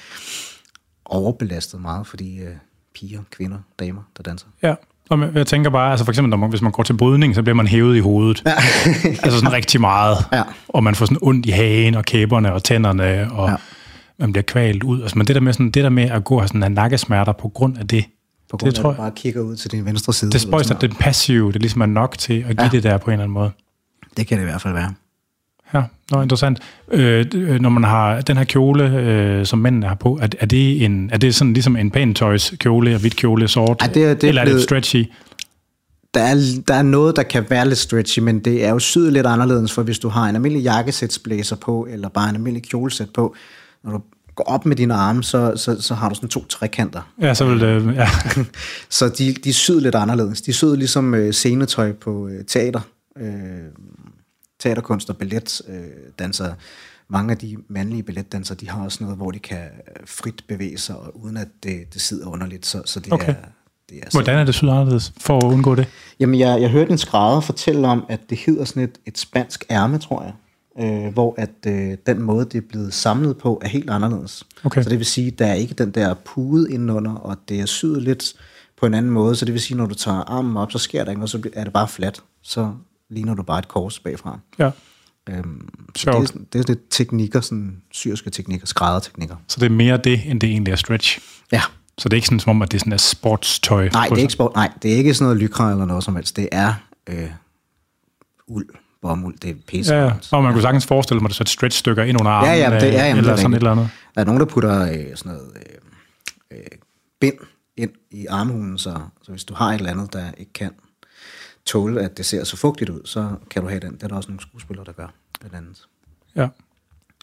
[SPEAKER 2] overbelastet meget for de øh, piger, kvinder, damer, der danser.
[SPEAKER 1] Ja, og jeg tænker bare, altså for eksempel, når man, hvis man går til brydning, så bliver man hævet i hovedet. Ja. Altså sådan rigtig meget. Ja. Og man får sådan ondt i hagen og kæberne og tænderne, og ja. Man bliver kvalt ud. Altså, men det der med, sådan, det der med at gå og sådan have nakkesmerter på grund af det,
[SPEAKER 2] på grund
[SPEAKER 1] det
[SPEAKER 2] af,
[SPEAKER 1] tror
[SPEAKER 2] at du bare kigger ud til din venstre side.
[SPEAKER 1] Det spøjs, at det passive, det ligesom er nok til at give ja. det der på en eller anden måde.
[SPEAKER 2] Det kan det i hvert fald være.
[SPEAKER 1] Ja, nå, interessant. Øh, når man har den her kjole, øh, som mændene har på, er, er, det en, er det sådan ligesom en pæntøjs kjole, og hvidt kjole, sort,
[SPEAKER 2] Ej, det er, det er
[SPEAKER 1] eller er
[SPEAKER 2] blevet,
[SPEAKER 1] det stretchy?
[SPEAKER 2] Der er, der er noget, der kan være lidt stretchy, men det er jo syet lidt anderledes, for hvis du har en almindelig jakkesætsblæser på, eller bare en almindelig kjolesæt på, når du går op med dine arme, så, så, så har du sådan to trekanter.
[SPEAKER 1] Ja, så vil det, ja.
[SPEAKER 2] Så de, de er syet lidt anderledes. De er syet ligesom øh, scenetøj på øh, teater. Øh, teaterkunst og balletdansere. Øh, Mange af de mandlige balletdansere, de har også noget, hvor de kan frit bevæge sig, og uden at det, det sidder underligt. Så, så det
[SPEAKER 1] okay.
[SPEAKER 2] er, det er
[SPEAKER 1] Hvordan er det syet anderledes, for at undgå det?
[SPEAKER 2] Jamen, jeg, jeg hørte en skrædder fortælle om, at det hedder sådan et, et spansk ærme, tror jeg. Øh, hvor at øh, den måde, det er blevet samlet på, er helt anderledes.
[SPEAKER 1] Okay.
[SPEAKER 2] Så det vil sige, at der er ikke den der pude indenunder, og det er syet lidt på en anden måde. Så det vil sige, når du tager armen op, så sker der ikke noget, så er det bare fladt. Så ligner du bare et kors bagfra.
[SPEAKER 1] Ja.
[SPEAKER 2] Øhm, så det, er, det er lidt teknikker, sådan syriske teknikker, skrædderteknikker.
[SPEAKER 1] Så det er mere det, end det egentlig er stretch?
[SPEAKER 2] Ja.
[SPEAKER 1] Så det er ikke sådan, som om, at det er sådan et sportstøj?
[SPEAKER 2] Nej, det er ikke sport, nej, det er ikke sådan noget lykra eller noget som helst. Det er øh, uld, bomuld, det er pisse.
[SPEAKER 1] Ja, og man kunne sagtens forestille mig, at det er et stretch-stykker ind under armen,
[SPEAKER 2] ja, ja, det er, jamen,
[SPEAKER 1] eller
[SPEAKER 2] det er
[SPEAKER 1] sådan et eller andet.
[SPEAKER 2] Der er nogen, der putter øh, sådan noget øh, øh, bind ind i armhulen, så, så hvis du har et eller andet, der ikke kan tåle, at det ser så fugtigt ud, så kan du have den. Det er der også nogle skuespillere, der gør, blandt andet.
[SPEAKER 1] Ja.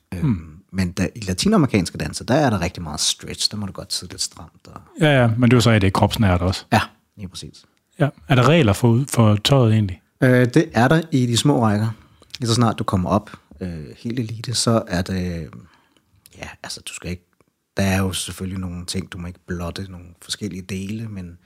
[SPEAKER 2] Mm. Øhm, men der, i latinamerikanske danser, der er der rigtig meget stretch. Der må du godt sidde lidt stramt. Og...
[SPEAKER 1] Ja, ja, men det er jo så, at det er kropsnært også.
[SPEAKER 2] Ja, lige præcis.
[SPEAKER 1] Ja. Er der regler for, for tøjet egentlig?
[SPEAKER 2] Øh, det er der i de små rækker. Lige så snart du kommer op øh, helt elite, så er det... Ja, altså du skal ikke... Der er jo selvfølgelig nogle ting, du må ikke blotte nogle forskellige dele, men...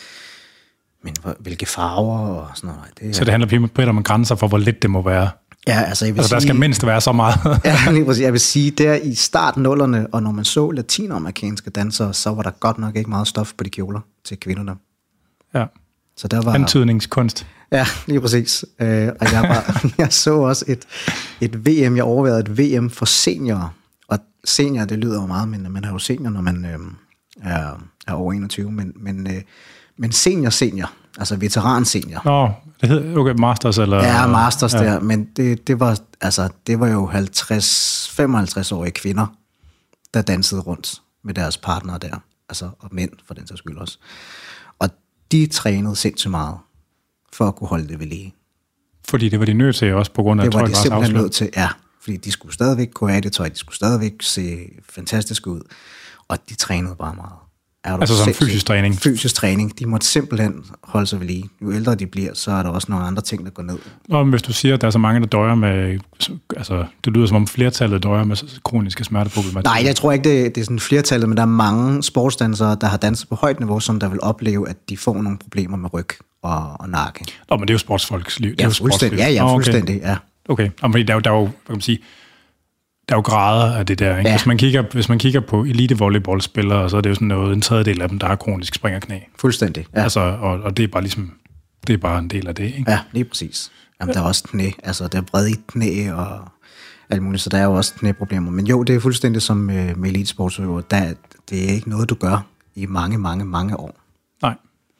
[SPEAKER 2] Men hvilke farver og sådan noget. Det er...
[SPEAKER 1] Så det handler primært om grænser for, hvor lidt det må være?
[SPEAKER 2] Ja, altså jeg vil
[SPEAKER 1] altså
[SPEAKER 2] sige...
[SPEAKER 1] der skal mindst være så meget.
[SPEAKER 2] Ja, lige præcis. Jeg vil sige, der i startnullerne, og når man så latinamerikanske dansere, så var der godt nok ikke meget stof på de kjoler til kvinderne.
[SPEAKER 1] Ja.
[SPEAKER 2] Så der var...
[SPEAKER 1] Antydningskunst.
[SPEAKER 2] Ja, lige præcis. Øh, og jeg, var, jeg så også et, et V M, jeg overvejede et V M for seniorer. Og senior, det lyder jo meget, men man er jo senior, når man øh, er, er over enogtyve. Men, men, øh, men senior, senior, altså veteran senior.
[SPEAKER 1] Nå, det hedder okay, masters eller...
[SPEAKER 2] Ja, masters
[SPEAKER 1] ja.
[SPEAKER 2] der, men det, det, var, altså, det var jo halvtreds femoghalvtreds-årige kvinder, der dansede rundt med deres partnere der. Altså, og mænd for den sags skyld også. Og de trænede sindssygt meget for at kunne holde det ved lige.
[SPEAKER 1] Fordi det var de nødt til også på grund af
[SPEAKER 2] det var de simpelthen
[SPEAKER 1] afsløb.
[SPEAKER 2] nødt til, ja. Fordi de skulle stadigvæk kunne have det tøj, de skulle stadigvæk se fantastisk ud. Og de trænede bare meget.
[SPEAKER 1] Altså som fysisk træning?
[SPEAKER 2] Fysisk træning. De måtte simpelthen holde sig ved lige. Jo ældre de bliver, så er der også nogle andre ting, der går ned.
[SPEAKER 1] Og hvis du siger, at der er så mange, der døjer med... Altså, det lyder som om flertallet døjer med kroniske smerteproblematikker.
[SPEAKER 2] Nej, jeg tror ikke, det, det er sådan flertallet, men der er mange sportsdansere, der har danset på højt niveau, som der vil opleve, at de får nogle problemer med ryg og, og nakke.
[SPEAKER 1] Nå, men det er jo sportsfolks liv. Det
[SPEAKER 2] ja,
[SPEAKER 1] er jo
[SPEAKER 2] fuldstændig. Ja, ja, fuldstændig,
[SPEAKER 1] okay.
[SPEAKER 2] ja.
[SPEAKER 1] Okay, fordi der er jo, der er jo, hvad kan man sige... Der er jo grader af det der, ikke? Ja. Hvis man kigger, hvis man kigger på elite-volleyballspillere, så er det jo sådan noget, en tredjedel af dem, der har kronisk springerknæ.
[SPEAKER 2] Fuldstændig, ja.
[SPEAKER 1] Altså, og, og det er bare ligesom, det er bare en del af det, ikke?
[SPEAKER 2] Ja, lige præcis. Jamen, der er også knæ, altså der er brede knæ og alt muligt, så der er jo også knæproblemer. Men jo, det er fuldstændig som med, med elitesportsøver, der, det er ikke noget, du gør i mange, mange, mange år.
[SPEAKER 1] Nej.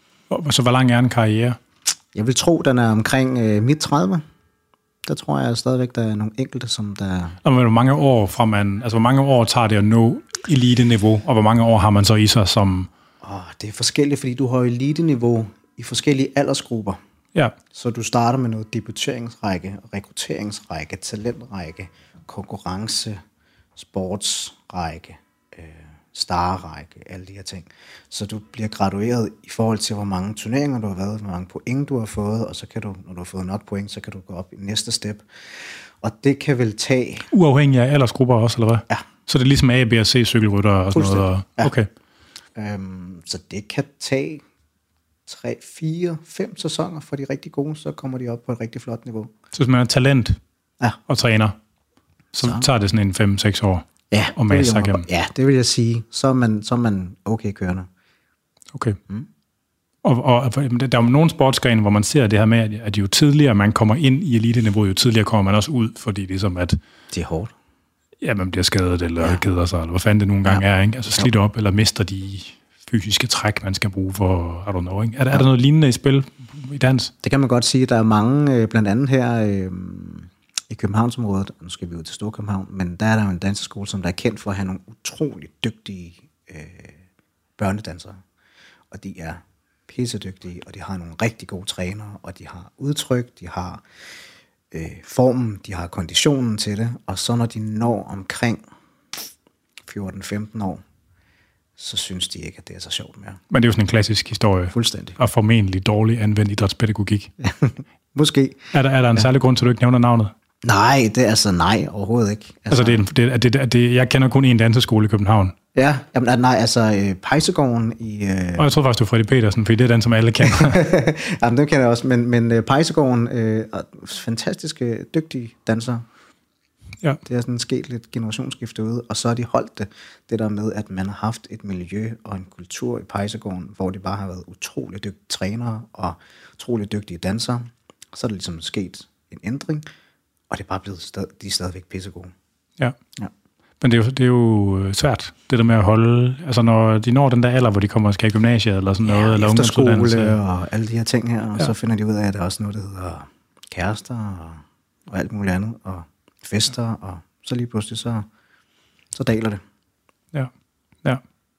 [SPEAKER 1] Så hvor lang er en karriere? Jeg
[SPEAKER 2] vil tro, den er omkring øh, midt tredive. Der tror jeg stadigvæk, der er nogle enkelte, som der...
[SPEAKER 1] Og hvor mange år fra man, altså hvor mange år tager det at nå elite-niveau, og hvor mange år har man så i sig som...
[SPEAKER 2] Oh, det er forskelligt, fordi du har elite-niveau i forskellige aldersgrupper.
[SPEAKER 1] Ja.
[SPEAKER 2] Så du starter med noget debuteringsrække, rekrutteringsrække, talentrække, konkurrence, sportsrække, øh, starrække, alle de her ting. Så du bliver gradueret i forhold til, hvor mange turneringer du har været, hvor mange point du har fået, og så kan du, når du har fået nok point, så kan du gå op i næste step. Og det kan vel tage...
[SPEAKER 1] Uafhængig af aldersgrupper også, eller hvad?
[SPEAKER 2] Ja.
[SPEAKER 1] Så det er ligesom A, B og C cykelrytter og sådan noget? Og...
[SPEAKER 2] Ja.
[SPEAKER 1] Okay.
[SPEAKER 2] Øhm, så det kan tage tre, fire, fem sæsoner for de rigtig gode, så kommer de op på et rigtig flot niveau.
[SPEAKER 1] Så hvis man er talent
[SPEAKER 2] ja.
[SPEAKER 1] og træner, så, så tager det sådan en fem seks år?
[SPEAKER 2] Ja,
[SPEAKER 1] og det sig
[SPEAKER 2] jeg, ja, det vil jeg sige. Så er man, så er man okay kørende.
[SPEAKER 1] Okay. Mm. Og, og der er jo nogle sportsgrene, hvor man ser det her med, at jo tidligere man kommer ind i elite-niveau, jo tidligere kommer man også ud, fordi ligesom at...
[SPEAKER 2] Det er hårdt.
[SPEAKER 1] Ja, man bliver skadet, eller ja. keder sig, eller hvad fanden det nogle gange ja. er, ikke? Altså slidt op, eller mister de fysiske træk, man skal bruge for, I don't know, ikke? Er, der, ja. er der noget lignende i spil i dans?
[SPEAKER 2] Det kan man godt sige. Der er mange, blandt andet her... Øh, i Københavnsområdet, nu skal vi ud til Storkøbenhavn, men der er der jo en danseskole, som der er kendt for at have nogle utrolig dygtige øh, børnedansere. Og de er pissedygtige, og de har nogle rigtig gode trænere, og de har udtryk, de har øh, formen, de har konditionen til det, og så når de når omkring fjorten femten år, så synes de ikke, at det er så sjovt mere.
[SPEAKER 1] Men det er jo sådan en klassisk historie.
[SPEAKER 2] Fuldstændig.
[SPEAKER 1] Og formentlig dårlig anvendt idrætspædagogik.
[SPEAKER 2] Måske.
[SPEAKER 1] Er der, er der en ja. særlig grund til, at du ikke nævner navnet?
[SPEAKER 2] Nej, det er altså nej, overhovedet ikke.
[SPEAKER 1] Altså, altså det, er, det, det, det, jeg kender kun en danseskole i København.
[SPEAKER 2] Ja, jamen, nej, altså øh, Pejsegården i... Øh...
[SPEAKER 1] Og jeg tror faktisk, du er Freddy Petersen, fordi det er den, som alle kender.
[SPEAKER 2] Jamen, det kender jeg også, men, men øh, Pejsegården, øh, fantastiske, dygtige dansere.
[SPEAKER 1] Ja.
[SPEAKER 2] Det er sådan sket lidt generationsskifte ude, og så har de holdt det, det der med, at man har haft et miljø og en kultur i Pejsegården, hvor de bare har været utrolig dygtige trænere og utrolig dygtige dansere. Så er der ligesom sket en ændring, og det er bare blevet stad, de er stadigvæk pissegode.
[SPEAKER 1] Ja. ja. Men det er, jo, det er jo svært, det der med at holde, altså når de når den der alder, hvor de kommer og skal i gymnasiet eller sådan
[SPEAKER 2] ja,
[SPEAKER 1] noget, eller
[SPEAKER 2] ungdomsuddannelse og alle de her ting her, og
[SPEAKER 1] ja.
[SPEAKER 2] så finder de ud af, at der er også noget, der hedder kærester og, og alt muligt andet, og fester, ja. og så lige pludselig, så, så daler det.
[SPEAKER 1] Ja, ja.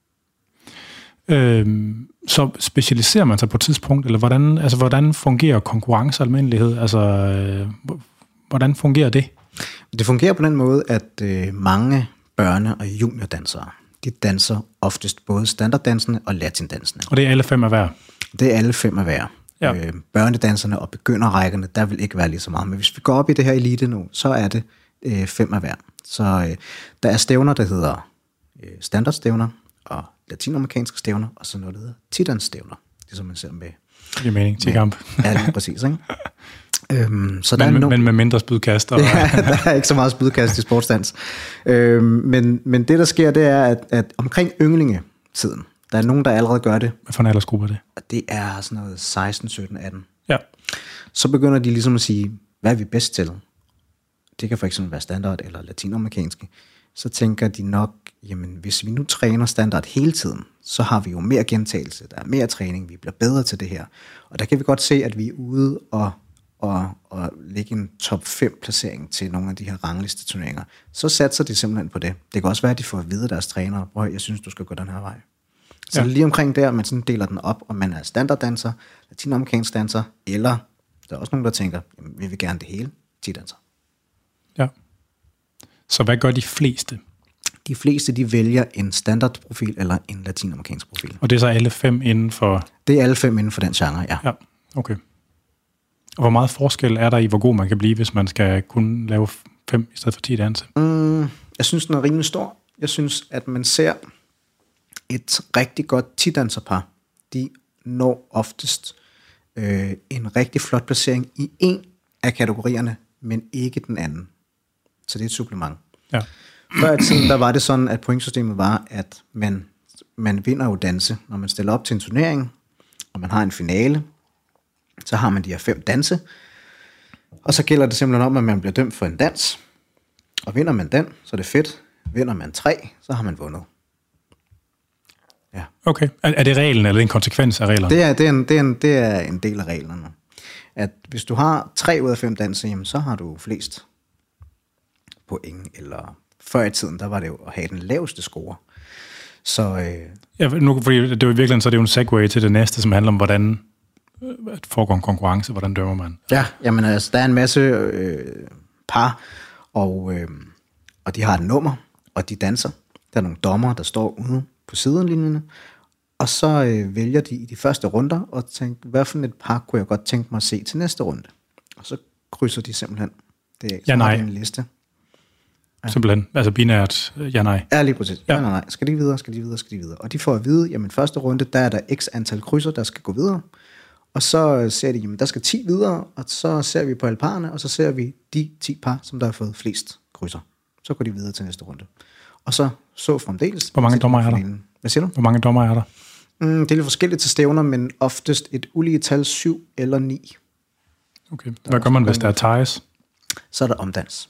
[SPEAKER 1] Øhm, så specialiserer man sig på et tidspunkt, eller hvordan, altså, hvordan fungerer konkurrencealmindelighed? Altså, øh, hvordan fungerer det?
[SPEAKER 2] Det fungerer på den måde, at øh, mange børne- og juniordansere, de danser oftest både standarddansene og latindansene.
[SPEAKER 1] Og det er alle fem af hver?
[SPEAKER 2] Det er alle fem af hver.
[SPEAKER 1] Ja.
[SPEAKER 2] Øh, børnedanserne og begynderrækkerne, der vil ikke være lige så meget. Men hvis vi går op i det her elite nu, så er det øh, fem af hver. Så øh, der er stævner, der hedder øh, standardstævner og latinamerikanske stævner, og så noget, der hedder tidansstævner. Det er som man ser med...
[SPEAKER 1] Det er mening til kamp.
[SPEAKER 2] Ja, lige præcis, ikke? Øhm, så
[SPEAKER 1] men,
[SPEAKER 2] der er
[SPEAKER 1] no-
[SPEAKER 2] no-
[SPEAKER 1] men med mindre spydkast. Og
[SPEAKER 2] ja, der er ikke så meget spydkast i sportsdans. Øhm, men, men det, der sker, det er, at, at omkring ynglingetiden, der er nogen, der allerede gør det.
[SPEAKER 1] Hvad for en aldersgruppe er det?
[SPEAKER 2] Og det er sådan noget seksten, sytten, atten.
[SPEAKER 1] Ja.
[SPEAKER 2] Så begynder de ligesom at sige, hvad er vi bedst til? Det kan for eksempel være standard eller latinamerikanske. Så tænker de nok, jamen hvis vi nu træner standard hele tiden, så har vi jo mere gentagelse, der er mere træning, vi bliver bedre til det her. Og der kan vi godt se, at vi er ude og, og, og lægge en top fem placering til nogle af de her rangliste turneringer. Så satser de simpelthen på det. Det kan også være, at de får at vide deres trænere, prøv, jeg synes, du skal gå den her vej. Så ja. Lige omkring der, man sådan deler den op, om man er standarddanser, latinamerikansk danser, eller der er også nogen, der tænker, jamen, vi vil gerne det hele, ti-danser.
[SPEAKER 1] Ja. Så hvad gør de fleste?
[SPEAKER 2] De fleste, de vælger en standardprofil eller en latinamerikansk profil.
[SPEAKER 1] Og det er så alle fem inden for...
[SPEAKER 2] Det er alle fem inden for den genre, ja.
[SPEAKER 1] Ja, okay. Og hvor meget forskel er der i, hvor god man kan blive, hvis man skal kunne lave fem i stedet for ti danse?
[SPEAKER 2] Mm, jeg synes, den er rimelig stor. Jeg synes, at man ser et rigtig godt ti-danserpar. De når oftest øh, en rigtig flot placering i en af kategorierne, men ikke den anden. Så det er et supplement.
[SPEAKER 1] Ja.
[SPEAKER 2] Før i tiden, der var det sådan, at pointsystemet var, at man, man vinder jo danse. Når man stiller op til en turnering, og man har en finale, så har man de her fem danse, og så gælder det simpelthen om, at man bliver dømt for en dans, og vinder man den, så er det fedt. Vinder man tre, så har man vundet. Ja.
[SPEAKER 1] Okay. Er, er det reglen, eller en konsekvens af reglerne?
[SPEAKER 2] Det er, det, er en, det, er en, det er en del af reglerne. At hvis du har tre ud af fem danse, jamen, så har du flest point, eller før i tiden, der var det jo at have den laveste score. Så, øh,
[SPEAKER 1] ja, nu, fordi det er jo i virkeligheden, så er det jo en segue til det næste, som handler om, hvordan at foregår en konkurrence, hvordan dømmer man?
[SPEAKER 2] Ja, jamen altså, der er en masse øh, par, og, øh, og de har et nummer, og de danser. Der er nogle dommere, der står ude på sidelinjerne, og så øh, vælger de i de første runder, og tænker, hvad for et par kunne jeg godt tænke mig at se til næste runde? Og så krydser de simpelthen. Det er
[SPEAKER 1] ja, nej.
[SPEAKER 2] en liste.
[SPEAKER 1] Ja. Simpelthen, altså binært, ja, nej.
[SPEAKER 2] Ja, lige præcis.
[SPEAKER 1] Ja.
[SPEAKER 2] Ja, nej, nej. Skal de videre, skal de videre, skal de videre. Og de får at vide, jamen første runde, der er der x antal krydser, der skal gå videre. Og så ser de, jamen der skal ti videre, og så ser vi på alle parerne, og så ser vi de ti par, som der har fået flest krydser. Så går de videre til næste runde. Og så så fremdeles.
[SPEAKER 1] Hvor mange dommer er der?
[SPEAKER 2] Hvad siger du?
[SPEAKER 1] Hvor mange dommer er der?
[SPEAKER 2] Mm, det er lidt forskelligt til stævner, men oftest et ulige tal syv eller ni.
[SPEAKER 1] Okay. Hvad gør man, hvis der er ties?
[SPEAKER 2] Så er der omdans.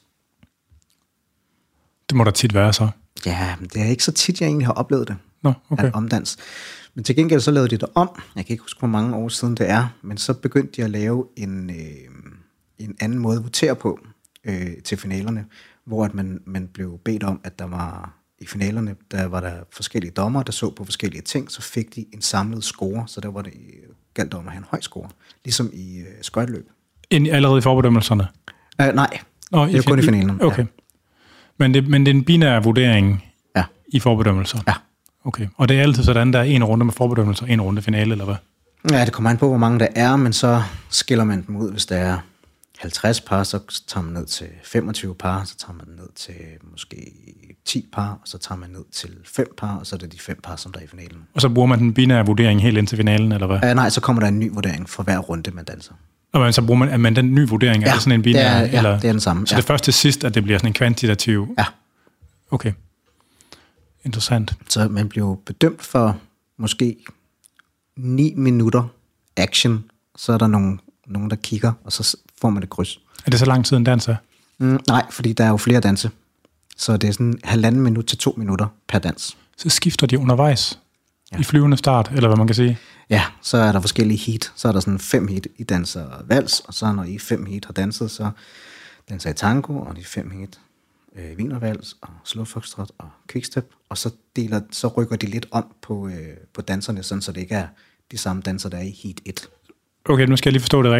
[SPEAKER 1] Det må der tit være så.
[SPEAKER 2] Ja, men det er ikke så tit, jeg egentlig har oplevet det.
[SPEAKER 1] Nå, okay.
[SPEAKER 2] At omdans. Men til gengæld så lavede de det om. Jeg kan ikke huske, hvor mange år siden det er. Men så begyndte de at lave en, øh, en anden måde at votere på øh, til finalerne. Hvor at man, man blev bedt om, at der var i finalerne, der var der forskellige dommer, der så på forskellige ting. Så fik de en samlet score. Så der var det galt om at have en høj score. Ligesom i øh, skøjteløb.
[SPEAKER 1] Allerede i forbedømmelserne?
[SPEAKER 2] Uh, nej,
[SPEAKER 1] Nå,
[SPEAKER 2] det er kun i finalen.
[SPEAKER 1] Okay.
[SPEAKER 2] Ja.
[SPEAKER 1] Men, det, men det er en binær vurdering
[SPEAKER 2] ja.
[SPEAKER 1] i forbedømmelser?
[SPEAKER 2] Ja.
[SPEAKER 1] Okay. Og det er altid sådan, der er en runde med forbedømmelser, en runde finale, eller hvad?
[SPEAKER 2] Ja, det kommer an på, hvor mange der er, men så skiller man dem ud. Hvis der er halvtreds par, så tager man ned til femogtyve par, så tager man ned til måske ti par, og så tager man ned til fem par, og så er det de fem par, som der er i finalen.
[SPEAKER 1] Og så bruger man den binære vurdering helt ind til finalen, eller hvad?
[SPEAKER 2] Ja, nej, så kommer der en ny vurdering for hver runde, man danser.
[SPEAKER 1] Og så bruger man, man den nye vurdering,
[SPEAKER 2] ja,
[SPEAKER 1] er det sådan en binær?
[SPEAKER 2] Det er, ja,
[SPEAKER 1] eller?
[SPEAKER 2] det er den samme.
[SPEAKER 1] Så
[SPEAKER 2] ja.
[SPEAKER 1] det første til sidst, at det bliver sådan en kvantitativ?
[SPEAKER 2] Ja.
[SPEAKER 1] Okay. Interessant.
[SPEAKER 2] Så man bliver bedømt for måske ni minutter action, så er der nogen, nogen der kigger, og så får man det kryds.
[SPEAKER 1] Er det så lang tid en dans er?
[SPEAKER 2] Mm, nej, fordi der er jo flere danse. Så det er sådan halvanden minut til to minutter per dans.
[SPEAKER 1] Så skifter de undervejs
[SPEAKER 2] ja.
[SPEAKER 1] i flyvende start, eller hvad man kan sige?
[SPEAKER 2] Ja, så er der forskellige heat. Så er der sådan fem heat, I danser vals, og så når I fem heat har danset, så danser I tango, og de fem heat øh, wienervals og slow foxtrot og quickstep, og så, deler, så rykker de lidt om på, øh, på danserne, sådan, så det ikke er de samme danser, der er i heat et.
[SPEAKER 1] Okay, nu skal jeg lige forstå det rigtigt.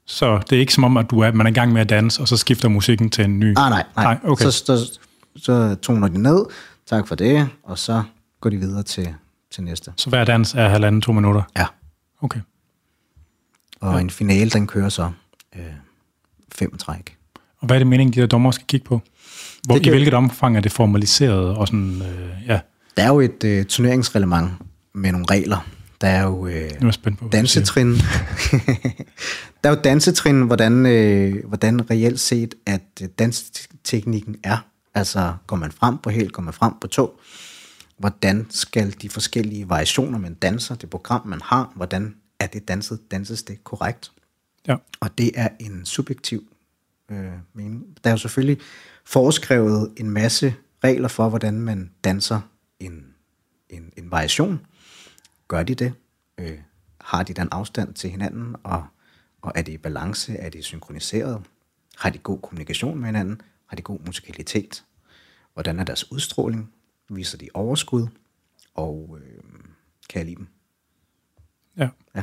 [SPEAKER 1] Så det er ikke som om, at du er, man er i gang med at danse, og så skifter musikken til en ny?
[SPEAKER 2] Ah, nej, nej.
[SPEAKER 1] nej okay.
[SPEAKER 2] så, så, så toner de ned, tak for det, og så går de videre til, til næste.
[SPEAKER 1] Så hver dans er halvanden, to minutter?
[SPEAKER 2] Ja.
[SPEAKER 1] Okay.
[SPEAKER 2] Og ja. En finale, den kører så øh, fem træk.
[SPEAKER 1] Og hvad er det meningen, de der dommer skal kigge på? Hvor,
[SPEAKER 2] kan...
[SPEAKER 1] I hvilket omfang er det formaliseret? Og sådan, øh, ja.
[SPEAKER 2] Der er jo et øh, turneringsreglement med nogle regler. Der er jo øh,
[SPEAKER 1] nu er spændt på,
[SPEAKER 2] dansetrin. Der er jo dansetrin, hvordan, øh, hvordan reelt set, at øh, dansteknikken er. Altså, går man frem på hæl, går man frem på tå. Hvordan skal de forskellige variationer, man danser, det program, man har, hvordan er det danset, danses det korrekt?
[SPEAKER 1] Ja.
[SPEAKER 2] Og det er en subjektiv øh, mening. Der er jo selvfølgelig foreskrevet en masse regler for, hvordan man danser en, en, en variation. Gør de det? Øh, har de den afstand til hinanden? Og, og er det i balance? Er det synkroniseret? Har de god kommunikation med hinanden? Har de god musikalitet? Hvordan er deres udstråling? Viser de overskud? Og øh, kan jeg lide dem?
[SPEAKER 1] Ja.
[SPEAKER 2] Ja.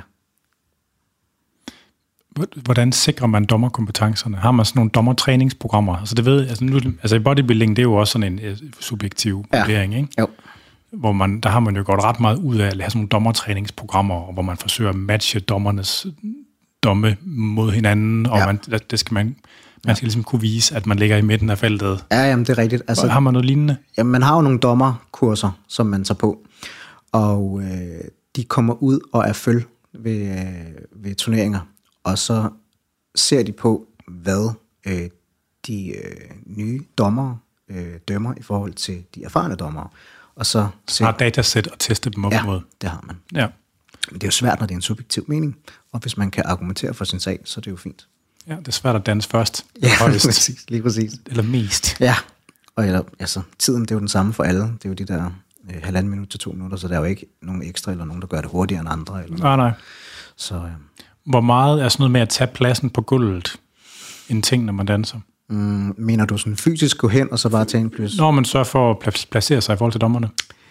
[SPEAKER 1] Hvordan sikrer man dommerkompetencerne? Har man sådan nogle dommertræningsprogrammer? Altså det ved, altså nu, altså i bodybuilding, det er jo også sådan en uh, subjektiv vurdering, ja. Ikke?
[SPEAKER 2] Jo.
[SPEAKER 1] Hvor man, der har man jo godt ret meget ud af at have sådan nogle dommertræningsprogrammer, hvor man forsøger at matche dommernes domme mod hinanden, og ja. man, det skal man, man skal ligesom kunne vise, at man ligger i midten af feltet.
[SPEAKER 2] Ja, jamen det er rigtigt. Altså,
[SPEAKER 1] har man noget lignende?
[SPEAKER 2] Jamen man har jo nogle dommerkurser, som man tager på, og øh, de kommer ud og er følge ved, øh, ved turneringer, og så ser de på, hvad øh, de øh, nye dommere øh, dømmer i forhold til de erfarne dommere. Og så
[SPEAKER 1] ser, har datasæt at teste dem op
[SPEAKER 2] ja,
[SPEAKER 1] mod.
[SPEAKER 2] det har man.
[SPEAKER 1] Ja.
[SPEAKER 2] Men det er jo svært, når det er en subjektiv mening, og hvis man kan argumentere for sin sag, så er det jo fint.
[SPEAKER 1] Ja, det er svært at danse først.
[SPEAKER 2] Ja, præcis, lige præcis.
[SPEAKER 1] Eller mest.
[SPEAKER 2] Ja, og eller, altså, tiden det er jo den samme for alle. Det er jo de der øh, halvanden minut til to minutter, så der er jo ikke nogen ekstra, eller nogen, der gør det hurtigere end andre. Eller
[SPEAKER 1] nej, nej.
[SPEAKER 2] Så, øh.
[SPEAKER 1] Hvor meget er sådan noget med at tage pladsen på gulvet en ting, når man danser?
[SPEAKER 2] Mm, mener du sådan fysisk gå hen, og så bare tage en plads?
[SPEAKER 1] Når man sørger for at placere sig i forhold til dommerne?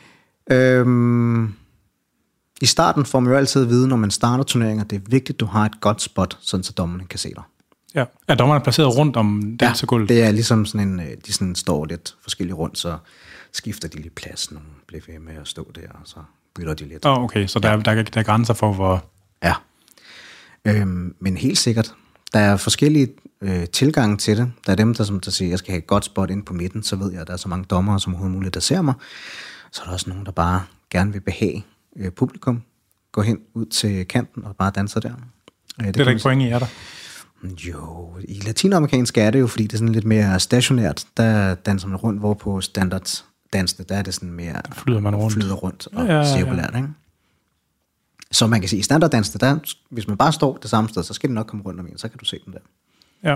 [SPEAKER 2] Øhm, I starten får man jo altid at vide, når man starter turneringer, det er vigtigt, at du har et godt spot, sådan så dommerne kan se dig.
[SPEAKER 1] Ja, er dommerne placeret rundt om dansegulvet?
[SPEAKER 2] Ja, det er ligesom sådan en, de sådan står lidt forskellige rundt, så skifter de lige plads, nogle bliver ved med at stå der, og så bytter de lidt.
[SPEAKER 1] Åh, oh, okay, så der, ja. der, der, der er grænser for, hvor...
[SPEAKER 2] Ja, øhm, men helt sikkert, der er forskellige øh, tilgange til det. Der er dem, der, som, der siger, jeg skal have et godt spot ind på midten, så ved jeg, at der er så mange dommere, som overhovedet muligt, der ser mig. Så er der også nogen, der bare gerne vil behage øh, publikum, gå hen ud til kanten og bare danser der. Øh, det
[SPEAKER 1] det er der ikke point i, er der?
[SPEAKER 2] Jo, i latinamerikansk er det jo, fordi det er sådan lidt mere stationært. Der danser man rundt, hvor på standarddansene, der er det sådan mere... Der
[SPEAKER 1] flyder man rundt.
[SPEAKER 2] Flyder rundt og
[SPEAKER 1] ja, ja, ja.
[SPEAKER 2] cirkulært, ikke? Så man kan sige, i standarddansene, der, hvis man bare står det samme sted, så skal det nok komme rundt om en, så kan du se den der.
[SPEAKER 1] Ja.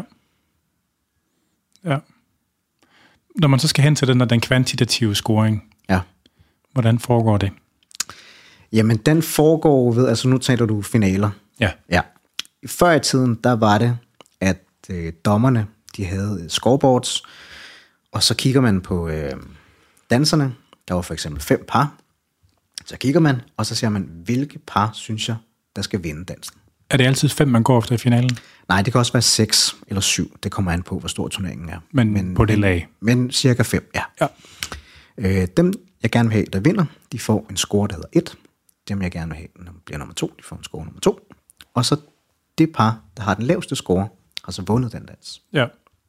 [SPEAKER 1] Ja. Når man så skal hen til den, den kvantitative scoring,
[SPEAKER 2] ja.
[SPEAKER 1] Hvordan foregår det?
[SPEAKER 2] Jamen, den foregår ved, altså nu taler du finaler.
[SPEAKER 1] Ja.
[SPEAKER 2] Ja. Før i tiden, der var det, at øh, dommerne, de havde scoreboards, og så kigger man på øh, danserne. Der var for eksempel fem par. Så kigger man, og så siger man, hvilke par synes jeg, der skal vinde dansen.
[SPEAKER 1] Er det altid fem, man går efter i finalen?
[SPEAKER 2] Nej, det kan også være seks eller syv. Det kommer an på, hvor stor turneringen er.
[SPEAKER 1] Men, men på det lag?
[SPEAKER 2] Men, men cirka fem, ja.
[SPEAKER 1] ja.
[SPEAKER 2] Øh, dem, jeg gerne vil have, der vinder, de får en score, der hedder et. Dem, jeg gerne vil have, der bliver nummer to, de får en score nummer to. Og så det par, der har den laveste score, har så vundet den dans.
[SPEAKER 1] Ja.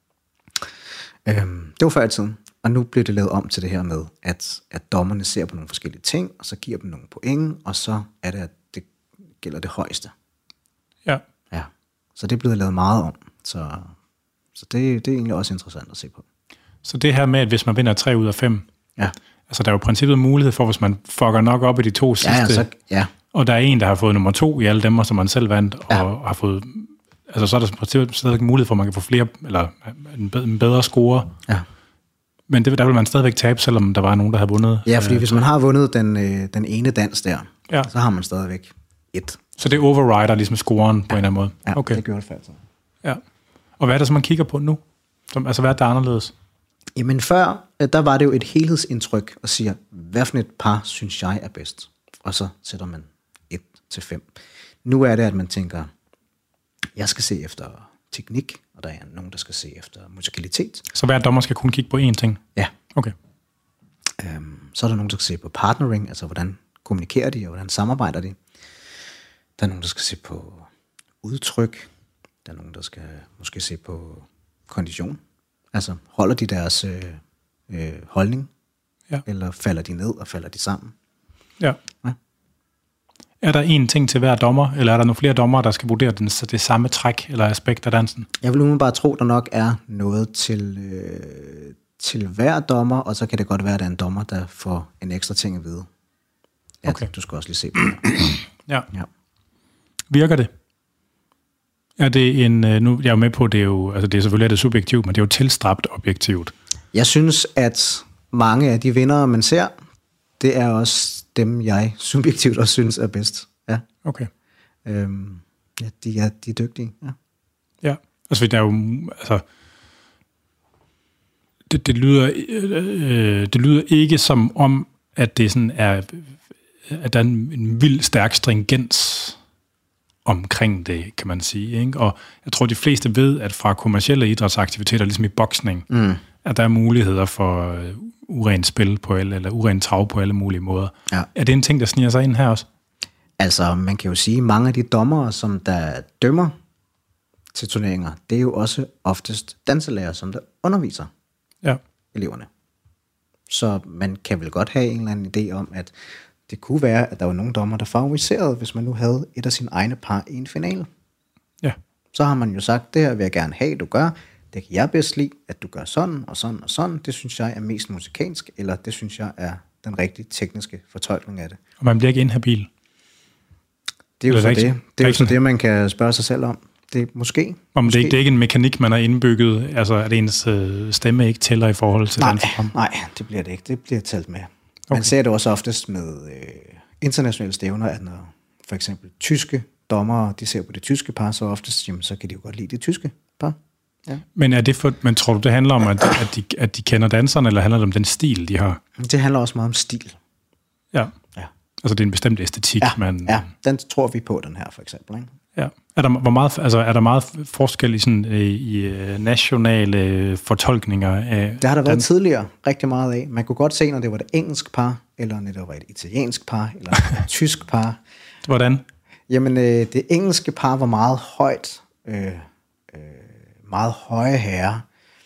[SPEAKER 2] Øhm, det var før i tiden. Og nu bliver det lavet om til det her med, at, at dommerne ser på nogle forskellige ting, og så giver dem nogle point, og så er det, at det gælder det højeste.
[SPEAKER 1] Ja.
[SPEAKER 2] Ja. Så det er blevet lavet meget om. Så, så det, det er egentlig også interessant at se på.
[SPEAKER 1] Så det her med, at hvis man vinder tre ud af fem,
[SPEAKER 2] ja.
[SPEAKER 1] Altså der er jo i princippet mulighed for, hvis man fucker nok op i de to sidste,
[SPEAKER 2] ja, ja, så, ja.
[SPEAKER 1] og der er en, der har fået nummer to i alle dem, som man selv vandt,
[SPEAKER 2] ja.
[SPEAKER 1] og har fået, altså så er der i princippet stadig mulighed for, at man kan få flere, eller en bedre score.
[SPEAKER 2] Ja.
[SPEAKER 1] Men det, der vil man stadigvæk tabe, selvom der var nogen, der havde vundet.
[SPEAKER 2] Ja, fordi øh, hvis man har vundet den, øh, den ene dans der, ja. så har man stadigvæk et.
[SPEAKER 1] Så det overrider ligesom scoren på ja. en eller anden måde?
[SPEAKER 2] Ja,
[SPEAKER 1] okay.
[SPEAKER 2] det gør det faktisk.
[SPEAKER 1] Ja. Og hvad er det så, man kigger på nu? Som, altså hvad er der anderledes?
[SPEAKER 2] Jamen før, der var det jo et helhedsindtryk og siger, hvad for et par synes jeg er bedst? Og så sætter man et til fem. Nu er det, at man tænker, Jeg skal se efter teknik, og der er nogen, der skal se efter musikalitet.
[SPEAKER 1] Så hver dommer skal kun kigge på én ting?
[SPEAKER 2] Ja.
[SPEAKER 1] Okay.
[SPEAKER 2] Øhm, så er der nogen, der skal se på partnering, altså hvordan kommunikerer de, og hvordan samarbejder de. Der er nogen, der skal se på udtryk. Der er nogen, der skal måske se på kondition. Altså holder de deres øh, øh, holdning,
[SPEAKER 1] ja.
[SPEAKER 2] Eller falder de ned, og falder de sammen?
[SPEAKER 1] Ja.
[SPEAKER 2] ja.
[SPEAKER 1] Er der én ting til hver dommer, eller er der nogle flere dommere, der skal vurdere den, det samme træk eller aspekt af dansen?
[SPEAKER 2] Jeg vil umiddelbart tro, der nok er noget til, øh, til hver dommer, og så kan det godt være, at der er en dommer, der får en ekstra ting at vide. Ja, okay. Du skal også lige se på det.
[SPEAKER 1] ja. ja. Virker det? Er det en, nu jeg er jo med på, det er jo, altså det er selvfølgelig er det subjektivt, men det er jo tilstræbt objektivt.
[SPEAKER 2] Jeg synes, at mange af de vindere, man ser, det er også dem, jeg subjektivt også synes er bedst. Ja.
[SPEAKER 1] Okay.
[SPEAKER 2] Øhm, ja, de er, de er dygtige. Ja.
[SPEAKER 1] Ja, altså der er jo, altså, det, det lyder, øh, det lyder ikke som om, at det sådan er, at der er en, en vild stærk stringens omkring det, kan man sige. Ikke? Og jeg tror, de fleste ved, at fra kommercielle idrætsaktiviteter, ligesom i boksning, mm. at der er muligheder for uh, urent spil på alle, eller urent trav på alle mulige måder. Ja. Er det en ting, der sniger sig ind her også?
[SPEAKER 2] Altså, man kan jo sige, at mange af de dommere, som der dømmer til turneringer, det er jo også oftest danselærer, som der underviser
[SPEAKER 1] ja.
[SPEAKER 2] eleverne. Så man kan vel godt have en eller anden idé om, at det kunne være, at der var nogle dommer, der favoriserede, hvis man nu havde et af sine egne par i en finale.
[SPEAKER 1] Ja.
[SPEAKER 2] Så har man jo sagt, det her vil jeg gerne have, du gør. Det kan jeg bedst lide, at du gør sådan og sådan og sådan. Det synes jeg er mest musikalsk, eller det synes jeg er den rigtige tekniske fortolkning af det.
[SPEAKER 1] Og man bliver ikke inhabil?
[SPEAKER 2] Det er jo så det. Det er jo så det, man kan spørge sig selv om. Det er måske.
[SPEAKER 1] Om
[SPEAKER 2] måske.
[SPEAKER 1] Det, er, det er ikke en mekanik, man har indbygget, altså at ens øh, stemme ikke tæller i forhold til
[SPEAKER 2] nej,
[SPEAKER 1] den program?
[SPEAKER 2] Nej, det bliver det ikke. Det bliver talt med. Okay. Man ser det også oftest med øh, internationale stævner, at når for eksempel tyske dommere, de ser på det tyske par, så oftest, jamen, så kan de jo godt lide det tyske par. Ja.
[SPEAKER 1] Men er det for, men tror du, det handler om, at, at, de, at de kender danserne, eller handler det om den stil, de har?
[SPEAKER 2] Det handler også meget om stil.
[SPEAKER 1] Ja.
[SPEAKER 2] Ja.
[SPEAKER 1] Altså det er en bestemt æstetik,
[SPEAKER 2] ja.
[SPEAKER 1] man...
[SPEAKER 2] Ja, den tror vi på, den her for eksempel, ikke?
[SPEAKER 1] Ja. Er der, hvor meget, altså, er der meget forskel i, sådan, i nationale fortolkninger af...
[SPEAKER 2] Det har der været dans? Tidligere rigtig meget af. Man kunne godt se, når det var et engelsk par, eller når det var et italiensk par, eller et tysk par.
[SPEAKER 1] Hvordan?
[SPEAKER 2] Jamen, øh, det engelske par var meget højt. Øh, øh, meget høje herrer.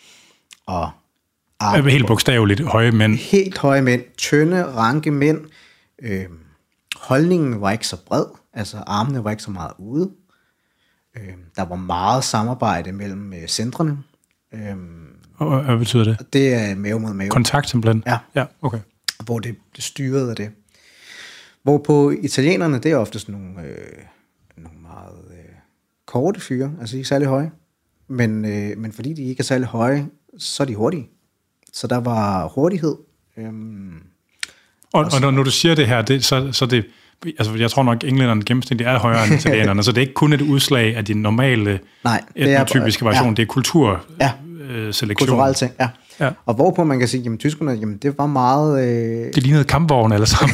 [SPEAKER 2] Og
[SPEAKER 1] arme, helt bogstaveligt høje mænd.
[SPEAKER 2] Helt høje mænd. Tynde, ranke mænd. Øh, holdningen var ikke så bred. Altså, armene var ikke så meget ude. Øh, der var meget samarbejde mellem øh, centrene. Øh,
[SPEAKER 1] og hvad betyder det?
[SPEAKER 2] Det er mave mod mave.
[SPEAKER 1] Kontakt simpelthen?
[SPEAKER 2] Ja.
[SPEAKER 1] Ja, okay.
[SPEAKER 2] Hvor det, det styrede af det. Hvor på italienerne, det er oftest nogle, øh, nogle meget øh, korte fyre, altså ikke særlig høje. Men, øh, men fordi de ikke er særlig høje, så er de hurtige. Så der var hurtighed. Øhm,
[SPEAKER 1] og, og når, når du siger det her, det, så, så det... Altså, jeg tror nok, englænderne gennemsnitligt er højere end italienerne, så det er ikke kun et udslag af de normale
[SPEAKER 2] Nej, det er
[SPEAKER 1] etnotypiske variation, ja. Det er kulturselektion.
[SPEAKER 2] Ja, kulturelle ting, ja. ja. Og hvorpå man kan sige, jamen tyskerne, jamen det var meget... Øh...
[SPEAKER 1] Det lignede kampvogne alle sammen.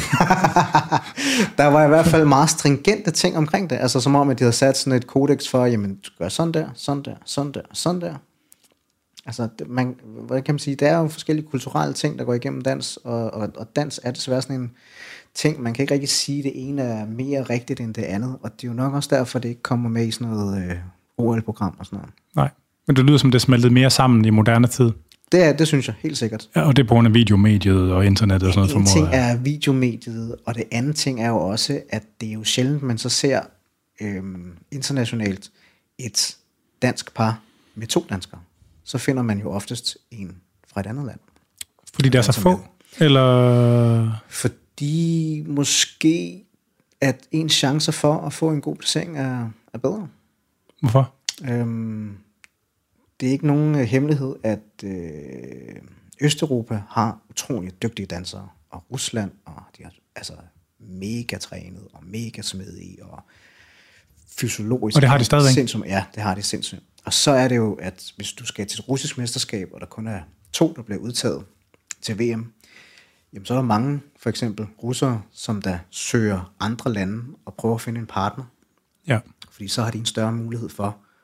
[SPEAKER 2] Der var i hvert fald meget stringente ting omkring det, altså som om, at de havde sat sådan et kodex for, jamen du gør sådan der, sådan der, sådan der, sådan der. Altså, det, man, hvad kan man sige, der er jo forskellige kulturelle ting, der går igennem dans, og, og, og dans er desværre sådan en ting, man kan ikke rigtig sige, at det ene er mere rigtigt end det andet, og det er jo nok også derfor, det ikke kommer med i sådan noget øh, O L-program og sådan noget.
[SPEAKER 1] Nej, men det lyder som, det smeltede mere sammen i moderne tid.
[SPEAKER 2] Det er, det synes jeg, helt sikkert.
[SPEAKER 1] Ja, og det er på grund af videomediet og internettet og sådan noget.
[SPEAKER 2] En ting er videomediet, og det andet ting er jo også, at det er jo sjældent, man så ser øhm, internationalt et dansk par med to danskere. Så finder man jo oftest en fra et andet land.
[SPEAKER 1] Fordi der er så få? Eller...
[SPEAKER 2] Fordi måske, at ens chancer for at få en god placering er, er bedre.
[SPEAKER 1] Hvorfor?
[SPEAKER 2] Øhm, det er ikke nogen hemmelighed, at øh, Østeuropa har utroligt dygtige dansere, og Rusland, og de er altså mega trænet, og mega smidige, og fysiologisk.
[SPEAKER 1] Og det har de stadigvæk?
[SPEAKER 2] Sindssygt, ja, det har de sindssygt. Og så er det jo, at hvis du skal til et russisk mesterskab, og der kun er to, der bliver udtaget til V M, jamen så er der mange, for eksempel russere, som der søger andre lande og prøver at finde en partner.
[SPEAKER 1] Ja.
[SPEAKER 2] Fordi så har de en større mulighed for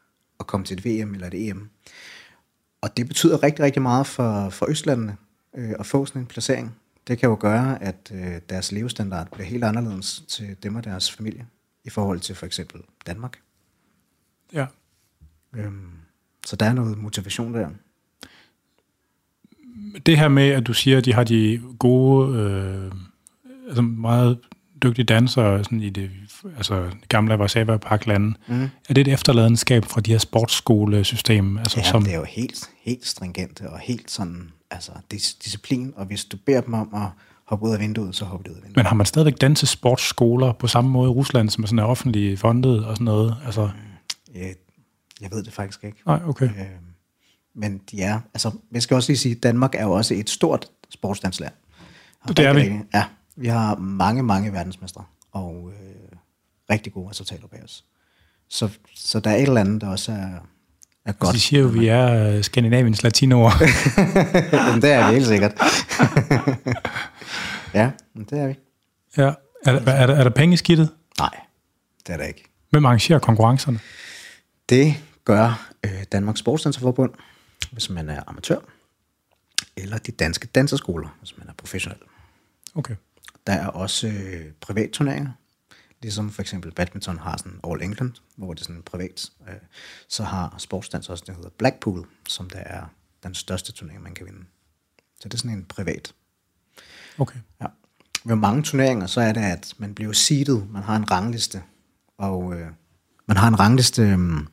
[SPEAKER 2] at komme til et V M eller et E M. Og det betyder rigtig, rigtig meget for, for Østlandene øh, at få sådan en placering. Det kan jo gøre, at øh, deres levestandard bliver helt anderledes til dem og deres familie, i forhold til for eksempel Danmark.
[SPEAKER 1] Ja.
[SPEAKER 2] Øhm, så der er noget motivation der.
[SPEAKER 1] Det her med, at du siger, at de har de gode, øh, altså meget dygtige dansere sådan i det altså gamle Warszawa Parklande, mm. er det et efterladenskab fra de her sportsskolesystem? Altså,
[SPEAKER 2] ja,
[SPEAKER 1] som...
[SPEAKER 2] det er jo helt, helt stringente og helt sådan, altså dis- disciplin, og hvis du beder dem om at hoppe ud af vinduet, så hopper de ud af vinduet.
[SPEAKER 1] Men har man stadigvæk dansesportsskoler på samme måde i Rusland, som er sådan er offentlige fondet og sådan noget? Altså...
[SPEAKER 2] Mm, jeg, jeg ved det faktisk ikke.
[SPEAKER 1] Nej, okay.
[SPEAKER 2] Øh, men de er, altså, jeg skal også lige sige, at Danmark er jo også et stort sportsdansland.
[SPEAKER 1] Det er vi.
[SPEAKER 2] Ja, vi har mange, mange verdensmestre, og øh, rigtig gode resultater bag os. Så, så der er et eller andet, der også er, er godt.
[SPEAKER 1] Altså, de siger jo, at vi er Skandinaviens latinoer.
[SPEAKER 2] Jamen, det er vi helt sikkert. Ja, det er vi.
[SPEAKER 1] Ja. Er, er, er, der, er der penge i skidtet?
[SPEAKER 2] Nej, det er der ikke.
[SPEAKER 1] Hvem arrangerer konkurrencerne?
[SPEAKER 2] Det gør øh, Danmarks Sportsdanserforbund, hvis man er amatør, eller de danske danserskoler, hvis man er professionel.
[SPEAKER 1] Okay.
[SPEAKER 2] Der er også øh, privatturneringer, ligesom for eksempel badminton har sådan All England, hvor det er sådan privat. Øh, så har sportsdans også, det hedder Blackpool, som der er den største turnering, man kan vinde. Så det er sådan en privat.
[SPEAKER 1] Okay.
[SPEAKER 2] Ja. Ved mange turneringer, så er det, at man bliver seedet, man har en rangliste, og øh, man har en rangliste,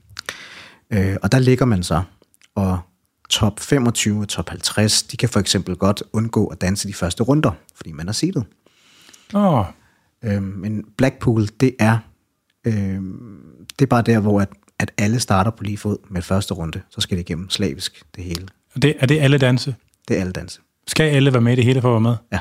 [SPEAKER 2] øh, og der ligger man så, og top femogtyve og top halvtreds, de kan for eksempel godt undgå at danse de første runder, fordi man er seedet.
[SPEAKER 1] Oh.
[SPEAKER 2] Øh, men Blackpool, det er, øh, det er bare der, hvor at, at alle starter på lige fod med første runde, så skal det igennem slavisk, det hele.
[SPEAKER 1] Er det, er det alle danse?
[SPEAKER 2] Det er alle danse.
[SPEAKER 1] Skal alle være med i det hele for at være med?
[SPEAKER 2] Ja.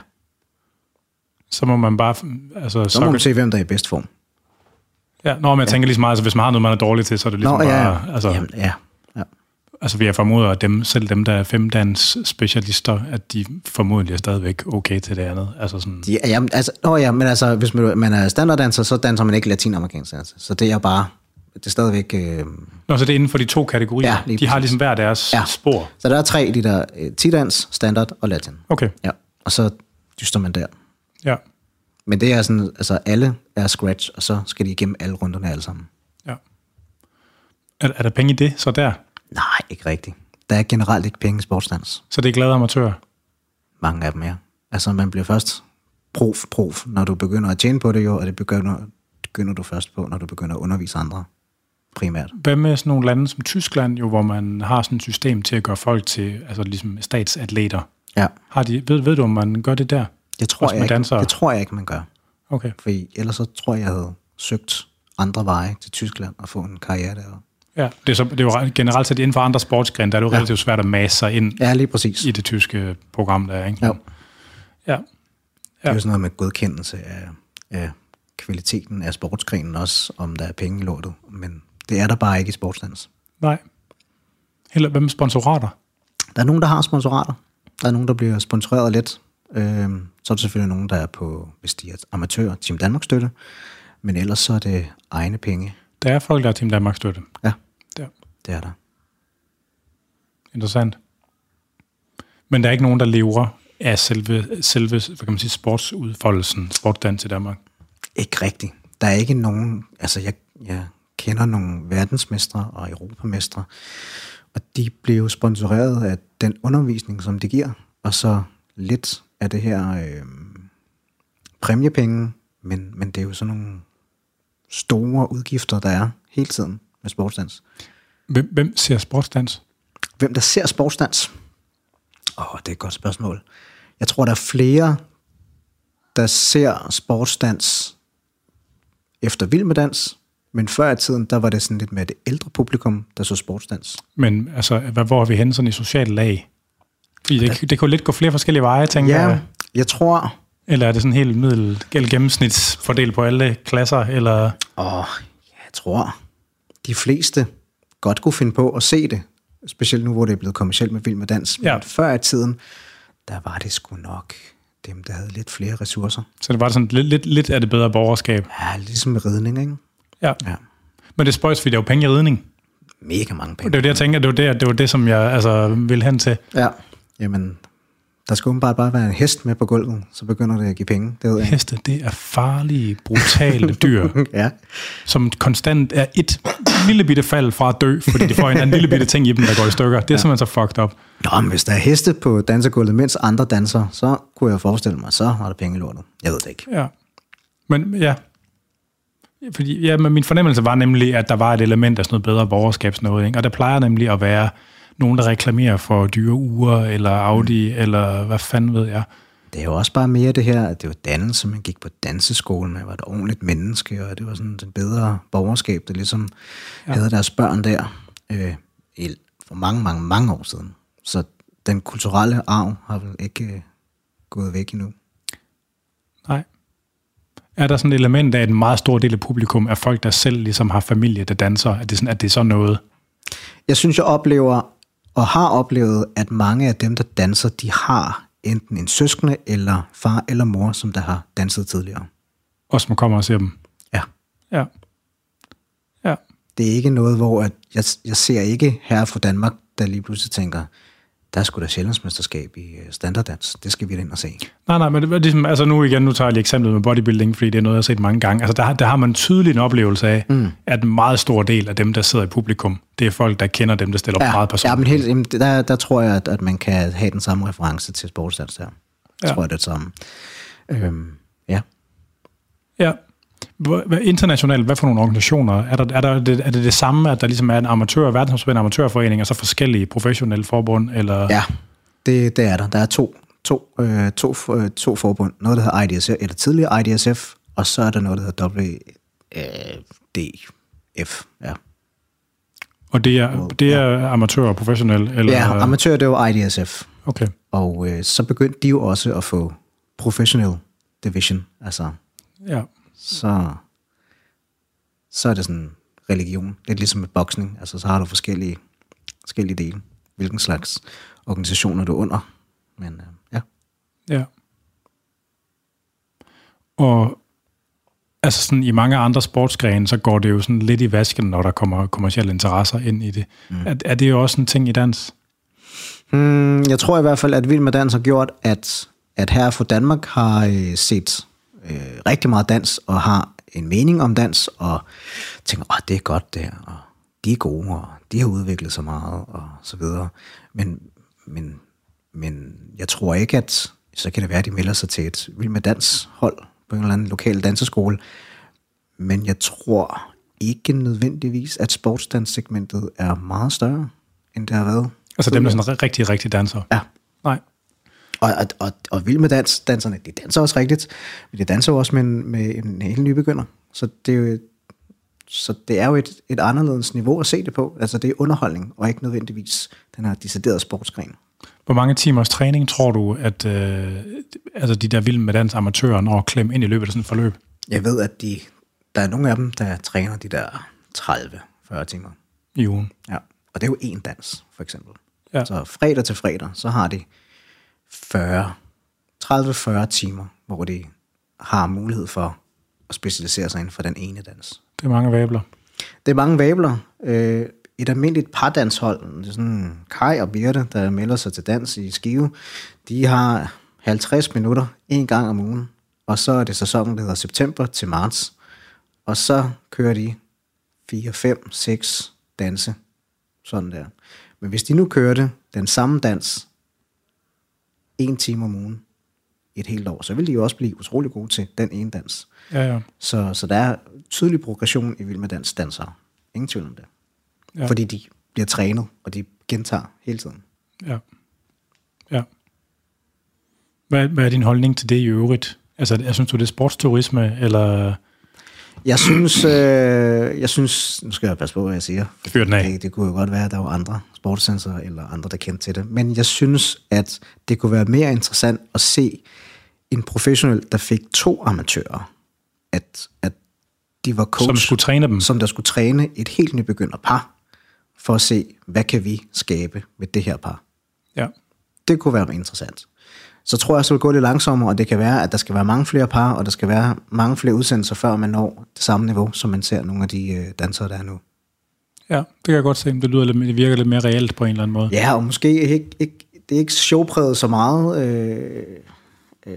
[SPEAKER 1] Så må man bare... Altså,
[SPEAKER 2] så må man se, hvem der er i bedst form.
[SPEAKER 1] Ja, når man ja. tænker lige så meget, altså hvis man har noget, man er dårlig til, så er det ligesom
[SPEAKER 2] Nå, ja,
[SPEAKER 1] bare...
[SPEAKER 2] ja.
[SPEAKER 1] Altså,
[SPEAKER 2] Jamen, ja. ja.
[SPEAKER 1] Altså vi har formodet, at dem, selv dem, der er femdans specialister, at de formodentlig er stadigvæk okay til det andet. Altså sådan...
[SPEAKER 2] De, jamen, altså, nå ja, men altså, hvis man, man er standarddanser, så danser man ikke latinamerikansk danser. Så det er bare... Det er stadigvæk... Øh...
[SPEAKER 1] Nå, så det er inden for de to kategorier?
[SPEAKER 2] Ja,
[SPEAKER 1] de har ligesom hver deres
[SPEAKER 2] ja.
[SPEAKER 1] spor?
[SPEAKER 2] Så der er tre, de der øh, ti-dans, standard og latin.
[SPEAKER 1] Okay.
[SPEAKER 2] Ja, og så dyster man der.
[SPEAKER 1] Ja.
[SPEAKER 2] Men det er sådan, altså alle er scratch, og så skal de igennem alle runderne alle sammen.
[SPEAKER 1] Ja. Er, er der penge i det, så der?
[SPEAKER 2] Nej, ikke rigtigt. Der er generelt ikke penge i sportsdans.
[SPEAKER 1] Så det er glade amatører?
[SPEAKER 2] Mange af dem er. Altså man bliver først prof, prof, når du begynder at tjene på det jo, og det begynder, begynder du først på, når du begynder at undervise andre. Primært.
[SPEAKER 1] Hvad med sådan nogle lande som Tyskland, jo, hvor man har sådan et system til at gøre folk til altså ligesom statsatleter?
[SPEAKER 2] Ja.
[SPEAKER 1] Har de, ved, ved du, om man gør det der?
[SPEAKER 2] Det tror, jeg ikke, det tror jeg ikke, man gør.
[SPEAKER 1] Okay.
[SPEAKER 2] For ellers så tror jeg, jeg havde søgt andre veje til Tyskland og få en karriere der.
[SPEAKER 1] Ja, det er, så, det er jo generelt set inden for andre sportsgrene, der er det jo ja. relativt svært at masse sig ind
[SPEAKER 2] ja, lige præcis.
[SPEAKER 1] i det tyske program der, ikke?
[SPEAKER 2] Ja.
[SPEAKER 1] Ja. Ja.
[SPEAKER 2] Det er jo sådan noget med godkendelse af, af kvaliteten af sportsgrenen også, om der er penge i lortet, men det er der bare ikke i sportsdans.
[SPEAKER 1] Nej. Heller, hvad med sponsorater?
[SPEAKER 2] Der er nogen, der har sponsorater. Der er nogen, der bliver sponsoreret lidt. Øhm, så er der selvfølgelig nogen, der er på, hvis de er amatører, Team Danmark støtte. Men ellers så er det egne penge.
[SPEAKER 1] Der er folk, der er Team Danmark støtte?
[SPEAKER 2] Ja,
[SPEAKER 1] der.
[SPEAKER 2] Det er der.
[SPEAKER 1] Interessant. Men der er ikke nogen, der lever af selve, selve hvad kan man sige, sportsudfoldelsen, sportsdans i Danmark?
[SPEAKER 2] Ikke rigtigt. Der er ikke nogen, altså jeg, jeg kender nogle verdensmestre og europamestre, og de blev sponsoreret af den undervisning, som det giver, og så lidt af det her øh, præmiepenge, men, men det er jo sådan nogle store udgifter, der er hele tiden med sportsdans.
[SPEAKER 1] Hvem, hvem ser sportsdans?
[SPEAKER 2] Hvem der ser sportsdans? Åh, oh, det er et godt spørgsmål. Jeg tror, der er flere, der ser sportsdans efter Vild med Dans, men før i tiden, der var det sådan lidt med det ældre publikum, der så sportsdans.
[SPEAKER 1] Men altså, hvor er vi henne sådan i socialt lag? Fordi det, det kunne lidt gå flere forskellige veje, tænker
[SPEAKER 2] ja,
[SPEAKER 1] jeg.
[SPEAKER 2] jeg tror...
[SPEAKER 1] Eller er det sådan helt middel, eller gennemsnitsfordelt på alle klasser, eller...
[SPEAKER 2] Åh, oh, jeg tror, de fleste godt kunne finde på at se det. Specielt nu, hvor det er blevet kommercielt med Vild med Dans.
[SPEAKER 1] Ja.
[SPEAKER 2] Men før i tiden, der var det sgu nok dem, der havde lidt flere ressourcer.
[SPEAKER 1] Så det var sådan lidt, lidt, lidt af det bedre borgerskab?
[SPEAKER 2] Ja, ligesom med ridning, ikke?
[SPEAKER 1] Ja.
[SPEAKER 2] ja.
[SPEAKER 1] Men det spøjs, fordi der er jo penge i ridning.
[SPEAKER 2] mega mange penge.
[SPEAKER 1] Det er det, jeg tænker, det var det, det, var det som jeg altså, vil hen til.
[SPEAKER 2] Ja, jamen, der skal åbenbart bare være en hest med på gulvet, så begynder det at give penge. Det ved jeg.
[SPEAKER 1] Heste, det er farlige, brutale dyr,
[SPEAKER 2] ja.
[SPEAKER 1] som konstant er et lille bitte fald fra at dø, fordi de får en, en lille bitte ting i dem, der går i stykker. Det er ja. simpelthen så fucked up.
[SPEAKER 2] Nå, men hvis der er heste på dansegulvet, mens andre danser, så kunne jeg forestille mig, så har der penge i lortet. Jeg ved det ikke.
[SPEAKER 1] Ja, men ja... Fordi, ja, men min fornemmelse var nemlig, at der var et element af sådan noget bedre borgerskabsnået, ikke? Og der plejer nemlig at være nogen, der reklamerer for dyre uger, eller Audi, mm. eller hvad fanden ved jeg.
[SPEAKER 2] Det er jo også bare mere det her, at det var dannelse, man gik på danseskole, man var et ordentligt menneske, og det var sådan et bedre borgerskab, der ligesom ja. havde deres børn der øh, for mange, mange, mange år siden. Så den kulturelle arv har vel ikke øh, gået væk endnu.
[SPEAKER 1] Nej. Er der sådan et element af, at en meget stor del af publikum er folk, der selv ligesom har familie, der danser? Er det sådan, at det er så noget?
[SPEAKER 2] Jeg synes, jeg oplever, og har oplevet, at mange af dem, der danser, de har enten en søskende, eller far eller mor, som der har danset tidligere.
[SPEAKER 1] Og som kommer og ser dem?
[SPEAKER 2] Ja.
[SPEAKER 1] Ja. Ja.
[SPEAKER 2] Det er ikke noget, hvor at jeg, jeg ser ikke her fra Danmark, der lige pludselig tænker, der er sgu da sjællandsmesterskab i standarddans. Det skal vi ind og se.
[SPEAKER 1] Nej, nej, men det er ligesom, altså nu igen, nu tager jeg lige eksemplet med bodybuilding, fordi det er noget, jeg har set mange gange. Altså der, der har man tydeligt en oplevelse af, mm. at en meget stor del af dem, der sidder i publikum, det er folk, der kender dem, der stiller
[SPEAKER 2] ja,
[SPEAKER 1] meget personligt.
[SPEAKER 2] Ja, men helt, der, der tror jeg, at, at man kan have den samme reference til sportsdans der. Jeg ja. tror jeg, det er det samme. Øhm, ja.
[SPEAKER 1] Ja. Internationalt, hvad for nogle organisationer? Er, der, er, der, er det det samme, at der ligesom er en amatør, verdensomspændende amatørforening, og så forskellige professionelle forbund? Eller?
[SPEAKER 2] Ja, det, det er der. Der er to, to, øh, to, øh, to forbund. Noget, der hedder I D S F, eller tidligere I D S F, og så er der noget, der hedder W D F. Ja.
[SPEAKER 1] Og det er, det er ja. amatør og professionel? Eller?
[SPEAKER 2] Ja, amatør, det var I D S F.
[SPEAKER 1] Okay.
[SPEAKER 2] Og øh, så begyndte de jo også at få professional division, altså...
[SPEAKER 1] Ja.
[SPEAKER 2] Så, så er det sådan religion. Lidt ligesom med boksning. Altså, så har du forskellige, forskellige dele. Hvilken slags organisationer du er under. Men øh, ja.
[SPEAKER 1] Ja. Og altså sådan i mange andre sportsgrene, så går det jo sådan lidt i vasken, når der kommer kommercielle interesser ind i det. Mm. Er, er det jo også en ting i dans?
[SPEAKER 2] Hmm, jeg tror i hvert fald, at Vild med Dans har gjort, at, at her for Danmark har øh, set... Øh, rigtig meget dans, og har en mening om dans, og tænker, åh, det er godt det her, og de er gode, og de har udviklet sig meget, og så videre. Men, men, men jeg tror ikke, at så kan det være, at de melder sig til et Vild med Dans hold på en eller anden lokal danseskole, men jeg tror ikke nødvendigvis, at sportsdanssegmentet er meget større, end det har været.
[SPEAKER 1] Altså dem, der er sådan rigtig, rigtig danser?
[SPEAKER 2] Ja.
[SPEAKER 1] Nej.
[SPEAKER 2] Og, og, og, og Vild med Dans, danserne, de danser også rigtigt, men de danser også med en, med en helt nybegynder. Så det er jo et, så det er jo et, et anderledes niveau at se det på. Altså det er underholdning, og ikke nødvendigvis den her deciderede sportsgren.
[SPEAKER 1] Hvor mange timers træning tror du, at øh, altså de der Vild med Dans amatører når at klemme ind i løbet af sådan et forløb?
[SPEAKER 2] Jeg ved, at de, der er nogle af dem, der træner de der tredive til fyrre timer.
[SPEAKER 1] I ugen?
[SPEAKER 2] Ja, og det er jo én dans, for eksempel.
[SPEAKER 1] Ja.
[SPEAKER 2] Så fredag til fredag, så har de fyrre, tredive til fyrre timer, hvor de har mulighed for at specialisere sig inden for den ene dans.
[SPEAKER 1] Det er mange vabler.
[SPEAKER 2] Det er mange vabler. Et almindeligt pardanshold, det er sådan Kai og Birte, der melder sig til dans i Skive, de har halvtreds minutter en gang om ugen, og så er det sæsonen, der hedder september til marts, og så kører de fire, fem, seks danse, sådan der. Men hvis de nu kørte den samme dans en time om ugen et helt år, så vil de jo også blive utrolig gode til den ene dans.
[SPEAKER 1] Ja, ja.
[SPEAKER 2] Så, så der er tydelig progression i Vild med Dans dansere. Ingen tvivl om det. Ja. Fordi de bliver trænet, og de gentager hele tiden.
[SPEAKER 1] Ja. Ja. Hvad, hvad er din holdning til det i øvrigt? Altså, jeg synes du, det er sportsturisme, eller...
[SPEAKER 2] Jeg synes, øh, jeg synes, nu skal jeg passe på, hvad jeg siger.
[SPEAKER 1] Fyr den af.
[SPEAKER 2] Det, det kunne jo godt være, at der var andre sportssensorer eller andre, der kendte til det. Men jeg synes, at det kunne være mere interessant at se en professionel, der fik to amatører. At, at de var coach,
[SPEAKER 1] som skulle træne dem.
[SPEAKER 2] Som der skulle træne et helt nybegynder par, for at se, hvad kan vi skabe med det her par.
[SPEAKER 1] Ja.
[SPEAKER 2] Det kunne være interessant. Så tror jeg, så vil gå lidt langsommere, og det kan være, at der skal være mange flere par, og der skal være mange flere udsendelser, før man når det samme niveau, som man ser nogle af de øh, dansere, der er nu.
[SPEAKER 1] Ja, det kan jeg godt se. Det, lyder lidt, det virker lidt mere reelt på en eller anden måde.
[SPEAKER 2] Ja, og måske ikke, ikke, det er ikke showpræget så meget øh, øh,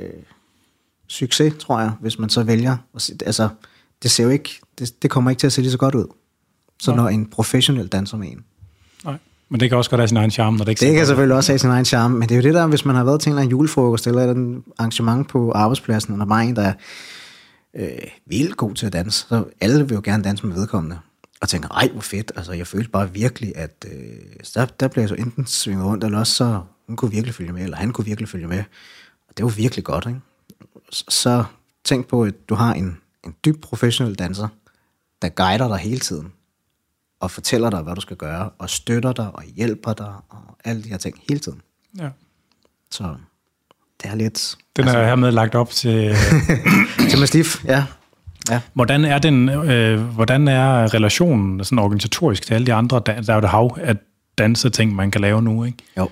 [SPEAKER 2] succes, tror jeg, hvis man så vælger. Altså, det ser jo ikke, det, det kommer ikke til at se lige så godt ud, så når en professionel danser med en.
[SPEAKER 1] Nej, men det kan også godt have sin egen charme, når det ikke
[SPEAKER 2] Det kan selvfølgelig også have sin egen charme, men det er jo det der, hvis man har været til en eller anden julefrokost, eller et arrangement på arbejdspladsen, og der er bare en, der er øh, vildt god til at danse, så alle vil jo gerne danse med vedkommende. Og tænker, ej, hvor fedt. Altså, jeg følte bare virkelig, at øh, der, der blev jeg så enten svinget rundt, eller også så hun kunne virkelig følge med, eller han kunne virkelig følge med. Og det var virkelig godt, ikke? Så, så tænk på, at du har en, en dybt professionel danser, der guider dig hele tiden, og fortæller dig, hvad du skal gøre, og støtter dig, og hjælper dig, og alle de her ting hele tiden.
[SPEAKER 1] Ja.
[SPEAKER 2] Så det er lidt...
[SPEAKER 1] Den er altså, hermed lagt op til...
[SPEAKER 2] til Mastiff, ja. Ja.
[SPEAKER 1] Hvordan er den, øh, hvordan er relationen sådan organisatorisk til alle de andre? Der, der er jo det hav af danseting, man kan lave nu, ikke?
[SPEAKER 2] Jo.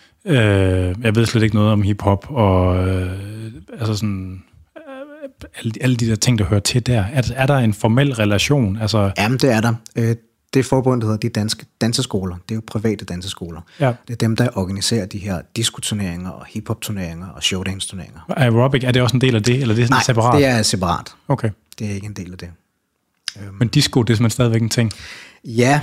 [SPEAKER 1] Øh, jeg ved slet ikke noget om hiphop og øh, altså sådan øh, alle, alle de der ting, der hører til der. Er, er der en formel relation? Altså...
[SPEAKER 2] Jamen, det er der. Øh, det forbund, der hedder de danske danseskoler. Det er jo private danseskoler.
[SPEAKER 1] Ja.
[SPEAKER 2] Det er dem, der organiserer de her diskoturneringer og hiphop-turneringer og showdance-turneringer.
[SPEAKER 1] Aerobic, er det også en del af det, eller det er sådan
[SPEAKER 2] Nej,
[SPEAKER 1] separat?
[SPEAKER 2] det er separat.
[SPEAKER 1] Okay.
[SPEAKER 2] Det er ikke en del af det.
[SPEAKER 1] Men disco, det er simpelthen stadigvæk en ting?
[SPEAKER 2] Ja,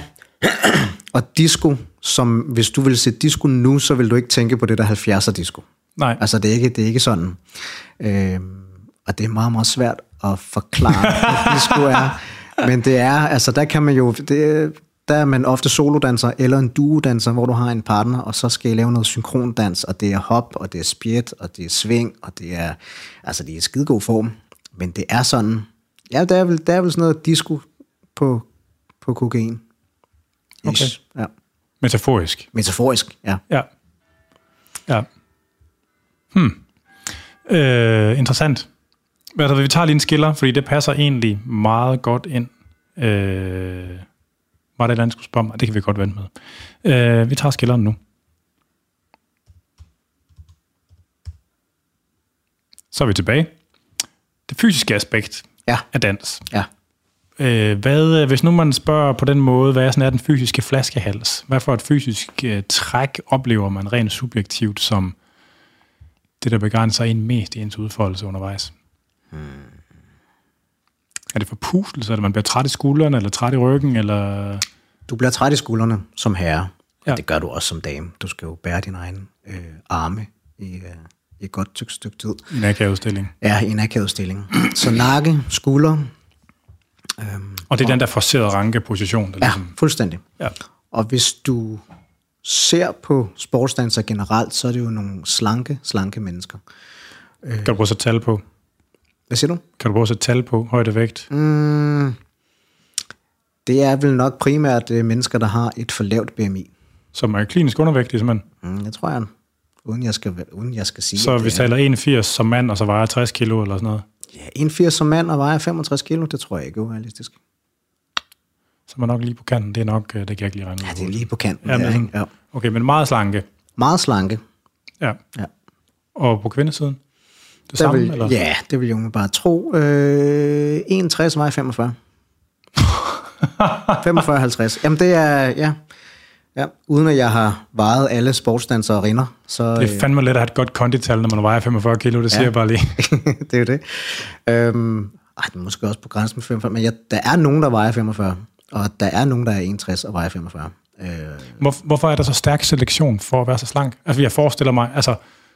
[SPEAKER 2] og disco, som hvis du vil se disco nu, så vil du ikke tænke på det der halvfjerdser disco.
[SPEAKER 1] Nej.
[SPEAKER 2] Altså, det er ikke, det er ikke sådan. Øhm, og det er meget, meget svært at forklare, hvad disco er. Men det er, altså der kan man jo, det, der er man ofte solodanser eller en duodanser, hvor du har en partner, og så skal I lave noget synkrondans, og det er hop, og det er spjæt, og det er sving, og det er, altså det er skidegod form. Men det er sådan, ja, der er vel, der er vel sådan noget disco på, på kokain.
[SPEAKER 1] Okay.
[SPEAKER 2] Ja.
[SPEAKER 1] Metaforisk.
[SPEAKER 2] Metaforisk, ja.
[SPEAKER 1] Ja. Ja. Hmm. Øh, interessant. Altså, vi tager lige en skiller, fordi det passer egentlig meget godt ind. Øh, var det et eller andet, skulle spørge mig? Det kan vi godt vente med. Øh, vi tager skilleren nu. Så er vi tilbage. Det fysiske aspekt
[SPEAKER 2] ja.
[SPEAKER 1] af dans.
[SPEAKER 2] Ja.
[SPEAKER 1] Øh, hvad, hvis nu man spørger på den måde, hvad er, sådan er den fysiske flaskehals? Hvad for et fysisk uh, træk oplever man rent subjektivt som det, der begrænser en mest i ens udfoldelse undervejs? Hmm. Er det forpustelse, at man bliver træt i skuldrene, eller træt i ryggen, eller...
[SPEAKER 2] Du bliver træt i skuldrene som herre.
[SPEAKER 1] Ja.
[SPEAKER 2] Det gør du også som dame. Du skal jo bære dine egne øh, arme i, øh, i et godt stykke, stykke tid.
[SPEAKER 1] I en akavet stilling.
[SPEAKER 2] Ja, i en akavet stilling. Så nakke, skulder.
[SPEAKER 1] Øhm, og det er og, den der forcerede rankeposition. Der
[SPEAKER 2] ja,
[SPEAKER 1] ligesom...
[SPEAKER 2] fuldstændig.
[SPEAKER 1] Ja.
[SPEAKER 2] Og hvis du ser på sportsdanser generelt, så er det jo nogle slanke, slanke mennesker.
[SPEAKER 1] Kan du prøve at sætte tal på?
[SPEAKER 2] Hvad siger du?
[SPEAKER 1] Kan du prøve at sætte tal på højde og vægt?
[SPEAKER 2] Mm, det er vel nok primært mennesker, der har et for lavt B M I.
[SPEAKER 1] Som er klinisk undervægtige, simpelthen?
[SPEAKER 2] Mm, jeg tror jeg, uden jeg skal, uden jeg skal sige...
[SPEAKER 1] Så vi taler enogfirs som mand, og så vejer tres kilo eller sådan noget?
[SPEAKER 2] Ja, enogfirs som mand og vejer femogtres kilo, det tror jeg ikke er urealistisk.
[SPEAKER 1] Så er man nok lige på kanten, det er nok, det kan jeg ikke lige regne ud.
[SPEAKER 2] Ja, det er lige på kanten.
[SPEAKER 1] Ja,
[SPEAKER 2] der,
[SPEAKER 1] men, ja. Okay, men meget slanke.
[SPEAKER 2] Meget slanke.
[SPEAKER 1] Ja.
[SPEAKER 2] ja.
[SPEAKER 1] Og på kvindesiden? Det
[SPEAKER 2] der
[SPEAKER 1] samme,
[SPEAKER 2] vil,
[SPEAKER 1] eller?
[SPEAKER 2] Ja, det vil jeg jo bare tro. Øh, enogtres vejer femogfyrre. femogfyrre halvtreds. Jamen det er, ja... Ja, uden at jeg har vejet alle sportsdansere og rinder. Så,
[SPEAKER 1] det er fandme let at have et godt kondital, når man vejer femogfyrre kilo, det siger ja. jeg bare lige.
[SPEAKER 2] Det er jo det. Øhm, ej, det er måske også på grænsen med femogfyrre, men ja, der er nogen, der vejer femogfyrre, og der er nogen, der er enogtres og vejer femogfyrre. Øh,
[SPEAKER 1] Hvor, hvorfor er der så stærk selektion for at være så slank? Altså, jeg forestiller mig, altså,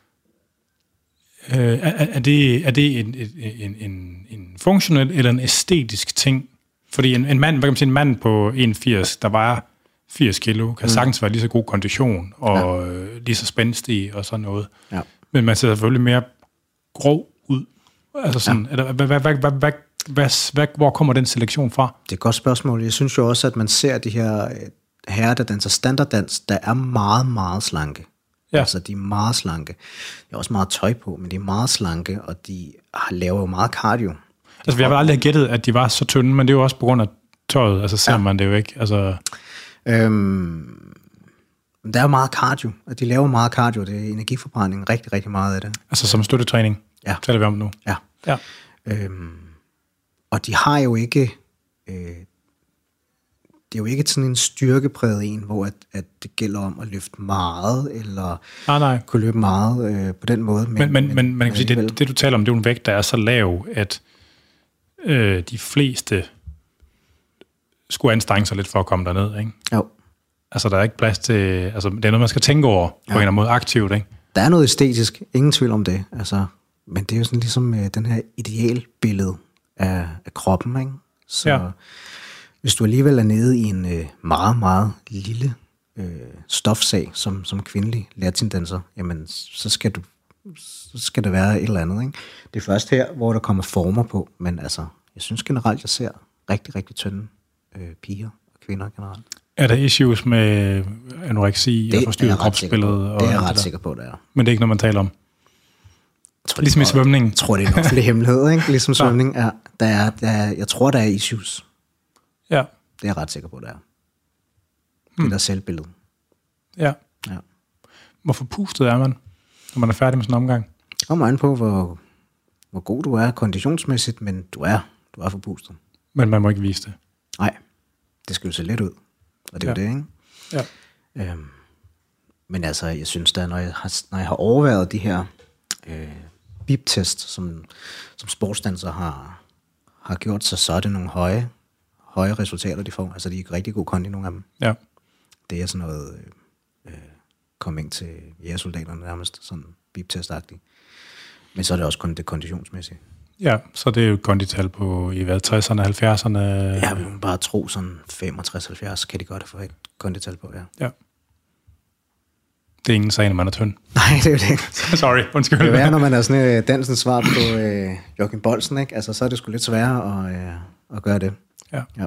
[SPEAKER 1] øh, er, er det, er det en, en, en, en funktionel eller en æstetisk ting? Fordi en, en mand, hvad kan man sige, en mand på enogfirs, der vejer firs kilo, kan mm. sagtens være lige så god kondition, og ja. lige så spændstig og sådan noget.
[SPEAKER 2] Ja.
[SPEAKER 1] Men man ser selvfølgelig mere grov ud. Altså sådan, ja. hvad, hvad, hvad, hvad, hvad, hvad, hvad, hvad, hvor kommer den selektion fra?
[SPEAKER 2] Det er et godt spørgsmål. Jeg synes jo også, at man ser de her herrer, der danser standarddans, der er meget, meget slanke. Ja. Altså, de er meget slanke. De har også meget tøj på, men de er meget slanke, og de laver jo meget cardio.
[SPEAKER 1] Altså, vi har aldrig gættet, at de var så tynde, men det er jo også på grund af tøjet. Altså, ser ja. man det jo ikke. Altså...
[SPEAKER 2] Øhm, der er jo meget cardio, og de laver meget cardio. Det er energiforbrænding, rigtig, rigtig meget af det.
[SPEAKER 1] Altså som støttetræning?
[SPEAKER 2] Ja.
[SPEAKER 1] Taler vi om nu?
[SPEAKER 2] Ja.
[SPEAKER 1] ja.
[SPEAKER 2] Øhm, og de har jo ikke... Øh, det er jo ikke sådan en styrkepræget en, hvor at, at det gælder om at løfte meget, eller
[SPEAKER 1] nej, nej.
[SPEAKER 2] kunne løbe meget øh, på den måde.
[SPEAKER 1] Men, men, men, men man kan sige, det, det du taler om, det er jo en vægt, der er så lav, at øh, de fleste skulle anstrenge sig lidt for at komme derned, ikke?
[SPEAKER 2] Jo.
[SPEAKER 1] Altså, der er ikke plads til... Altså, det er noget, man skal tænke over på ja. en eller anden måde aktivt, ikke?
[SPEAKER 2] Der er noget æstetisk, ingen tvivl om det. Altså, men det er jo sådan ligesom øh, den her idealbillede af, af kroppen, ikke? Så ja. hvis du alligevel er nede i en øh, meget, meget lille øh, stofsag, som, som kvindelig lærertindanser, jamen, så skal du så skal det være et eller andet, ikke? Det er først her, hvor der kommer former på, men altså, jeg synes generelt, jeg ser rigtig, rigtig tynde øh, piger og kvinder generelt.
[SPEAKER 1] Er der issues med anoreksi og forstyrret kropsbillede?
[SPEAKER 2] Det er jeg ret sikker på, det er.
[SPEAKER 1] Men det er ikke noget, man taler om?
[SPEAKER 2] Tror,
[SPEAKER 1] ligesom i svømning?
[SPEAKER 2] Jeg tror, det er en offentlig hemmelighed, ikke? Ligesom svømning er. Der er, der er. Jeg tror, der er issues.
[SPEAKER 1] Ja.
[SPEAKER 2] Det er jeg ret sikker på, det er. Det er hmm. der selvbillede.
[SPEAKER 1] Ja.
[SPEAKER 2] ja.
[SPEAKER 1] Hvor forpustet er man, når man er færdig med sådan en omgang?
[SPEAKER 2] Det kommer an på, hvor, hvor god du er konditionsmæssigt, men du er, du er forpustet.
[SPEAKER 1] Men man må ikke vise det?
[SPEAKER 2] Nej. Det skal jo se let ud. Og det er ja. jo det, ikke?
[SPEAKER 1] Ja.
[SPEAKER 2] Øhm, men altså, jeg synes da, når jeg har, når jeg har overvejet de her øh, bip-test, som, som sportsdanser har, har gjort, så så er det nogle høje, høje resultater, de får. Altså, de er rigtig god kondi, nogle af dem.
[SPEAKER 1] Ja.
[SPEAKER 2] Det er sådan noget øh, koming til jægersoldaterne nærmest, sådan bip-test-agtigt. Men så er det også kun det konditionsmæssige.
[SPEAKER 1] Ja, så det er jo et kondital på i hvad, tresserne, halvfjerdserne?
[SPEAKER 2] Ja, vi må bare tro sådan femogtres halvfjerds kan de godt få et kondital på, ja.
[SPEAKER 1] Ja. Det er ingen sag, når man er tynd.
[SPEAKER 2] Nej, det er jo det.
[SPEAKER 1] Sorry, undskyld.
[SPEAKER 2] Det er jo når man er sådan uh, dansens svar på uh, Joachim Bolsen, ikke? Altså, så er det sgu lidt sværere at, uh, at gøre det.
[SPEAKER 1] Ja.
[SPEAKER 2] ja.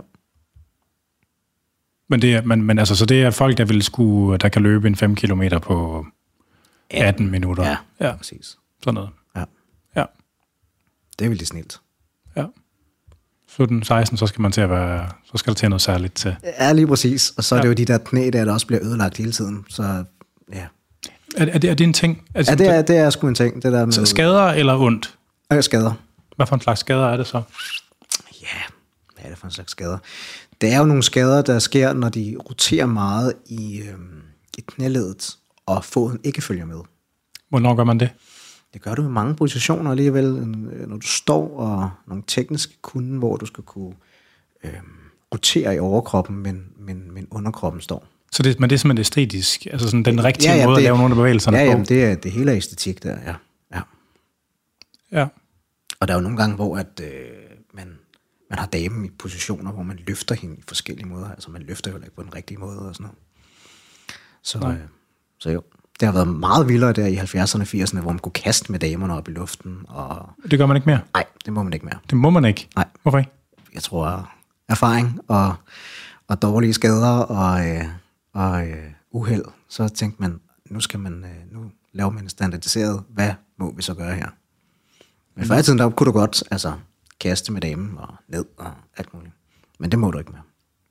[SPEAKER 1] Men, det er, men, men altså, så det er folk, der vil skulle, der kan løbe en fem kilometer på atten minutter?
[SPEAKER 2] Ja, ja. Præcis.
[SPEAKER 1] Sådan noget?
[SPEAKER 2] Ja.
[SPEAKER 1] Ja.
[SPEAKER 2] Det er vildt snilt.
[SPEAKER 1] Ja. sytten seksten, så skal man til at være, så skal der til noget særligt til.
[SPEAKER 2] Ja, lige præcis. Og så er ja. det jo de der knæ, der, der også bliver ødelagt hele tiden. Så ja.
[SPEAKER 1] Er, er, det, er det en ting?
[SPEAKER 2] Altså, ja, det er, det er sgu en ting. Det der med
[SPEAKER 1] skader eller ondt?
[SPEAKER 2] Ja, skader.
[SPEAKER 1] Hvad for en slags skader er det så?
[SPEAKER 2] Ja, hvad er det for en slags skader? Det er jo nogle skader, der sker, når de roterer meget i, øhm, i knæledet, og foden ikke følger med.
[SPEAKER 1] Hvornår gør man det?
[SPEAKER 2] Det gør du i mange positioner alligevel, når du står, og nogle tekniske kunder, hvor du skal kunne øhm, rotere i overkroppen, men, men, men underkroppen står.
[SPEAKER 1] Så det, men det er simpelthen æstetisk, altså sådan den rigtige
[SPEAKER 2] ja, ja,
[SPEAKER 1] måde
[SPEAKER 2] det,
[SPEAKER 1] at lave nogle af bevægelserne
[SPEAKER 2] ja,
[SPEAKER 1] på?
[SPEAKER 2] Ja, det er det hele er æstetik der, ja. ja.
[SPEAKER 1] Ja.
[SPEAKER 2] Og der er jo nogle gange, hvor at, øh, man, man har damen i positioner, hvor man løfter hende i forskellige måder, altså man løfter jo ikke på den rigtige måde og sådan noget. Så, øh, så jo. Det har været meget vildere der i halvfjerdserne og firserne, hvor man kunne kaste med damerne op i luften. Og
[SPEAKER 1] det gør man ikke mere?
[SPEAKER 2] Nej, det må man ikke mere.
[SPEAKER 1] Det må man ikke?
[SPEAKER 2] Nej.
[SPEAKER 1] Hvorfor ikke?
[SPEAKER 2] Jeg tror, erfaring og, og dårlige skader og, øh, og øh, uheld, så tænkte man, nu skal man, øh, nu laver man standardiseret, hvad må vi så gøre her? Men før i tiden, der kunne du godt altså, kaste med damen og ned og alt muligt. Men det må du ikke mere.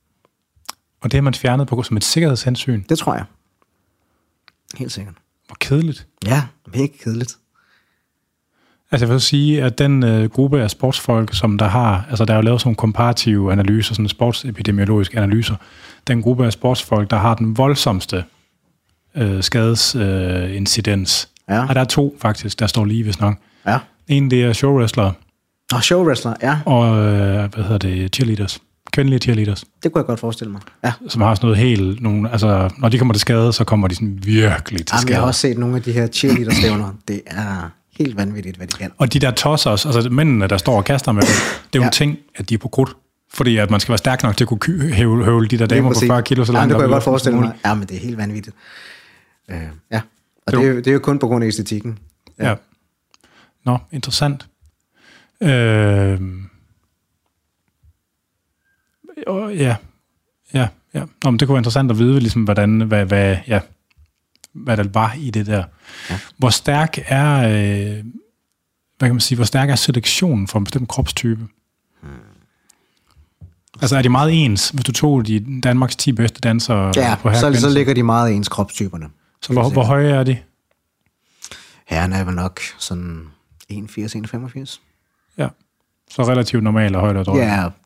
[SPEAKER 1] Og det har man fjernet på som et sikkerhedshensyn?
[SPEAKER 2] Det tror jeg. Helt sikkert.
[SPEAKER 1] Hvor kedeligt.
[SPEAKER 2] Ja, mega kedeligt.
[SPEAKER 1] Altså jeg vil sige, at den øh, gruppe af sportsfolk, som der har, altså der er jo lavet sådan nogle komparative analyser, sådan sportsepidemiologiske analyser, den gruppe af sportsfolk, der har den voldsomste øh, skadesincidens. Øh, ja. Og der er to faktisk, der står lige vist nok.
[SPEAKER 2] Ja.
[SPEAKER 1] En, det er showwrestlere.
[SPEAKER 2] Og showwrestlere, ja.
[SPEAKER 1] Og, øh, hvad hedder det, cheerleaders. Kvindelige cheerleaders.
[SPEAKER 2] Det kunne jeg godt forestille mig. Ja.
[SPEAKER 1] Som har sådan noget helt, nogle, altså når de kommer til skade, så kommer de sådan virkelig til
[SPEAKER 2] Jamen,
[SPEAKER 1] skade.
[SPEAKER 2] Jeg har også set nogle af de her cheerleader-stævner. Det er helt vanvittigt, hvad de kan.
[SPEAKER 1] Og de der tosser også, altså mændene, der står og kaster med dem, det er jo ja. en ting, at de er på krudt. Fordi at man skal være stærk nok til at kunne høvle, høvle de der damer på fyrre kilo så langt.
[SPEAKER 2] Ja, det kunne jeg godt forestille mig. Ja, men det er helt vanvittigt. Uh, ja, og det er, jo, det er jo kun på grund af æstetikken.
[SPEAKER 1] Ja. ja. Nå, interessant. Øh... Oh, ja, ja, ja. Nå, men det kunne være interessant at vide, ligesom, hvordan, hvad, hvad, ja, hvad der var i det der. Ja. Hvor stærk er, øh, hvad kan man sige, hvor stærk er selektionen for en bestemt kropstype? Hmm. Altså er de meget ens, hvis du tog de Danmarks ti bedste dansere
[SPEAKER 2] ja,
[SPEAKER 1] på herrekvinden?
[SPEAKER 2] så, så ligger de meget ens kropstyperne.
[SPEAKER 1] Så hvor, hvor høje er de?
[SPEAKER 2] Herren er vel nok sådan en komma firs til en komma femogfirs.
[SPEAKER 1] Ja, så relativt normale højde og drømme.
[SPEAKER 2] Ja,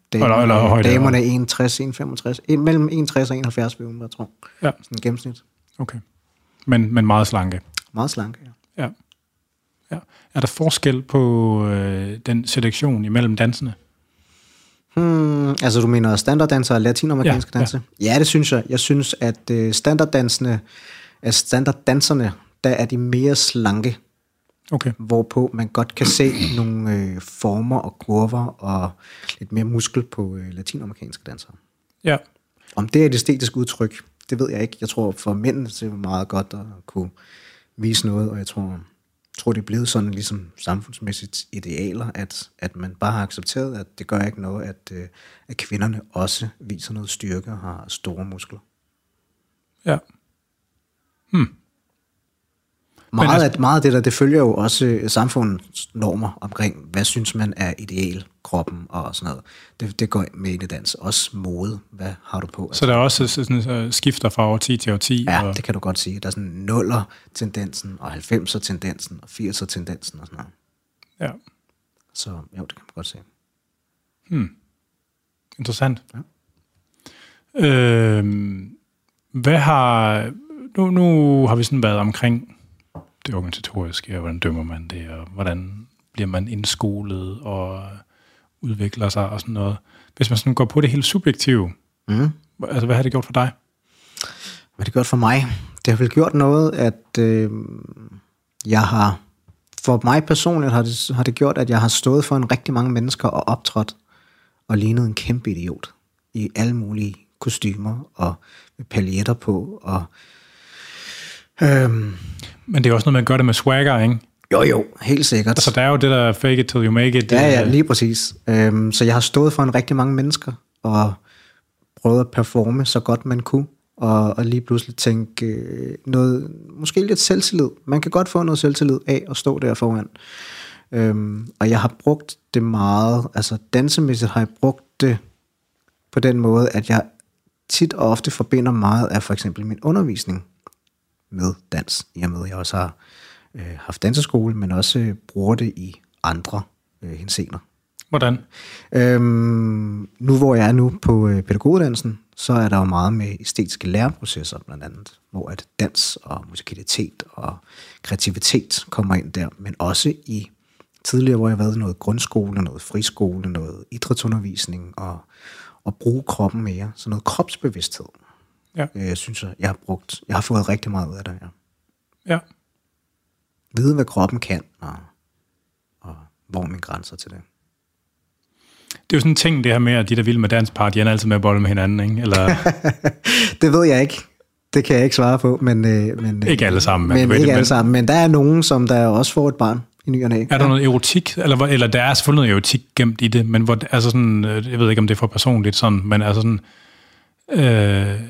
[SPEAKER 2] Damerne,
[SPEAKER 1] eller, eller højde,
[SPEAKER 2] damerne er en komma tres, en komma femogtres. En, mellem en komma tres og enoghalvfjerds, vil jeg tror.
[SPEAKER 1] Ja.
[SPEAKER 2] Sådan en gennemsnit.
[SPEAKER 1] Okay. Men, men meget slanke.
[SPEAKER 2] Meget slanke, ja.
[SPEAKER 1] Ja. Ja. Er der forskel på øh, den selektion imellem dansene?
[SPEAKER 2] Hmm, altså du mener standarddanser og latinamerikanske
[SPEAKER 1] ja,
[SPEAKER 2] danse? Ja. ja, det synes jeg. Jeg synes, at øh, standarddansene, at standarddanserne, der er de mere slanke.
[SPEAKER 1] Okay.
[SPEAKER 2] Hvorpå man godt kan se nogle øh, former og kurver og lidt mere muskel på øh, latinamerikanske dansere.
[SPEAKER 1] Ja.
[SPEAKER 2] Om det er et æstetisk udtryk, det ved jeg ikke. Jeg tror for mænd det er meget godt at kunne vise noget, og jeg tror, tror det er blevet sådan ligesom samfundsmæssigt idealer, at, at man bare har accepteret, at det gør ikke noget, at, øh, at kvinderne også viser noget styrke og har store muskler.
[SPEAKER 1] Ja. Hmm.
[SPEAKER 2] Meget,
[SPEAKER 1] altså,
[SPEAKER 2] af, meget af det der, det følger jo også samfundets normer omkring, hvad synes man er ideal, kroppen og sådan noget. Det, det går med ind i dans. Også mode. Hvad har du på?
[SPEAKER 1] Så der er også sådan, uh, skifter fra årti til årti?
[SPEAKER 2] Ja,
[SPEAKER 1] og...
[SPEAKER 2] det kan du godt sige. Der er sådan nuller-tendensen, og halvfemser-tendensen, og firser-tendensen og sådan noget.
[SPEAKER 1] Ja.
[SPEAKER 2] Så jo, det kan man godt se.
[SPEAKER 1] Hmm. Interessant.
[SPEAKER 2] Ja.
[SPEAKER 1] Øh, hvad har... Nu, nu har vi sådan været omkring det organisatoriske, og hvordan dømmer man det, og hvordan bliver man indskolet og udvikler sig og sådan noget. Hvis man sådan går på det helt subjektive,
[SPEAKER 2] mm.
[SPEAKER 1] altså hvad har det gjort for dig?
[SPEAKER 2] Hvad har det gjort for mig? Det har vel gjort noget, at øh, jeg har, for mig personligt har det, har det gjort, at jeg har stået for en rigtig mange mennesker og optrådt og lignet en kæmpe idiot i alle mulige kostymer og med paljetter på og Øhm,
[SPEAKER 1] Men det er også noget, man gør det med swagger, ikke?
[SPEAKER 2] Jo, jo, helt sikkert.
[SPEAKER 1] Altså, der er jo det der fake it till you make it.
[SPEAKER 2] Ja, ja, lige præcis. Øhm, så jeg har stået for en rigtig mange mennesker, og prøvet at performe så godt man kunne, og, og lige pludselig tænke øh, noget, måske lidt selvtillid. Man kan godt få noget selvtillid af at stå der foran. Øhm, og jeg har brugt det meget, altså dansemæssigt har jeg brugt det på den måde, at jeg tit og ofte forbinder meget af for eksempel min undervisning med dans, i og med at jeg også har øh, haft danseskole, men også øh, bruger det i andre øh, henseender.
[SPEAKER 1] Hvordan?
[SPEAKER 2] Øhm, nu hvor jeg er nu på øh, pædagoguddannelsen, så er der jo meget med æstetiske læreprocesser blandt andet, hvor at dans og musikalitet og kreativitet kommer ind der, men også i tidligere, hvor jeg har været i noget grundskole, noget friskole, noget idrætsundervisning og, og bruge kroppen mere, så noget kropsbevidsthed.
[SPEAKER 1] Ja.
[SPEAKER 2] Jeg synes, jeg, jeg har brugt, jeg har fået rigtig meget ud af det her.
[SPEAKER 1] Ja.
[SPEAKER 2] Vide, hvad kroppen kan, og, og hvor er mine grænser til det.
[SPEAKER 1] Det er jo sådan en ting, det her med, at de der vilde med danspar, de er altid med at bolle med hinanden, ikke? Eller...
[SPEAKER 2] Det ved jeg ikke. Det kan jeg ikke svare på, men... Øh, men
[SPEAKER 1] ikke alle sammen.
[SPEAKER 2] Men, men ikke
[SPEAKER 1] det,
[SPEAKER 2] alle
[SPEAKER 1] men...
[SPEAKER 2] sammen, men der er nogen, som der også får et barn i ny og næ.
[SPEAKER 1] Er der ja. noget erotik? Eller, eller der er selvfølgelig noget erotik gemt i det, men hvor, altså sådan, jeg ved ikke, om det er for personligt sådan, men altså sådan... Øh,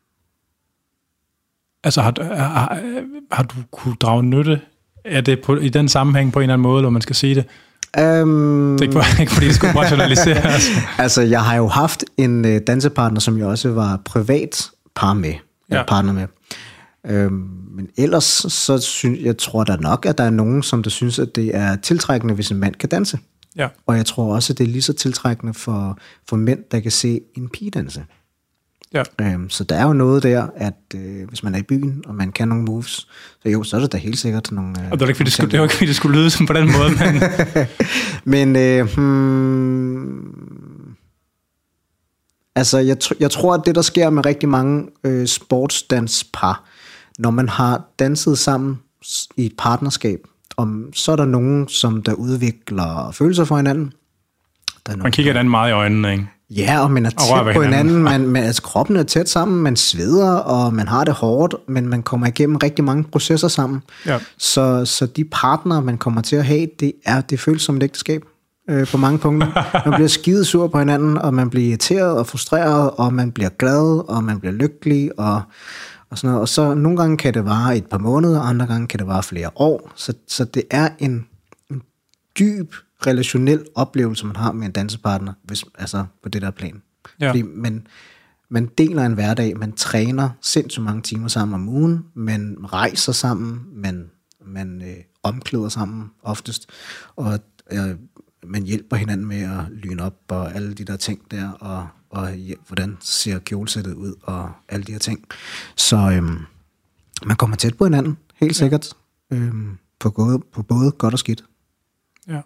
[SPEAKER 1] altså, har, har, har du kunne drage nytte af det på, i den sammenhæng på en eller anden måde, eller man skal sige det?
[SPEAKER 2] Um,
[SPEAKER 1] det er ikke, ikke fordi det skulle rationaliseres.
[SPEAKER 2] Altså, jeg har jo haft en uh, dansepartner, som jeg også var privat par med. Ja. Partner med. Um, men ellers, så synes jeg, tror der nok, at der er nogen, som der synes, at det er tiltrækkende, hvis en mand kan danse.
[SPEAKER 1] Ja.
[SPEAKER 2] Og jeg tror også, at det er lige så tiltrækkende for, for mænd, der kan se en pige danse.
[SPEAKER 1] Ja.
[SPEAKER 2] Um, så der er jo noget der, at øh, hvis man er i byen, og man kan nogle moves, så jo, så er det da helt sikkert nogle... Øh,
[SPEAKER 1] og det var ikke, fordi det skulle, det var ikke, fordi det skulle lyde som på den måde, men...
[SPEAKER 2] men, øh, hmm, altså, jeg, tr- jeg tror, at det, der sker med rigtig mange øh, sportsdanspar, når man har danset sammen i et partnerskab, om, så er der nogen, som der udvikler følelser for hinanden. Der er
[SPEAKER 1] man kigger hinanden meget i øjnene, ikke?
[SPEAKER 2] Ja, og man er tæt på hinanden, man, man, altså kroppen er tæt sammen, man sveder, og man har det hårdt, men man kommer igennem rigtig mange processer sammen.
[SPEAKER 1] Ja.
[SPEAKER 2] Så, så de partnere, man kommer til at have, det, er, det føles som et ægteskab øh, på mange punkter. Man bliver skidesur på hinanden, og man bliver irriteret og frustreret, og man bliver glad, og man bliver lykkelig, og, og sådan noget. Og så nogle gange kan det vare et par måneder, andre gange kan det vare flere år. Så, så det er en, en dyb relationel oplevelse, man har med en dansepartner, hvis, altså på det der plan.
[SPEAKER 1] Ja.
[SPEAKER 2] Fordi man, man deler en hverdag, man træner sindssygt mange timer sammen om ugen, man rejser sammen, man, man øh, omklæder sammen oftest, og øh, man hjælper hinanden med at lyne op, og alle de der ting der, og, og ja, hvordan ser kjolesættet ud, og alle de her ting. Så øhm, man kommer tæt på hinanden, helt sikkert, ja. øhm, på, både, på både godt og skidt.
[SPEAKER 1] Ja.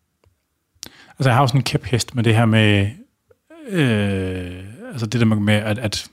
[SPEAKER 1] Altså jeg har jo sådan en kæphest med det her med, øh, altså det der med, at, at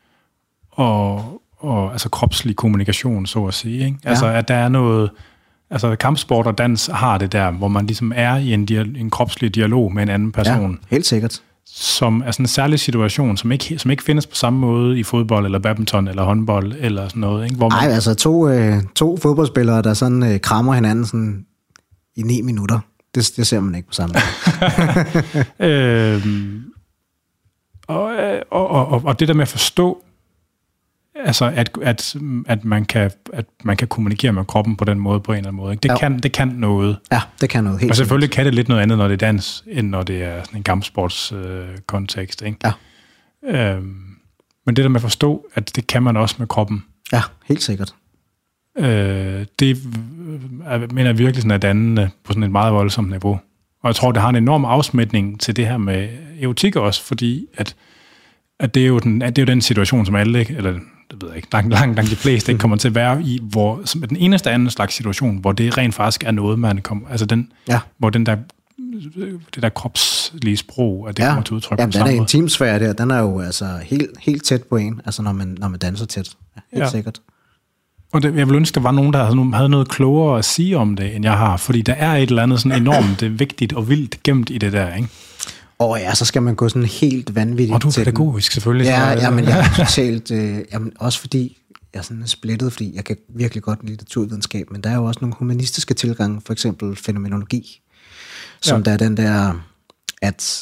[SPEAKER 1] og, og, altså kropslig kommunikation, så at sige, ikke? Altså ja. At der er noget, altså kampsport og dans har det der, hvor man ligesom er i en, dia- en kropslig dialog med en anden person.
[SPEAKER 2] Ja, helt sikkert.
[SPEAKER 1] Som er sådan en særlig situation, som ikke, som ikke findes på samme måde i fodbold, eller badminton, eller håndbold, eller sådan noget, ikke? Hvor man...
[SPEAKER 2] Ej, altså to, øh, to fodboldspillere, der sådan øh, krammer hinanden sådan i ni minutter, det, det ser man ikke på samme måde.
[SPEAKER 1] øhm, og, og, og, og det der med at forstå, altså at, at, at, man kan, at man kan kommunikere med kroppen på den måde, på en eller anden måde, ikke? Det, kan, det kan noget.
[SPEAKER 2] Ja, det kan noget. Helt
[SPEAKER 1] og selvfølgelig sikkert. Kan det lidt noget andet, når det er dans, end når det er sådan en kampsportskontekst. Øh, ikke? Ja. Øhm, men det der med at forstå, at det kan man også med kroppen.
[SPEAKER 2] Ja, helt sikkert.
[SPEAKER 1] Øh, det er, mener jeg virkelig sådan, at dannende på sådan et meget voldsomt niveau. Og jeg tror, det har en enorm afsmitning til det her med erotik også, fordi at, at det, er jo den, at det er jo den situation, som alle, eller det ved jeg ikke, langt, langt, langt de fleste ikke kommer til at være i, hvor, som er den eneste anden slags situation, hvor det rent faktisk er noget, man kommer, altså den,
[SPEAKER 2] ja. Hvor
[SPEAKER 1] den der, det der kropslige sprog, at det
[SPEAKER 2] ja.
[SPEAKER 1] kommer til udtryk.
[SPEAKER 2] Jamen, den er intimsfære der, den er jo altså helt, helt tæt på en, altså når man, når man danser tæt, ja, helt ja. Sikkert.
[SPEAKER 1] Og det, jeg ville ønske, der var nogen, der havde noget klogere at sige om det, end jeg har, fordi der er et eller andet sådan enormt vigtigt og vildt gemt i det der, ikke?
[SPEAKER 2] Og ja, så skal man gå sådan helt vanvittigt.
[SPEAKER 1] Og du er pædagogisk, selvfølgelig.
[SPEAKER 2] Ja, ja, men jeg er totalt, øh, jamen, også fordi jeg er sådan splittet, fordi jeg kan virkelig godt lide naturvidenskab, men der er jo også nogle humanistiske tilgange, for eksempel fænomenologi, som ja. Der er den der, at,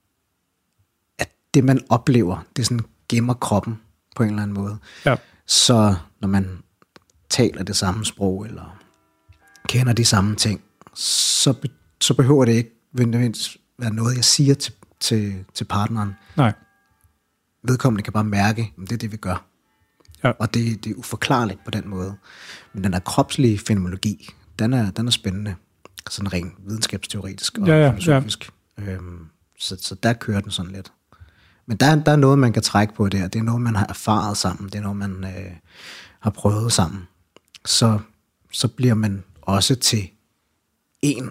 [SPEAKER 2] at det man oplever, det sådan gemmer kroppen på en eller anden måde.
[SPEAKER 1] Ja.
[SPEAKER 2] Så når man taler det samme sprog, eller kender de samme ting, så, be, så behøver det ikke nødvendigvis være noget, jeg siger til, til, til partneren.
[SPEAKER 1] Nej.
[SPEAKER 2] Vedkommende kan bare mærke, at det er det, vi gør.
[SPEAKER 1] Ja.
[SPEAKER 2] Og det, det er uforklarligt på den måde. Men den der kropslige fænomenologi, den er, den er spændende. Sådan rent videnskabsteoretisk og
[SPEAKER 1] ja, ja,
[SPEAKER 2] filosofisk. Ja. Øhm, så, så der kører den sådan lidt. Men der, der er noget, man kan trække på der. Det er noget, man har erfaret sammen. Det er noget, man øh, har prøvet sammen. Så, så bliver man også til én,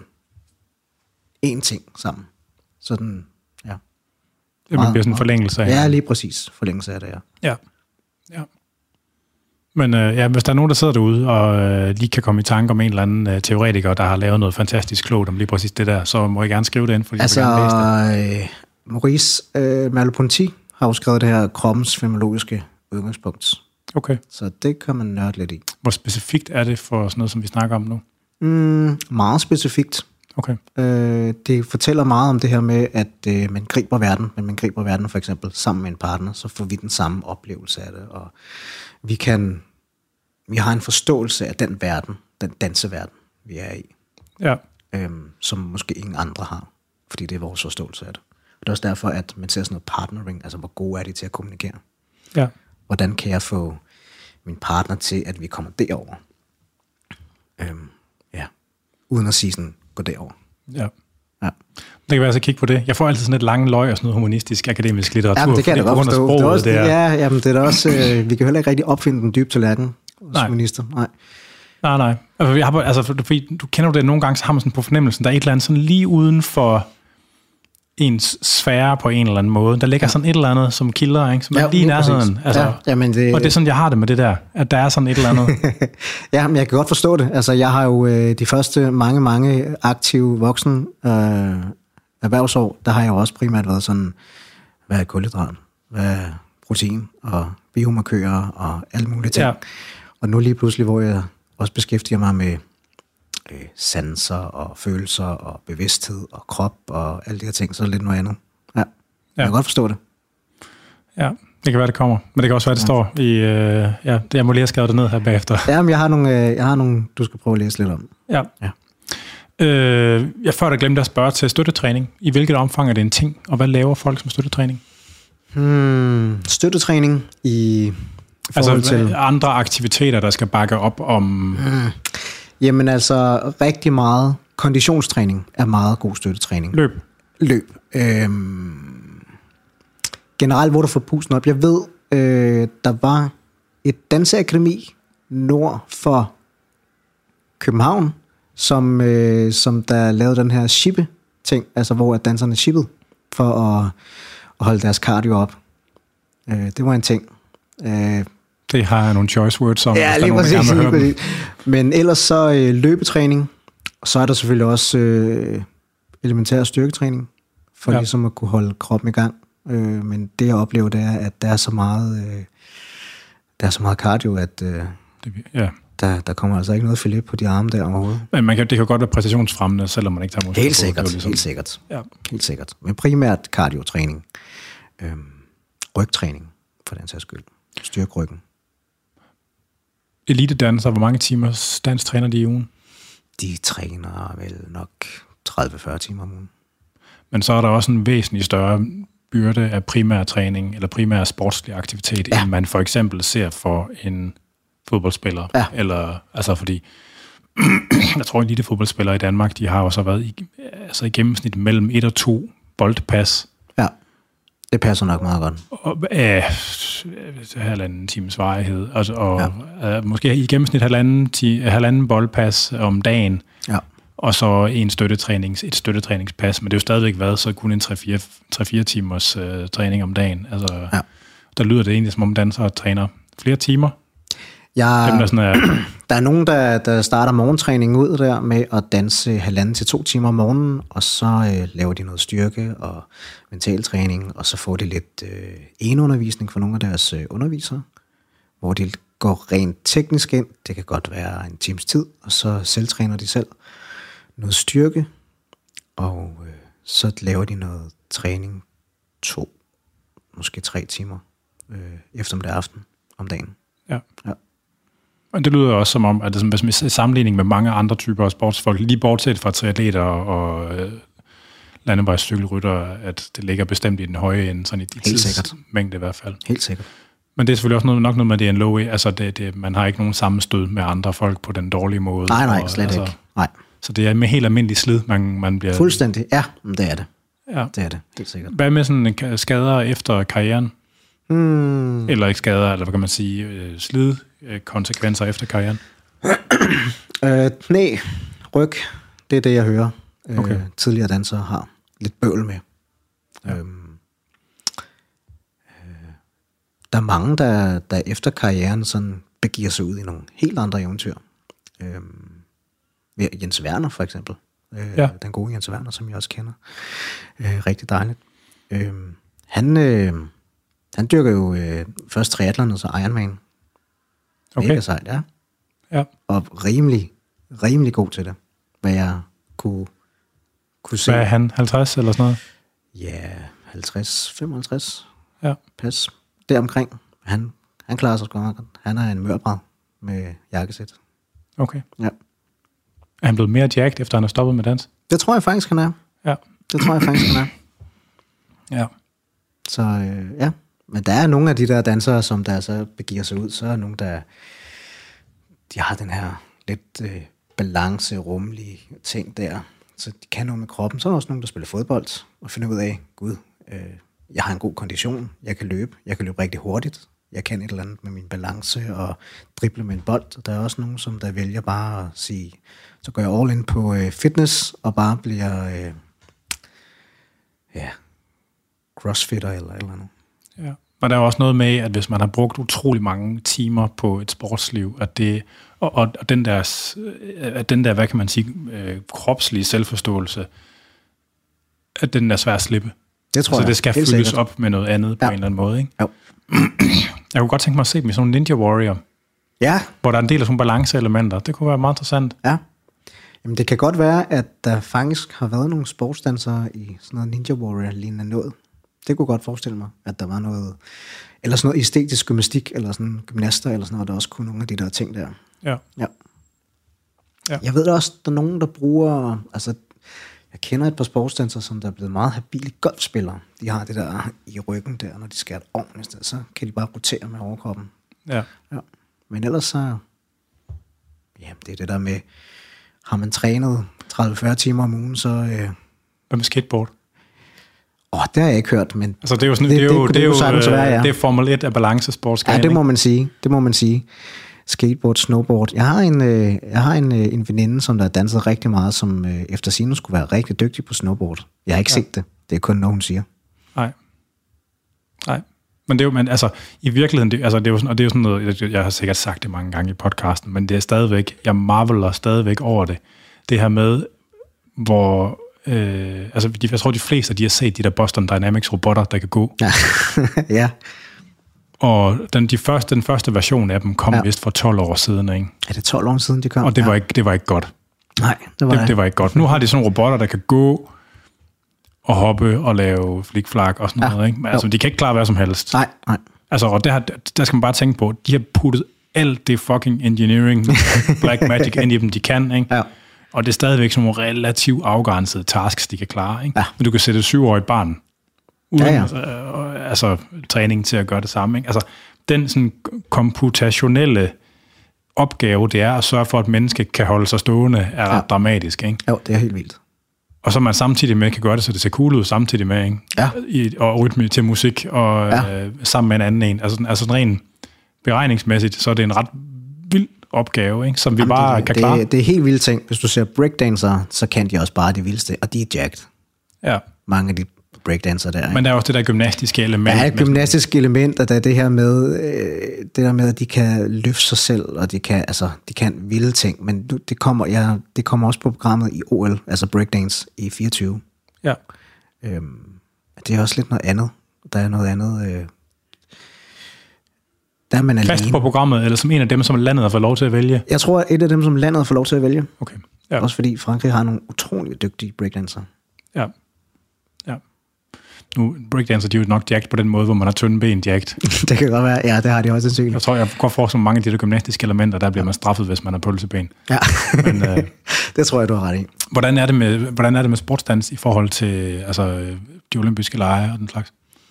[SPEAKER 2] én ting sammen. Sådan, ja.
[SPEAKER 1] Det bliver sådan en forlængelse af.
[SPEAKER 2] Ja, lige præcis. Forlængelse af det, ja.
[SPEAKER 1] Ja. Ja. Men øh, ja, hvis der er nogen, der sidder derude og øh, lige kan komme i tanke om en eller anden øh, teoretiker, der har lavet noget fantastisk klogt om lige præcis det der, så må I gerne skrive det ind, fordi
[SPEAKER 2] altså,
[SPEAKER 1] jeg vil gerne læse det.
[SPEAKER 2] Øh, Maurice øh, Merleau-Ponty har jo skrevet det her kroppens fænomenologiske udgangspunkt.
[SPEAKER 1] Okay.
[SPEAKER 2] Så det kan man nørde lidt i.
[SPEAKER 1] Hvor specifikt er det for sådan noget, som vi snakker om nu?
[SPEAKER 2] Mm, meget specifikt.
[SPEAKER 1] Okay.
[SPEAKER 2] Øh, det fortæller meget om det her med, at øh, man griber verden, men man griber verden for eksempel sammen med en partner, så får vi den samme oplevelse af det, og vi kan, vi har en forståelse af den verden, den danseverden, vi er i,
[SPEAKER 1] ja.
[SPEAKER 2] øhm, som måske ingen andre har, fordi det er vores forståelse af det. Og det er også derfor, at man ser sådan noget partnering, altså hvor gode er de til at kommunikere.
[SPEAKER 1] Ja. Hvordan
[SPEAKER 2] kan jeg få min partner til, at vi kommer derover? Øhm, ja, uden at sige sådan, gå derover.
[SPEAKER 1] Ja. Ja. Det kan være, at kigge på det. Jeg får altid sådan et langt løg og sådan noget humanistisk akademisk litteratur.
[SPEAKER 2] Jamen, det kan jeg da godt forstå. Det er også,
[SPEAKER 1] det er.
[SPEAKER 2] Ja, jamen, det er da også, øh, vi kan heller ikke rigtig opfinde den dybe tallerken hos humanister. Nej.
[SPEAKER 1] Nej, nej. Altså, jeg har, altså, fordi du kender det nogle gange, så har man sådan på fornemmelsen, der er et eller andet sådan lige uden for ens sfære på en eller anden måde. Der ligger ja. sådan et eller andet som kilder, ikke? Som er ja, lige i nærheden. Altså, ja, jamen det, og det er sådan, jeg har det med det der, at der er sådan et eller andet.
[SPEAKER 2] Ja, men jeg kan godt forstå det. Altså, jeg har jo øh, de første mange, mange aktive voksen øh, erhvervsår, der har jeg jo også primært været sådan, hvad er kulhydrat, hvad er protein og biomarkører og alle mulige ting. Ja. Og nu lige pludselig, hvor jeg også beskæftiger mig med øh, sanser og følelser og bevidsthed og krop og alle de her ting, så er det lidt noget andet. Ja, jeg ja. kan godt forstå det. Ja,
[SPEAKER 1] det kan være, det kommer. Men det kan også være, det ja. står i... Øh, ja, det, jeg må lige have skrevet det ned her bagefter.
[SPEAKER 2] Ja, men jeg har nogle, øh, jeg har nogle du skal prøve at læse lidt om.
[SPEAKER 1] Ja. ja. Øh, jeg før der glemte at spørge til støttetræning. I hvilket omfang er det en ting, og hvad laver folk som støttetræning?
[SPEAKER 2] Hmm, støttetræning i...
[SPEAKER 1] Altså
[SPEAKER 2] til
[SPEAKER 1] andre aktiviteter, der skal bakke op om...
[SPEAKER 2] Hmm. Jamen altså, rigtig meget konditionstræning er meget god støttetræning.
[SPEAKER 1] Løb.
[SPEAKER 2] Løb. Øhm, generelt, hvor du får pusten op. Jeg ved, øh, der var et danseakademi nord for København, som, øh, som der lavede den her shippe-ting, altså hvor danserne shippede for at, at holde deres cardio op. Øh, det var en ting. Øh,
[SPEAKER 1] det har jeg nogle choice words om,
[SPEAKER 2] ja,
[SPEAKER 1] hvis der
[SPEAKER 2] lige
[SPEAKER 1] er nogen, der gerne vil høre dem.
[SPEAKER 2] Men ellers så øh, løbetræning, og så er der selvfølgelig også øh, elementær styrketræning, for ja. ligesom at kunne holde kroppen i gang. Øh, men det jeg oplever, det er, at der er så meget, øh, der er så meget cardio, at øh,
[SPEAKER 1] det, ja.
[SPEAKER 2] der, der kommer altså ikke noget filet på de arme der overhovedet.
[SPEAKER 1] Men man kan, det kan godt være præcisionsfremmende, selvom man ikke tager muskel.
[SPEAKER 2] Helt sikkert,
[SPEAKER 1] ligesom.
[SPEAKER 2] helt sikkert.
[SPEAKER 1] Ja.
[SPEAKER 2] Helt sikkert. Men primært cardiotræning. Øh, rygtræning, for den sags skyld. Styrke ryggen.
[SPEAKER 1] Elitedanser, hvor mange timer dans træner de i ugen?
[SPEAKER 2] De træner vel nok tredive til fyrre timer om ugen.
[SPEAKER 1] Men så er der også en væsentlig større byrde af primær træning eller primær sportslig aktivitet, ja. end man for eksempel ser for en fodboldspiller.
[SPEAKER 2] Ja.
[SPEAKER 1] Eller, altså fordi, jeg tror, elitefodboldspillere i Danmark, de har også været i, altså i gennemsnit mellem et og to boldpas.
[SPEAKER 2] Ja, det passer nok meget godt.
[SPEAKER 1] Og, øh, halvanden times varighed. Altså, og ja. øh, måske i gennemsnit halvanden, ti, halvanden boldpas om dagen.
[SPEAKER 2] Ja.
[SPEAKER 1] Og så en støttetrænings, et støttetræningspas, men det er jo stadigvæk været så kun en tre til fire timers øh, træning om dagen. Altså, ja. Der lyder det egentlig, som om dansere træner flere timer.
[SPEAKER 2] Ja,
[SPEAKER 1] Dem, der, sådan er,
[SPEAKER 2] der er nogen, der, der starter morgentræning ud der med at danse halvanden til to timer om morgenen, og så øh, laver de noget styrke og mentaltræning, og så får de lidt øh, eneundervisning for nogle af deres øh, undervisere, hvor de går rent teknisk ind. Det kan godt være en times tid, og så selvtræner de selv noget styrke, og øh, så laver de noget træning to, måske tre timer øh, eftermiddag aften om dagen.
[SPEAKER 1] Ja.
[SPEAKER 2] Ja.
[SPEAKER 1] Og det lyder også som om, at det er som i sammenligning med mange andre typer af sportsfolk, lige bortset fra triatleter og øh, landevejscykelrytter, at det ligger bestemt i den høje ende, sådan i de tidsmængde i hvert fald.
[SPEAKER 2] Helt sikkert.
[SPEAKER 1] Men det er selvfølgelig også noget, nok noget med D N L O, altså det, det, man har ikke nogen sammenstød med andre folk på den dårlige måde.
[SPEAKER 2] Nej, nej, slet
[SPEAKER 1] og, altså,
[SPEAKER 2] ikke. Nej.
[SPEAKER 1] Så det er med helt almindelig slid, man, man bliver...
[SPEAKER 2] Fuldstændig, ja, det er det.
[SPEAKER 1] Ja.
[SPEAKER 2] Det er det, helt sikkert.
[SPEAKER 1] Hvad med sådan skader efter karrieren?
[SPEAKER 2] Hmm.
[SPEAKER 1] Eller ikke skader, eller hvad kan man sige, slid konsekvenser efter karrieren?
[SPEAKER 2] øh, knæ, ryg, det er det, jeg hører.
[SPEAKER 1] Okay.
[SPEAKER 2] Øh, tidligere dansere har lidt bøvl med. Ja. Øhm, øh, der er mange, der, der efter karrieren sådan begiver sig ud i nogle helt andre eventyr. Øhm, Jens Werner for eksempel. Øh, ja. Den gode Jens Werner, som jeg også kender. Øh, rigtig dejligt. Øh, han, øh, han dyrker jo øh, først triathlon og så Ironman.
[SPEAKER 1] Okay.
[SPEAKER 2] Mega sejt, ja.
[SPEAKER 1] Ja.
[SPEAKER 2] Og rimelig, rimelig god til det. Hvad jeg kunne, kunne se.
[SPEAKER 1] Hvad er han? halvtreds eller sådan noget?
[SPEAKER 2] Ja, halvtreds, femoghalvtreds.
[SPEAKER 1] Ja.
[SPEAKER 2] Pas. Deromkring. Han, han klarer sig sgu meget godt. Han er en mørbrad med jakkesæt.
[SPEAKER 1] Okay.
[SPEAKER 2] Ja.
[SPEAKER 1] Er han blevet mere jacked, efter han har stoppet med dans?
[SPEAKER 2] Det tror jeg faktisk, han er.
[SPEAKER 1] Ja.
[SPEAKER 2] Det tror jeg faktisk, han er.
[SPEAKER 1] Ja.
[SPEAKER 2] Så øh, ja. Men der er nogle af de der dansere, som der så begiver sig ud, så er nogle, der de har den her lidt øh, balance, rummelige ting der. Så de kan noget med kroppen. Så er der også nogen, der spiller fodbold og finder ud af, gud, øh, jeg har en god kondition, jeg kan løbe, jeg kan løbe rigtig hurtigt, jeg kan et eller andet med min balance og drible med en bold. Der er også nogen, som der vælger bare at sige, så går jeg all in på øh, fitness og bare bliver øh, ja, crossfitter eller eller andet.
[SPEAKER 1] Ja. Og der er også noget med, at hvis man har brugt utrolig mange timer på et sportsliv, at det, og, og, og den, der, at den der, hvad kan man sige, øh, kropslige selvforståelse, at den er svær at slippe.
[SPEAKER 2] Det tror
[SPEAKER 1] så
[SPEAKER 2] jeg.
[SPEAKER 1] det skal
[SPEAKER 2] Helt
[SPEAKER 1] fyldes
[SPEAKER 2] sikkert.
[SPEAKER 1] op med noget andet på
[SPEAKER 2] ja.
[SPEAKER 1] en eller anden måde, ikke?
[SPEAKER 2] Jo.
[SPEAKER 1] Jeg kunne godt tænke mig at se dem i sådan en Ninja Warrior.
[SPEAKER 2] Ja.
[SPEAKER 1] Hvor der er en del af sådan balanceelementer. Det kunne være meget interessant.
[SPEAKER 2] Ja. Jamen det kan godt være, at der faktisk har været nogle sportsdansere i sådan noget Ninja Warrior-lignende noget. Det kunne godt forestille mig, at der var noget, eller sådan noget æstetisk gymnastik, eller sådan gymnaster, eller sådan noget, der også kunne nogle af de der ting der.
[SPEAKER 1] Ja.
[SPEAKER 2] Ja.
[SPEAKER 1] Ja.
[SPEAKER 2] Jeg ved også, der er nogen, der bruger, altså, jeg kender et par sportsdansere, som der er blevet meget habile golfspillere. De har det der i ryggen der, når de skal have et ordentligt, så kan de bare rotere med overkroppen.
[SPEAKER 1] Ja.
[SPEAKER 2] Ja. Men ellers så, ja, det er det der med har man trænet tredive til fyrre timer om ugen, så... Øh...
[SPEAKER 1] Hvad med skateboard?
[SPEAKER 2] Åh, oh, det har jeg ikke hørt, men...
[SPEAKER 1] Altså, det er jo sådan, det, det, det, det, det, er jo, det, være, ja. det er Formel et af balancesport.
[SPEAKER 2] Ja, det må man sige. Det må man sige. Skateboard, snowboard. Jeg har en, øh, jeg har en, øh, en veninde, som der har danset rigtig meget, som øh, efter sine skulle være rigtig dygtig på snowboard. Jeg har ikke ja. set det. Det er kun noget, hun siger.
[SPEAKER 1] Nej. Nej. Men det er jo, men altså, i virkeligheden, det, altså, det er jo sådan, og det er jo sådan noget, jeg har sikkert sagt det mange gange i podcasten, men det er stadigvæk, jeg marveler stadigvæk over det. Det her med, hvor, øh, altså, jeg tror, de fleste, de har set de der Boston Dynamics robotter, der kan gå.
[SPEAKER 2] Ja. ja.
[SPEAKER 1] Og den, de første, den første version af dem kom ja. vist for tolv år siden, ikke?
[SPEAKER 2] Er det tolv år siden, de kom?
[SPEAKER 1] Og det var,
[SPEAKER 2] ja.
[SPEAKER 1] ikke, det var ikke godt.
[SPEAKER 2] Nej, det var
[SPEAKER 1] det,
[SPEAKER 2] det.
[SPEAKER 1] det var ikke godt. Nu har de sådan nogle robotter, der kan gå og hoppe og lave flikflak og sådan ja. noget, ikke? Men altså, de kan ikke klare hvad som helst.
[SPEAKER 2] Nej, nej.
[SPEAKER 1] Altså, og der, der skal man bare tænke på, de har puttet alt det fucking engineering, black magic ind i dem, de kan, ikke?
[SPEAKER 2] Ja.
[SPEAKER 1] Og det er stadigvæk sådan nogle relativt afgrænsede tasks, de kan klare, ikke?
[SPEAKER 2] Ja.
[SPEAKER 1] Men du kan sætte et syvårigt barn uden
[SPEAKER 2] ja, ja.
[SPEAKER 1] Altså, altså, træning til at gøre det samme, ikke? Altså, den sådan komputationelle opgave, det er at sørge for, at mennesket kan holde sig stående, er ret ja. dramatisk, ikke?
[SPEAKER 2] Jo, det er helt vildt.
[SPEAKER 1] Og så man samtidig med kan gøre det, så det ser cool ud samtidig med, ikke?
[SPEAKER 2] Ja.
[SPEAKER 1] I, og rytme til musik, og
[SPEAKER 2] ja.
[SPEAKER 1] øh, sammen med en anden en. Altså, altså rent beregningsmæssigt, så er det en ret vild opgave, ikke? Som vi Jamen, bare
[SPEAKER 2] det,
[SPEAKER 1] kan
[SPEAKER 2] det,
[SPEAKER 1] klare.
[SPEAKER 2] Det, det er helt vildt ting. Hvis du ser breakdancer, så kan de også bare det vildeste, og de er jacked.
[SPEAKER 1] Ja.
[SPEAKER 2] Mange af de breakdancer der. Ikke?
[SPEAKER 1] Men der er også det der gymnastiske element.
[SPEAKER 2] Ja, et gymnastisk element, og der er det her med, øh, det der med, at de kan løfte sig selv, og de kan, altså, de kan vilde ting, men det kommer, ja, det kommer også på programmet i O L, altså breakdance i fireogtyve.
[SPEAKER 1] Ja.
[SPEAKER 2] Øhm, det er også lidt noget andet. Der er noget andet... Øh, der er man alene.
[SPEAKER 1] Fast på programmet, eller som en af dem, som landet har fået lov til at vælge?
[SPEAKER 2] Jeg tror, et af dem, som landet har fået lov til at vælge.
[SPEAKER 1] Okay. Ja.
[SPEAKER 2] Også fordi Frankrig har nogle utrolig dygtige breakdancer.
[SPEAKER 1] Ja. Ja. Nu, breakdancer, de er jo nok jacked på den måde, hvor man har tynde ben jacked.
[SPEAKER 2] Det kan godt være. Ja, det har de også sandsynligt.
[SPEAKER 1] Jeg tror, jeg går for så mange af de der gymnastiske elementer, der bliver man straffet, hvis man har pølseben.
[SPEAKER 2] Ja,
[SPEAKER 1] Men, øh,
[SPEAKER 2] det tror jeg, du har ret i.
[SPEAKER 1] Hvordan er det med, hvordan er det med sportsdans i forhold til altså, de olympiske lege og den slags?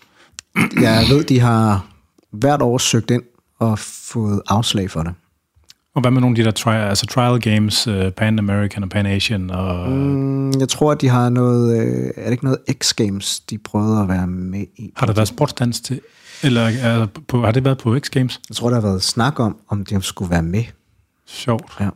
[SPEAKER 2] Jeg ved, de har hvert år søgt ind og fået afslag for det.
[SPEAKER 1] Og hvad med nogle af de der tri- altså trial games, uh, Pan American og Pan Asian? Og,
[SPEAKER 2] mm, jeg tror, at de har noget... Øh, er det ikke noget X Games, de prøvede at være med i?
[SPEAKER 1] Har der været sportsdans til? Eller er, på, har det været på X Games?
[SPEAKER 2] Jeg tror, der har været snak om, om de skulle være med.
[SPEAKER 1] Sjovt.
[SPEAKER 2] Ja.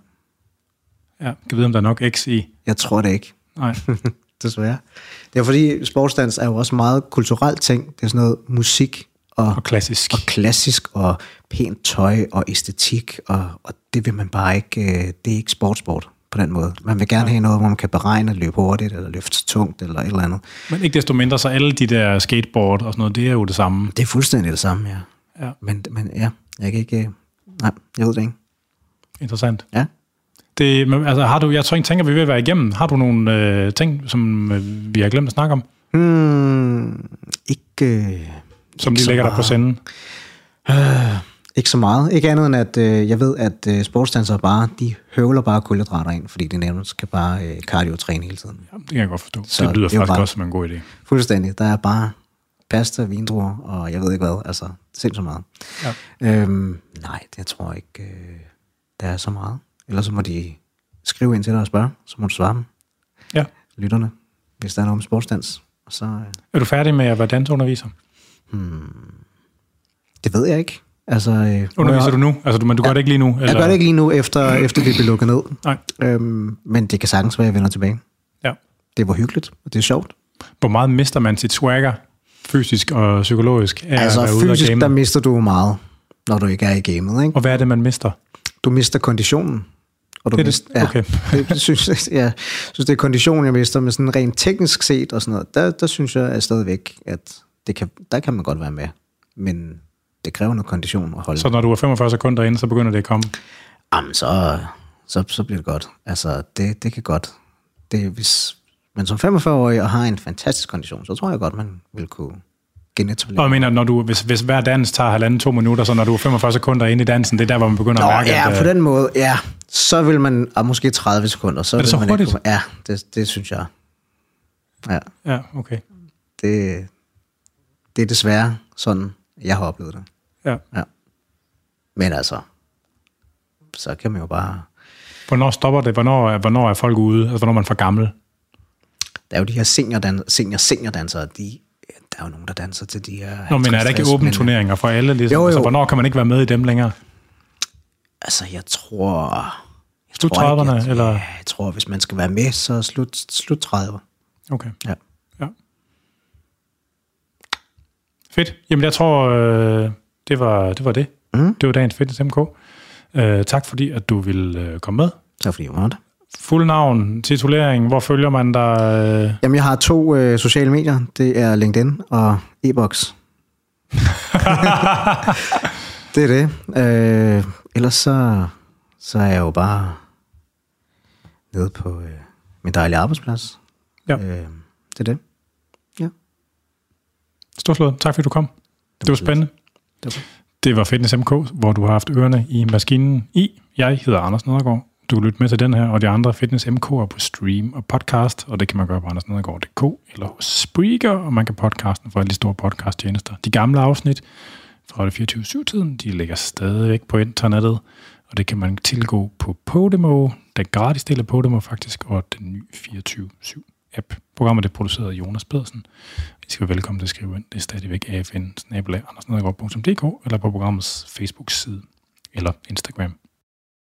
[SPEAKER 1] Ja, kan vide, om der er nok X i?
[SPEAKER 2] Jeg tror det ikke.
[SPEAKER 1] Nej.
[SPEAKER 2] Desværre. Det er fordi, sportsdans er jo også meget kulturelt ting. Det er sådan noget musik og,
[SPEAKER 1] og klassisk.
[SPEAKER 2] Og klassisk og pænt tøj og æstetik, og, og det vil man bare ikke, det er ikke sportsport på den måde. Man vil gerne ja. have noget, hvor man kan beregne, løbe hurtigt, eller løfte tungt, eller et eller andet.
[SPEAKER 1] Men ikke desto mindre, så alle de der skateboard og sådan noget, det er jo det samme.
[SPEAKER 2] Det er fuldstændig det samme, ja.
[SPEAKER 1] ja.
[SPEAKER 2] Men, men ja, jeg kan ikke, nej, jeg ved det ikke.
[SPEAKER 1] Interessant.
[SPEAKER 2] Ja.
[SPEAKER 1] Det, altså, har du, jeg tror, jeg tænker, vi vil være igennem. Har du nogle øh, ting, som øh, vi har glemt at snakke om?
[SPEAKER 2] Hmm, ikke... Øh,
[SPEAKER 1] som
[SPEAKER 2] ikke
[SPEAKER 1] de lægger der på senden?
[SPEAKER 2] Øh, ikke så meget. Ikke andet end, at øh, jeg ved, at øh, sportsdansere bare, de høvler bare kulhydrater ind, fordi de nærmest skal bare øh, cardio-træne hele tiden.
[SPEAKER 1] Ja, det kan jeg godt forstå. Så det lyder det faktisk bare, også som en god idé.
[SPEAKER 2] Fuldstændig. Der er bare pasta, vindruer, og jeg ved ikke hvad. Altså, sindssygt meget.
[SPEAKER 1] Ja.
[SPEAKER 2] Øhm, nej, det tror jeg ikke, øh, der er så meget. Ellers så må de skrive ind til dig og spørge, så må du svare dem.
[SPEAKER 1] Ja.
[SPEAKER 2] Lytterne, hvis der er noget om sportsdans. Og så, øh,
[SPEAKER 1] er du færdig med at være dansunderviser?
[SPEAKER 2] Hmm, det ved jeg ikke. Altså, øh,
[SPEAKER 1] underviser
[SPEAKER 2] jeg,
[SPEAKER 1] du nu? Altså, du, men du ja, gør det ikke lige nu? Eller?
[SPEAKER 2] Jeg gør det ikke lige nu, efter, efter det blev lukket ned.
[SPEAKER 1] Nej.
[SPEAKER 2] Øhm, men det kan sagtens være, at jeg vender tilbage.
[SPEAKER 1] Ja.
[SPEAKER 2] Det var hyggeligt, og det er sjovt.
[SPEAKER 1] Hvor meget mister man sit swagger, fysisk og psykologisk?
[SPEAKER 2] Altså fysisk, der mister du meget, når du ikke er i gamet. Ikke?
[SPEAKER 1] Og hvad er det, man mister?
[SPEAKER 2] Du mister konditionen. Og du
[SPEAKER 1] det er
[SPEAKER 2] mister,
[SPEAKER 1] det? Okay.
[SPEAKER 2] Ja, det, synes, jeg, ja, synes, det er konditionen, jeg mister, men sådan rent teknisk set og sådan noget, der, der synes jeg at stadigvæk, at det kan, der kan man godt være med. Men det kræver noget kondition at holde.
[SPEAKER 1] Så når du er femogfyrre sekunder inde, så begynder det at komme?
[SPEAKER 2] Jamen, så, så, så bliver det godt. Altså, det, det kan godt. Det, hvis man som femogfyrre-årig og har en fantastisk kondition, så tror jeg godt, man vil kunne genetablere.
[SPEAKER 1] Og jeg mener, når du, hvis, hvis hver dans tager halvanden to minutter, så når du er femogfyrre sekunder inde i dansen, det er der, hvor man begynder
[SPEAKER 2] Nå,
[SPEAKER 1] at mærke,
[SPEAKER 2] ja,
[SPEAKER 1] at...
[SPEAKER 2] på den måde, ja. Så vil man, og måske tredive sekunder, så
[SPEAKER 1] er det
[SPEAKER 2] vil
[SPEAKER 1] så
[SPEAKER 2] man
[SPEAKER 1] hurtigt?
[SPEAKER 2] Ikke, ja, det, det synes jeg. Ja.
[SPEAKER 1] Ja, okay.
[SPEAKER 2] Det, det er desværre sådan, jeg har oplevet det.
[SPEAKER 1] Ja.
[SPEAKER 2] Ja. Men altså, så kan man jo bare
[SPEAKER 1] Hvornår stopper det? Hvornår, hvornår er folk ude? Altså, hvornår er man for gammel?
[SPEAKER 2] Der er jo de her senior, senior, senior dansere, de, der er jo nogen, der danser til de her...
[SPEAKER 1] Nå, men er der ikke åbne turneringer for alle? Ligesom?
[SPEAKER 2] Jo, jo.
[SPEAKER 1] Altså, hvornår kan man ikke være med i dem længere?
[SPEAKER 2] Altså, jeg tror... Jeg
[SPEAKER 1] slut trediverne, eller?
[SPEAKER 2] Jeg tror, hvis man skal være med, så slut, slut trediver.
[SPEAKER 1] Okay.
[SPEAKER 2] Ja.
[SPEAKER 1] ja. Fedt. Jamen, jeg tror, øh, det, var, det var det. Mm. Det var dagens Fitness M K. Øh, tak fordi, at du ville øh, komme med.
[SPEAKER 2] Tak fordi, jeg var der.
[SPEAKER 1] Fuld navn, titulering, hvor følger man dig? Øh?
[SPEAKER 2] Jamen, jeg har to øh, sociale medier. Det er LinkedIn og e-boks. Det er det. Øh, ellers så, så er jeg jo bare nede på øh, min dejlige arbejdsplads.
[SPEAKER 1] Ja.
[SPEAKER 2] Øh, det er det. Ja.
[SPEAKER 1] Storslået. Tak fordi du kom. Det, det var spændende.
[SPEAKER 2] Det var,
[SPEAKER 1] det var Fitness M K, hvor du har haft ørerne i maskinen i. Jeg hedder Anders Nedergaard. Du kan lytte med til den her, og de andre Fitness M K'er på stream og podcast, og det kan man gøre på andersnedergaard punktum d k eller hos Spreaker, og man kan podcasten for alle de store podcasttjenester. De gamle afsnit fra det fireogtyve syv-tiden, de ligger stadigvæk på internettet, og det kan man tilgå på Podimo, den gratis del af Podimo faktisk, og den nye fireogtyve syv app. Programmet er produceret af Jonas Pedersen. I skal være velkommen til at skrive ind. Det er stadigvæk a f n bindestreg andersnedergaard punktum d k eller på programmets Facebook-side eller Instagram.